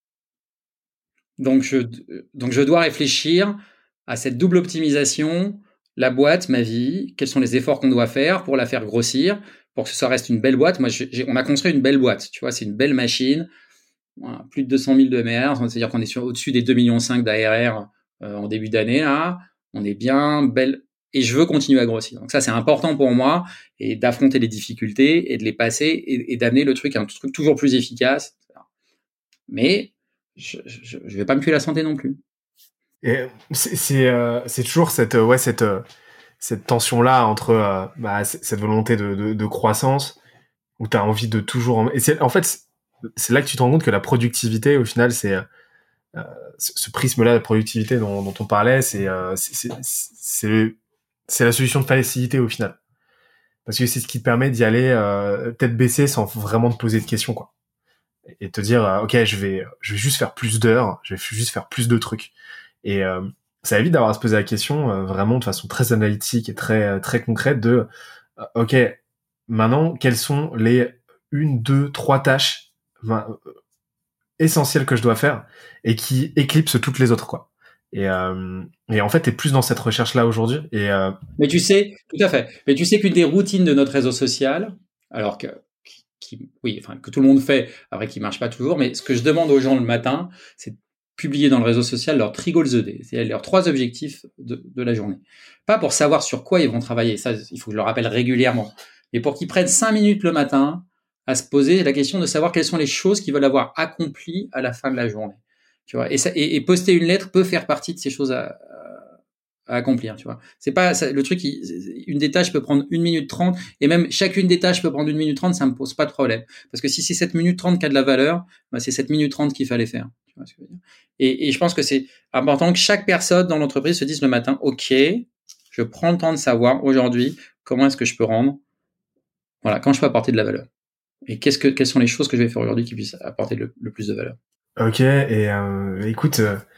[SPEAKER 1] Donc je dois réfléchir à cette double optimisation, la boîte, ma vie, quels sont les efforts qu'on doit faire pour la faire grossir, pour que ça reste une belle boîte. Moi, on a construit une belle boîte, tu vois, c'est une belle machine, voilà, plus de 200 000 de MR, c'est-à-dire qu'on est au-dessus des 2,5 millions d'ARR en début d'année, là, on est bien, belle, et je veux continuer à grossir. Donc ça, c'est important pour moi, et d'affronter les difficultés, et de les passer, et d'amener le truc à un truc toujours plus efficace. Mais je vais pas me tuer la santé non plus.
[SPEAKER 2] Et c'est toujours cette tension là entre cette volonté de croissance où t'as envie de toujours et en fait c'est là que tu te rends compte que la productivité au final c'est ce prisme là de productivité dont on parlait c'est la solution de facilité au final parce que c'est ce qui te permet d'y aller tête baissée sans vraiment te poser de questions quoi et te dire ok je vais juste faire plus d'heures, je vais juste faire plus de trucs et ça évite d'avoir à se poser la question vraiment de façon très analytique et très très concrète de ok maintenant quelles sont les 1, 2, 3 tâches essentielles que je dois faire et qui éclipsent toutes les autres, quoi. Et en fait, t'es plus dans cette recherche-là aujourd'hui.
[SPEAKER 1] Mais tu sais, tout à fait. Mais tu sais qu'une des routines de notre réseau social, alors oui, enfin, que tout le monde fait, après qui marche pas toujours, mais ce que je demande aux gens le matin, c'est de publier dans le réseau social leur three goals a day, c'est-à-dire leurs 3 objectifs de la journée. Pas pour savoir sur quoi ils vont travailler, ça, il faut que je le rappelle régulièrement, mais pour qu'ils prennent 5 minutes le matin à se poser la question de savoir quelles sont les choses qu'ils veulent avoir accomplies à la fin de la journée. Tu vois, et poster une lettre peut faire partie de ces choses à accomplir, tu vois. C'est pas ça, le truc, une des tâches peut prendre 1 minute 30 et même chacune des tâches peut prendre 1 minute 30, ça me pose pas de problème. Parce que si c'est 7 minutes 30 qui a de la valeur, bah c'est 7 minutes 30 qu'il fallait faire. Tu vois ce que je veux dire? Et je pense que c'est important que chaque personne dans l'entreprise se dise le matin, OK, je prends le temps de savoir aujourd'hui comment est-ce que je peux rendre, voilà, quand je peux apporter de la valeur. Et quelles sont les choses que je vais faire aujourd'hui qui puissent apporter le plus de valeur.
[SPEAKER 2] Ok, et écoute,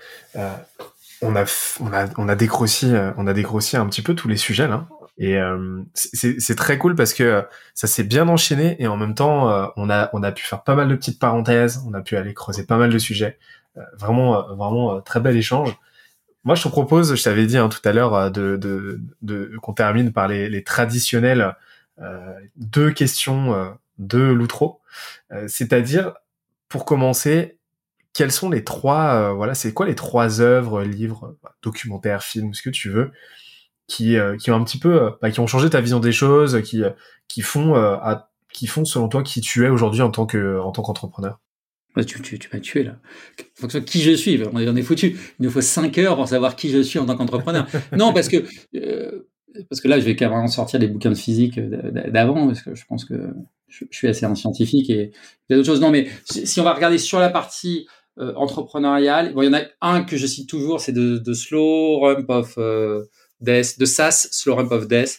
[SPEAKER 2] on a dégrossi un petit peu tous les sujets là, et c'est très cool parce que ça s'est bien enchaîné et en même temps on a pu faire pas mal de petites parenthèses, on a pu aller creuser pas mal de sujets, vraiment très bel échange. Moi je te propose, je t'avais dit tout à l'heure de qu'on termine par les traditionnelles 2 questions de l'outro, c'est-à-dire pour commencer, quels sont les 3 c'est quoi les 3 œuvres, livres, documentaires, films, ce que tu veux, qui ont un petit peu qui ont changé ta vision des choses, qui font selon toi qui tu es aujourd'hui en tant qu'entrepreneur.
[SPEAKER 1] Tu m'as tué là. Faut que ce soit qui je suis. On est foutu. Il nous faut 5 heures pour savoir qui je suis en tant qu'entrepreneur. Non, parce que là, je vais carrément sortir des bouquins de physique d'avant, parce que je pense que je suis assez un scientifique et il y a d'autres choses. Non, mais si on va regarder sur la partie entrepreneuriale, bon, il y en a un que je cite toujours, c'est de Slow Rump of Death, de SAS, Slow Rump of Death,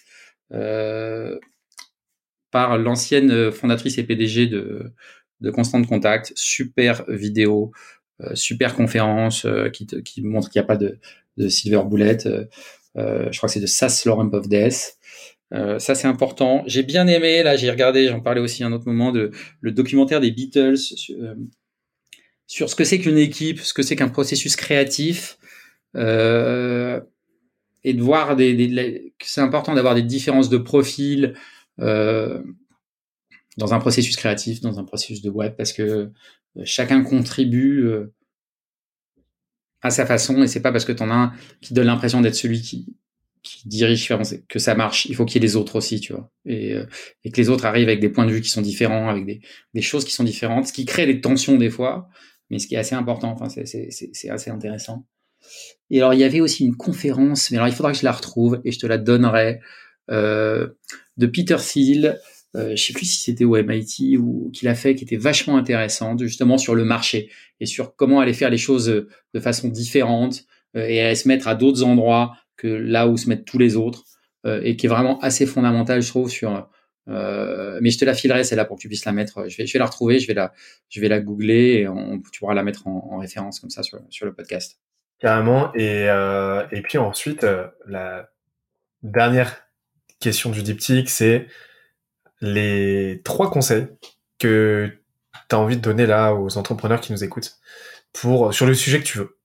[SPEAKER 1] par l'ancienne fondatrice et PDG de Constant Contact. Super vidéo, super conférence qui montre qu'il n'y a pas de silver bullet. Je crois que c'est de SAS, Slow Rump of Death. Ça c'est important. J'ai bien aimé, là j'ai regardé, j'en parlais aussi à un autre moment, le documentaire des Beatles sur ce que c'est qu'une équipe, ce que c'est qu'un processus créatif, et de voir que c'est important d'avoir des différences de profil dans un processus créatif, dans un processus de web, parce que chacun contribue à sa façon, et c'est pas parce que t'en as un qui donne l'impression d'être celui qui dirige que ça marche. Il faut qu'il y ait les autres aussi, tu vois, et que les autres arrivent avec des points de vue qui sont différents, avec des choses qui sont différentes, ce qui crée des tensions des fois, mais ce qui est assez important. Enfin, c'est assez intéressant. Et alors, il y avait aussi une conférence, mais alors il faudra que je la retrouve et je te la donnerai, de Peter Thiel, je sais plus si c'était au MIT ou qu'il a fait, qui était vachement intéressante, justement sur le marché et sur comment aller faire les choses de façon différente et aller se mettre à d'autres endroits que là où se mettent tous les autres, et qui est vraiment assez fondamental, je trouve, sur mais je te la filerai, celle-là, pour que tu puisses la mettre. Je vais la retrouver, je vais la googler et tu pourras la mettre en référence comme ça sur le podcast.
[SPEAKER 2] Carrément. Et puis ensuite, la dernière question du diptyque, c'est les 3 conseils que tu as envie de donner là aux entrepreneurs qui nous écoutent sur le sujet que tu veux.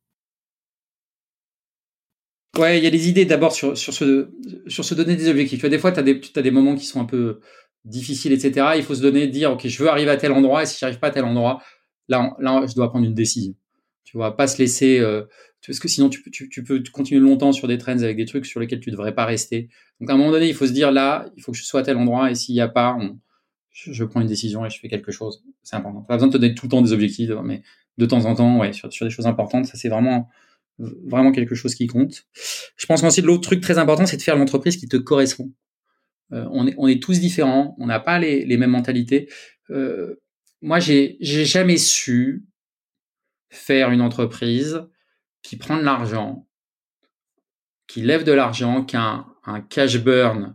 [SPEAKER 1] Ouais, il y a des idées d'abord sur se donner des objectifs. Tu vois, des fois, t'as des moments qui sont un peu difficiles, etc. Il faut se dire, OK, je veux arriver à tel endroit, et si j'arrive pas à tel endroit, là, je dois prendre une décision. Tu vois, pas se laisser, parce que sinon, tu peux continuer longtemps sur des trends avec des trucs sur lesquels tu devrais pas rester. Donc, à un moment donné, il faut se dire, là, il faut que je sois à tel endroit, et s'il y a pas, je prends une décision et je fais quelque chose. C'est important. Pas besoin de te donner tout le temps des objectifs, mais de temps en temps, ouais, sur des choses importantes, ça c'est vraiment quelque chose qui compte. Je pense qu'ensuite, l'autre truc très important, c'est de faire l'entreprise qui te correspond. On est tous différents, on n'a pas les mêmes mentalités. Moi, j'ai jamais su faire une entreprise qui prend de l'argent, qui lève de l'argent, qui a un cash burn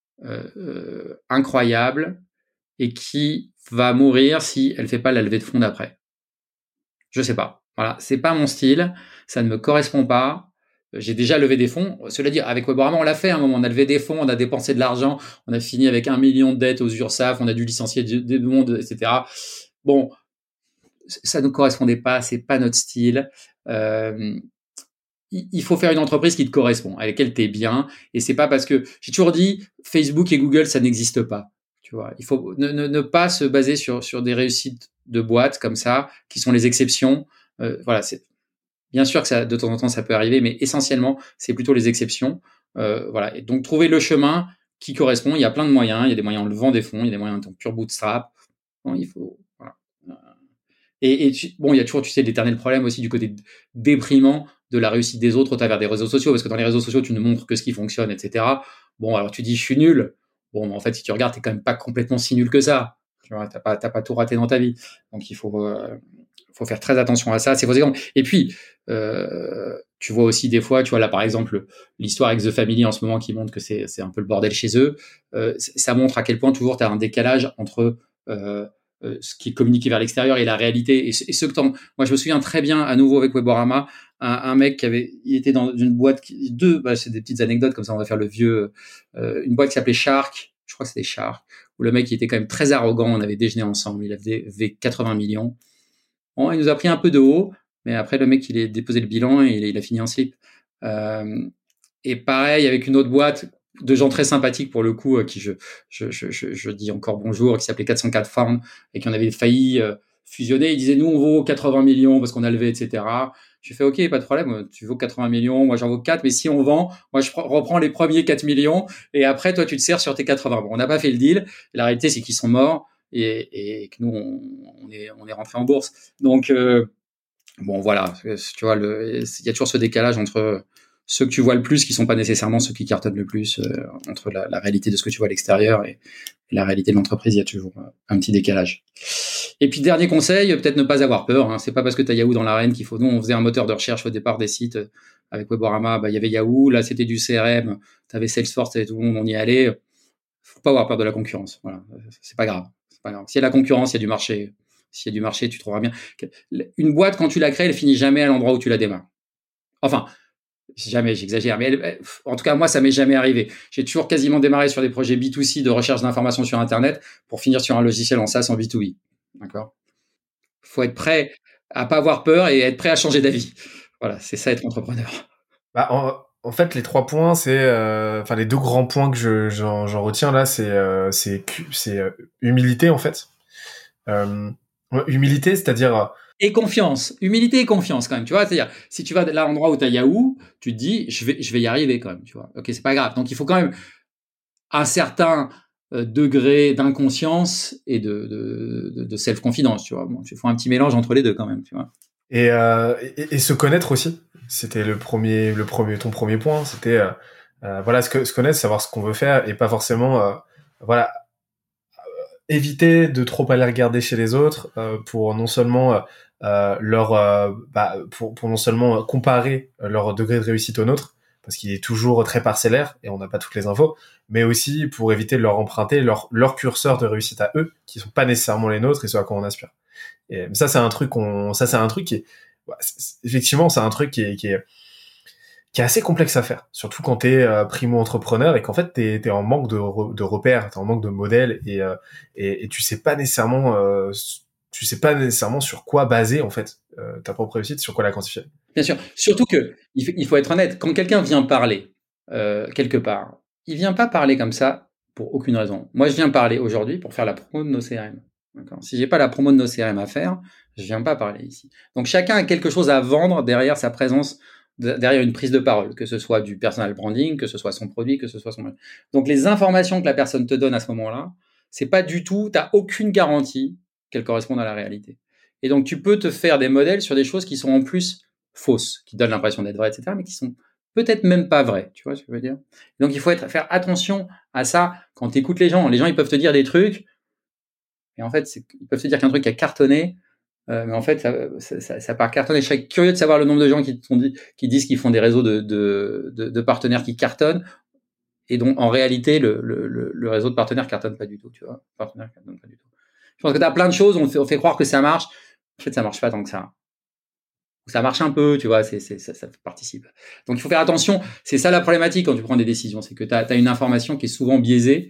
[SPEAKER 1] incroyable et qui va mourir si elle fait pas la levée de fonds d'après. Je sais pas. Voilà, c'est pas mon style, ça ne me correspond pas. J'ai déjà levé des fonds. Cela dit, avec Weborama, on l'a fait à un moment. On a levé des fonds, on a dépensé de l'argent, on a fini avec 1 million de dettes aux URSSAF, on a dû licencier des mondes, etc. Bon, ça ne correspondait pas, c'est pas notre style. Il faut faire une entreprise qui te correspond, à laquelle tu es bien. Et c'est pas parce que j'ai toujours dit Facebook et Google, ça n'existe pas. Tu vois, il faut ne pas se baser sur des réussites de boîtes comme ça, qui sont les exceptions. Voilà, c'est bien sûr que ça, de temps en temps, ça peut arriver, mais essentiellement, c'est plutôt les exceptions. Voilà. Et donc, trouver le chemin qui correspond. Il y a plein de moyens. Il y a des moyens en levant des fonds, il y a des moyens en pure bootstrap. Bon, il faut. Voilà. Bon, il y a toujours, tu sais, l'éternel problème aussi du côté déprimant de la réussite des autres au travers des réseaux sociaux, parce que dans les réseaux sociaux, tu ne montres que ce qui fonctionne, etc. Bon, alors tu dis, je suis nul. Bon, mais en fait, si tu regardes, t'es quand même pas complètement si nul que ça. Tu vois, t'as pas tout raté dans ta vie. Donc, il faut faire très attention à ça. C'est vos exemples. Et puis, tu vois aussi des fois, tu vois là, par exemple, l'histoire avec The Family en ce moment qui montre que c'est un peu le bordel chez eux. Ça montre à quel point toujours tu as un décalage entre ce qui est communiqué vers l'extérieur et la réalité. Et ce que moi, je me souviens très bien, à nouveau avec Weborama, un mec il était dans une boîte, c'est des petites anecdotes comme ça, on va faire le vieux, une boîte qui s'appelait Shark, je crois que c'était Shark, où le mec il était quand même très arrogant, on avait déjeuné ensemble, il avait 80 millions. Bon, il nous a pris un peu de haut, mais après le mec il a déposé le bilan et il a fini en slip. Et pareil avec une autre boîte de gens très sympathiques pour le coup, à qui je dis encore bonjour, qui s'appelait 404 Farm et qui en avait failli fusionner. Ils disaient nous on vaut 80 millions parce qu'on a levé, etc. J'ai fait ok, pas de problème, tu vaux 80 millions, moi j'en vaux 4, mais si on vend, moi je reprends les premiers 4 millions et après toi tu te sers sur tes 80. Bon, on n'a pas fait le deal. Et la réalité c'est qu'ils sont morts et que nous on est rentré en bourse. Donc bon voilà, tu vois, il y a toujours ce décalage entre ceux que tu vois le plus, qui sont pas nécessairement ceux qui cartonnent le plus, entre la réalité de ce que tu vois à l'extérieur et la réalité de l'entreprise, il y a toujours un petit décalage. Et puis dernier conseil, peut-être ne pas avoir peur. Hein. C'est pas parce que tu as Yahoo dans l'arène qu'il faut. Nous, on faisait un moteur de recherche au départ des sites avec Weborama. Il y avait Yahoo, là c'était du CRM, tu avais Salesforce, et tout le monde on y allait. Faut pas avoir peur de la concurrence. Voilà, c'est pas grave. C'est pas grave. S'il y a de la concurrence, il y a du marché. S'il y a du marché, tu trouveras bien. Une boîte, quand tu la crées, elle finit jamais à l'endroit où tu la démarres. Enfin, jamais, j'exagère, mais en tout cas, moi, ça m'est jamais arrivé. J'ai toujours quasiment démarré sur des projets B2C de recherche d'informations sur Internet pour finir sur un logiciel en SaaS en B2B. D'accord ? Faut être prêt à pas avoir peur et être prêt à changer d'avis. Voilà, c'est ça être entrepreneur.
[SPEAKER 2] Bah, en fait, les 3 points, enfin les 2 grands points que j'en retiens là, c'est humilité en fait. Humilité, c'est-à-dire
[SPEAKER 1] et confiance, humilité et confiance quand même, tu vois, c'est-à-dire si tu vas là à l'endroit où tu as Yahoo, tu te dis je vais y arriver quand même, tu vois. OK, c'est pas grave. Donc il faut quand même un certain degré d'inconscience et de self-confidence, tu vois. Bon, il faut un petit mélange entre les deux quand même, tu vois.
[SPEAKER 2] Et se connaître aussi. C'était ton premier point, c'était voilà, se connaître, savoir ce qu'on veut faire et pas forcément voilà, éviter de trop aller regarder chez les autres pour non seulement pour non seulement comparer leur degré de réussite au nôtre, parce qu'il est toujours très parcellaire et on n'a pas toutes les infos, mais aussi pour éviter de leur emprunter leur curseur de réussite à eux, qui sont pas nécessairement les nôtres et ceux à quoi on aspire. Et ça c'est un truc qui est, effectivement c'est un truc qui est assez complexe à faire, surtout quand t'es primo-entrepreneur et qu'en fait t'es en manque de repères, t'es en manque de modèles et tu sais pas nécessairement sur quoi baser en fait ta propre réussite, sur quoi la quantifier.
[SPEAKER 1] Bien sûr, surtout que il faut être honnête, quand quelqu'un vient parler quelque part, il vient pas parler comme ça pour aucune raison. Moi, je viens parler aujourd'hui pour faire la promo de nos CRM. D'accord ? Si j'ai pas la promo de nos CRM à faire, je viens pas parler ici. Donc chacun a quelque chose à vendre derrière sa présence, derrière une prise de parole, que ce soit du personal branding, que ce soit son produit, que ce soit son... Donc les informations que la personne te donne à ce moment-là, c'est pas du tout, t'as aucune garantie qu'elles correspondent à la réalité. Et donc tu peux te faire des modèles sur des choses qui sont en plus fausses, qui donnent l'impression d'être vraies, etc., mais qui sont peut-être même pas vraies. Tu vois ce que je veux dire ? Donc il faut faire attention à ça quand tu écoutes les gens. Les gens, ils peuvent te dire des trucs, et en fait, ils peuvent te dire qu'un truc a cartonné, mais en fait, ça part cartonner. Je serais curieux de savoir le nombre de gens qui disent qu'ils font des réseaux de partenaires qui cartonnent, et dont en réalité, le réseau de partenaires cartonne pas du tout. Tu vois, partenaire cartonne pas du tout. Je pense que tu as plein de choses, on fait croire que ça marche. En fait, ça marche pas tant que ça. Ça marche un peu, tu vois, ça participe. Donc, il faut faire attention. C'est ça la problématique quand tu prends des décisions. C'est que tu as une information qui est souvent biaisée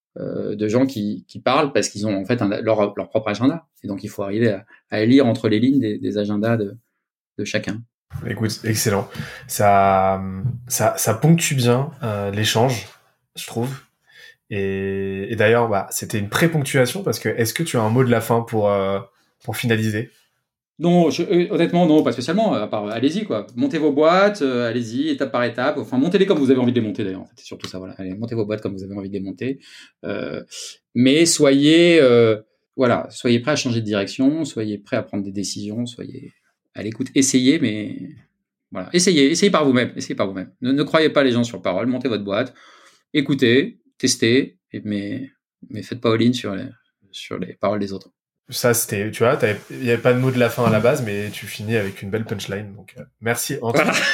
[SPEAKER 1] de gens qui parlent parce qu'ils ont en fait leur propre agenda. Et donc, il faut arriver à lire entre les lignes des agendas de chacun.
[SPEAKER 2] Écoute, excellent. Ça ponctue bien l'échange, je trouve. Et d'ailleurs, c'était une pré-ponctuation parce que est-ce que tu as un mot de la fin pour finaliser?
[SPEAKER 1] Non, honnêtement, non, pas spécialement. À part, allez-y, quoi. Montez vos boîtes, allez-y, étape par étape. Enfin, montez-les comme vous avez envie de les monter, d'ailleurs. En fait, c'est surtout ça, voilà. Allez, montez vos boîtes comme vous avez envie de les monter. Mais soyez prêts à changer de direction, soyez prêts à prendre des décisions, soyez à l'écoute. Essayez, mais voilà. Essayez par vous-même. Ne croyez pas les gens sur parole. Montez votre boîte, écoutez, testez, mais faites pas all-in sur les paroles des autres.
[SPEAKER 2] Ça, c'était, tu vois, il n'y avait pas de mot de la fin à la base, mais tu finis avec une belle punchline. Donc, merci. En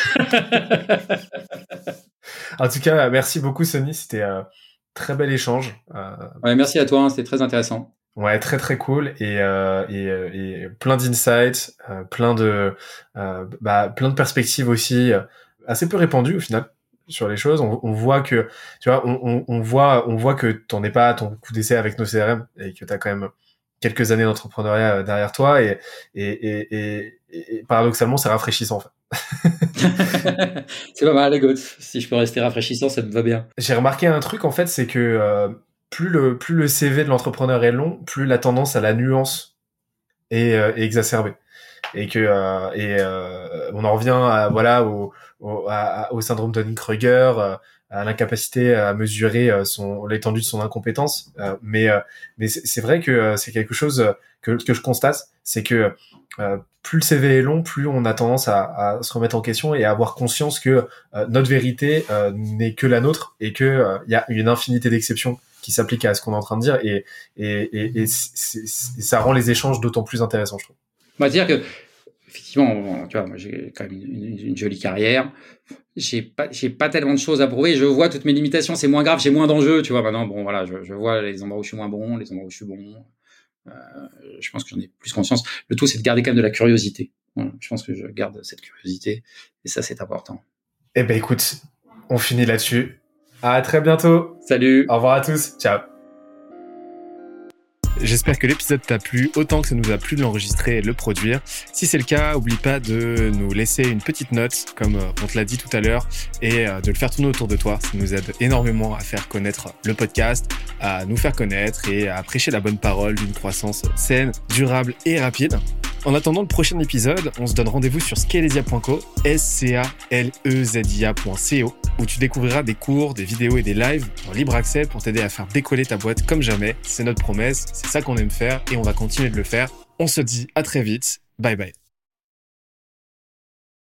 [SPEAKER 2] tout cas, merci beaucoup, Sonny. C'était très bel échange.
[SPEAKER 1] Ouais, merci à toi. Hein, c'était très intéressant.
[SPEAKER 2] Ouais, très très cool et plein d'insights, plein de perspectives aussi assez peu répandues au final sur les choses. On voit que, tu vois, on voit que t'en es pas à ton coup d'essai avec nos CRM et que t'as quand même quelques années d'entrepreneuriat derrière toi et paradoxalement c'est rafraîchissant en fait.
[SPEAKER 1] C'est pas mal, écoute. Si je peux rester rafraîchissant, ça me va bien.
[SPEAKER 2] J'ai remarqué un truc en fait, c'est que plus le CV de l'entrepreneur est long, plus la tendance à la nuance est exacerbée et que on en revient au syndrome de Dunning-Kruger, à l'incapacité à mesurer l'étendue de son incompétence, mais c'est vrai que c'est quelque chose que je constate, c'est que plus le CV est long, plus on a tendance à se remettre en question et à avoir conscience que notre vérité n'est que la nôtre et que il y a une infinité d'exceptions qui s'appliquent à ce qu'on est en train de dire et ça rend les échanges d'autant plus intéressants, je trouve.
[SPEAKER 1] C'est-à-dire que effectivement, tu vois, moi j'ai quand même une jolie carrière. J'ai pas tellement de choses à prouver. Je vois toutes mes limitations. C'est moins grave, j'ai moins d'enjeux. Tu vois, maintenant, bon, voilà, je vois les endroits où je suis moins bon, les endroits où je suis bon. Je pense que j'en ai plus conscience. Le tout, c'est de garder quand même de la curiosité. Voilà, je pense que je garde cette curiosité et ça, c'est important.
[SPEAKER 2] Eh ben, écoute, on finit là-dessus. À très bientôt.
[SPEAKER 1] Salut.
[SPEAKER 2] Au revoir à tous. Ciao.
[SPEAKER 3] J'espère que l'épisode t'a plu autant que ça nous a plu de l'enregistrer et de le produire. Si c'est le cas, oublie pas de nous laisser une petite note, comme on te l'a dit tout à l'heure, et de le faire tourner autour de toi. Ça nous aide énormément à faire connaître le podcast, à nous faire connaître et à prêcher la bonne parole d'une croissance saine, durable et rapide. En attendant le prochain épisode, on se donne rendez-vous sur scalezia.co, scalezia.co, où tu découvriras des cours, des vidéos et des lives en libre accès pour t'aider à faire décoller ta boîte comme jamais. C'est notre promesse, c'est ça qu'on aime faire et on va continuer de le faire. On se dit à très vite. Bye bye.